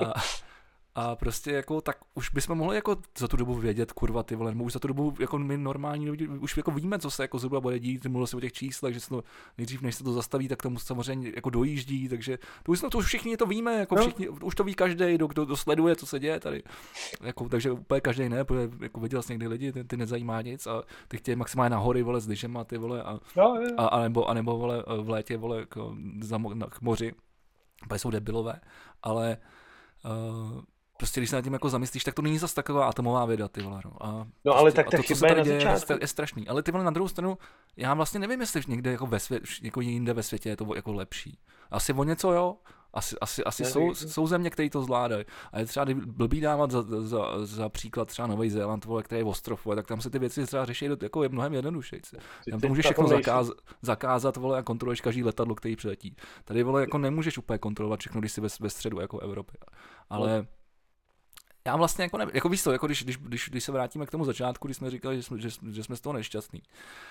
A prostě jako, tak už bychom mohli jako za tu dobu vědět, kurva, ty vole, už za tu dobu jako my normální lidi, už jako víme, co se jako zhruba bude dít, mluvil se o těch číslech, že se to nejdřív, než se to zastaví, tak tomu samozřejmě jako dojíždí, takže to už všichni to víme, jako všichni, už to ví každý, kdo sleduje, co se děje tady, jako, takže úplně každý ne, protože jako viděl jsi někdy lidi, ty nezajímá nic a ty chtějí maximálně na hory, vole, s lyžema, ty vole, a nebo vole, v létě, vole, k moři, protože jsou debilové, ale prostě když se nad tím jako zamyslíš, tak to není zas taková atomová věda, ty vole, no. No ale tak ta chyba je na začátku. Je strašný, ale ty vole na druhou stranu, já vlastně nevím, jestli někde jako jako jinde ve světě je to jako lepší. Asi o něco, jo. Asi jsou země, které to zvládají. A je třeba blbý dávat za příklad třeba Nový Zéland, vole, který je ostrov, vole, tak tam se ty věci třeba řeší jako je mnohem jednodušeji. Tam to můžeš všechno zakázat, vole, a kontroluješ každý letadlo, který přiletí. Tady, vole, jako nemůžeš úplně kontrolovat všechno, když jsi ve středu jako Evropy. Ale já vlastně jako nevím, jako víš to, jako když se vrátíme k tomu začátku, když jsme říkali, že jsme z toho nešťastní,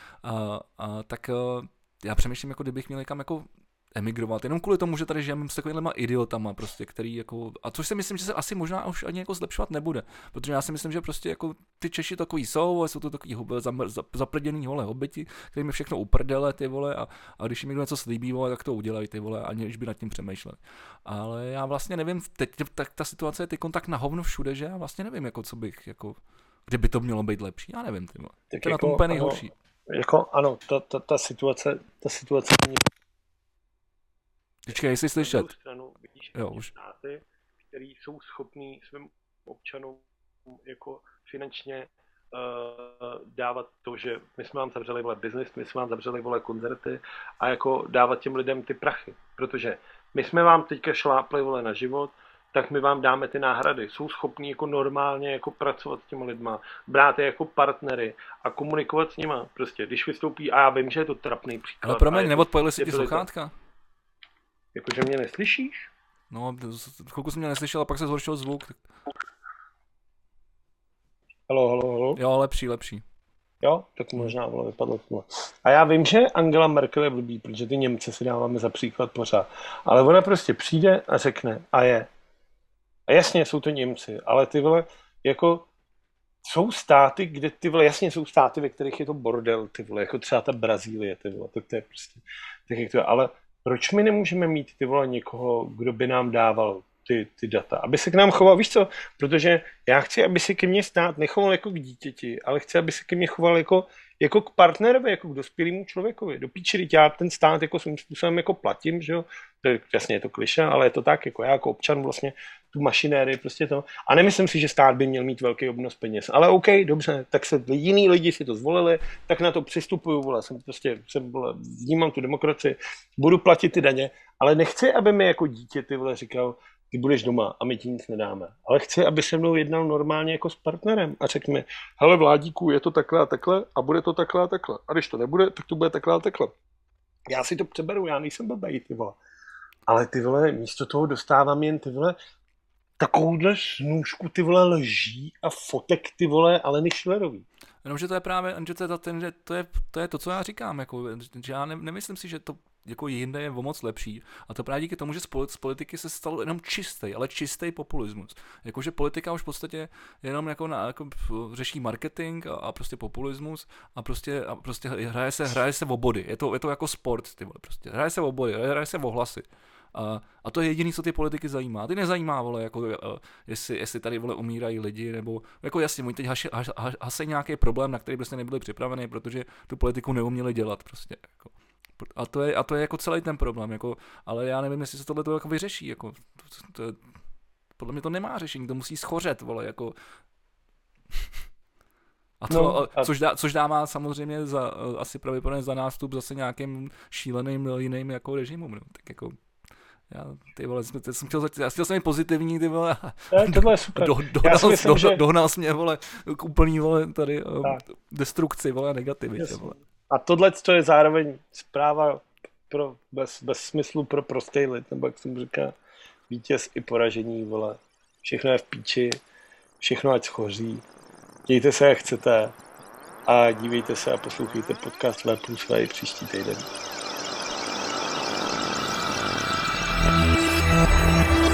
tak já přemýšlím, jako kdybych měl někam jako emigrovat, jenom kvůli tomu, že tady žijeme s takovýma idiotama prostě, který jako, a což si myslím, že se asi možná už ani jako zlepšovat nebude, protože já si myslím, že prostě jako ty Češi takový jsou to takový zaprděný vole hobiti, který mi všechno uprdele, ty vole, a když jim někdo něco slíbí, vole, tak to udělají, ty vole, aniž by nad tím přemýšleli. Ale já vlastně nevím, teď tak ta situace je teď tak na hovno všude, že já vlastně nevím, jako co bych, jako, kdyby to mělo být lepší, já nevím, ty vole. Tak to je jako, na tom úplně nejhorší. Jako ano, ta situace není. Počkej, jestli slyšet. Na druhou stranu vidíš státy, který jsou schopní svým občanům jako finančně dávat to, že my jsme vám zavřeli, vole, biznis, my jsme vám zavřeli, vole, koncerty a jako dávat těm lidem ty prachy, protože my jsme vám teďka šlápli, vole, na život, tak my vám dáme ty náhrady. Jsou schopní jako normálně jako pracovat s těma lidma, brát je jako partnery a komunikovat s nima. Prostě, když vystoupí, a já vím, že je to trapný příklad. Ale promiň, neodpojili si ti sluchátka? Jakože mě neslyšíš? No, chvilku jsem mě neslyšel a pak se zhoršil zvuk. Halo. Jo, lepší. Jo, tak možná vypadlo tohle. A já vím, že Angela Merkel je blbý, protože ty Němce si dáváme za příklad pořád. Ale ona prostě přijde a řekne a je. A jasně, jsou to Němci, ale ty vole, jako jsou státy, kde ty vole, jasně jsou státy, ve kterých je to bordel, ty vole, jako třeba ta Brazílie, ty vole, to je prostě, tak jak to je, ale Proč my nemůžeme mít ty vole někoho, kdo by nám dával ty data, aby se k nám choval, víš co, protože já chci, aby se ke mně stát nechoval jako k dítěti, ale chci, aby se ke mně choval jako k partnerovi, jako k dospělému člověkovi. Do píči, teď já ten stát jako svým způsobem jako platím, že jo, to je, jasně je to klišé, ale je to tak, jako já jako občan vlastně tu mašinérii, prostě to. A nemyslím si, že stát by měl mít velký obnos peněz, ale OK, dobře, tak se jiní lidi si to zvolili, tak na to přistupuju, vole, vnímám tu demokracii, budu platit ty daně, ale nechci, aby mi jako dítě ty vole říkal, ty budeš doma a my ti nic nedáme. Ale chci, aby se mnou jednal normálně jako s partnerem a řekl mi, hele Vládíku, je to takhle a takhle a bude to takhle a takhle. A když to nebude, tak to bude takhle a takhle. Já si to přeberu, já nejsem blbej, ty vole. Ale ty vole, místo toho dostávám jen ty vole takovouhle snůžku ty vole lží a fotek ty vole Aleny Schillerový. Jenomže to je právě, že to je to, co já říkám, jako, že já nemyslím si, že to jako jinde je o moc lepší. A to právě díky tomu, že z politiky se stalo jenom čistý populismus. Jakože politika už v podstatě jenom jako řeší marketing a prostě populismus a prostě hraje se o body. Je to jako sport, ty vole, prostě. Hraje se o body, hraje se o hlasy. A to je jediný, co ty politiky zajímá. Ty nezajímá, vole, jako, jestli tady, vole, umírají lidi, nebo, jako jasně, oni teď hasej nějaký problém, na který prostě nebyli připraveni, protože tu politiku neuměli dělat, prostě, jako. A to je jako celý ten problém, jako, ale já nevím, jestli se tohle to jako vyřeší, jako, podle mě to nemá řešení, to musí schořet, vole, jako. Což dává samozřejmě asi pravděpodobně za nástup zase nějakým šíleným jiným jako režimům, no, tak jako. Já chtěl jsem být pozitivní, ty vole. Tohle je super. Dohnal jsi mě, vole, k úplný, vole, tady destrukci, vole, negativitě, vole. A tohle je zároveň zpráva bez smyslu pro prostý lid, nebo jak jsem říká, vítěz i poražení, vole. Všechno je v píči, všechno ať schoří. Dějte se, jak chcete a dívejte se a poslouchejte podcast V+V příští týden.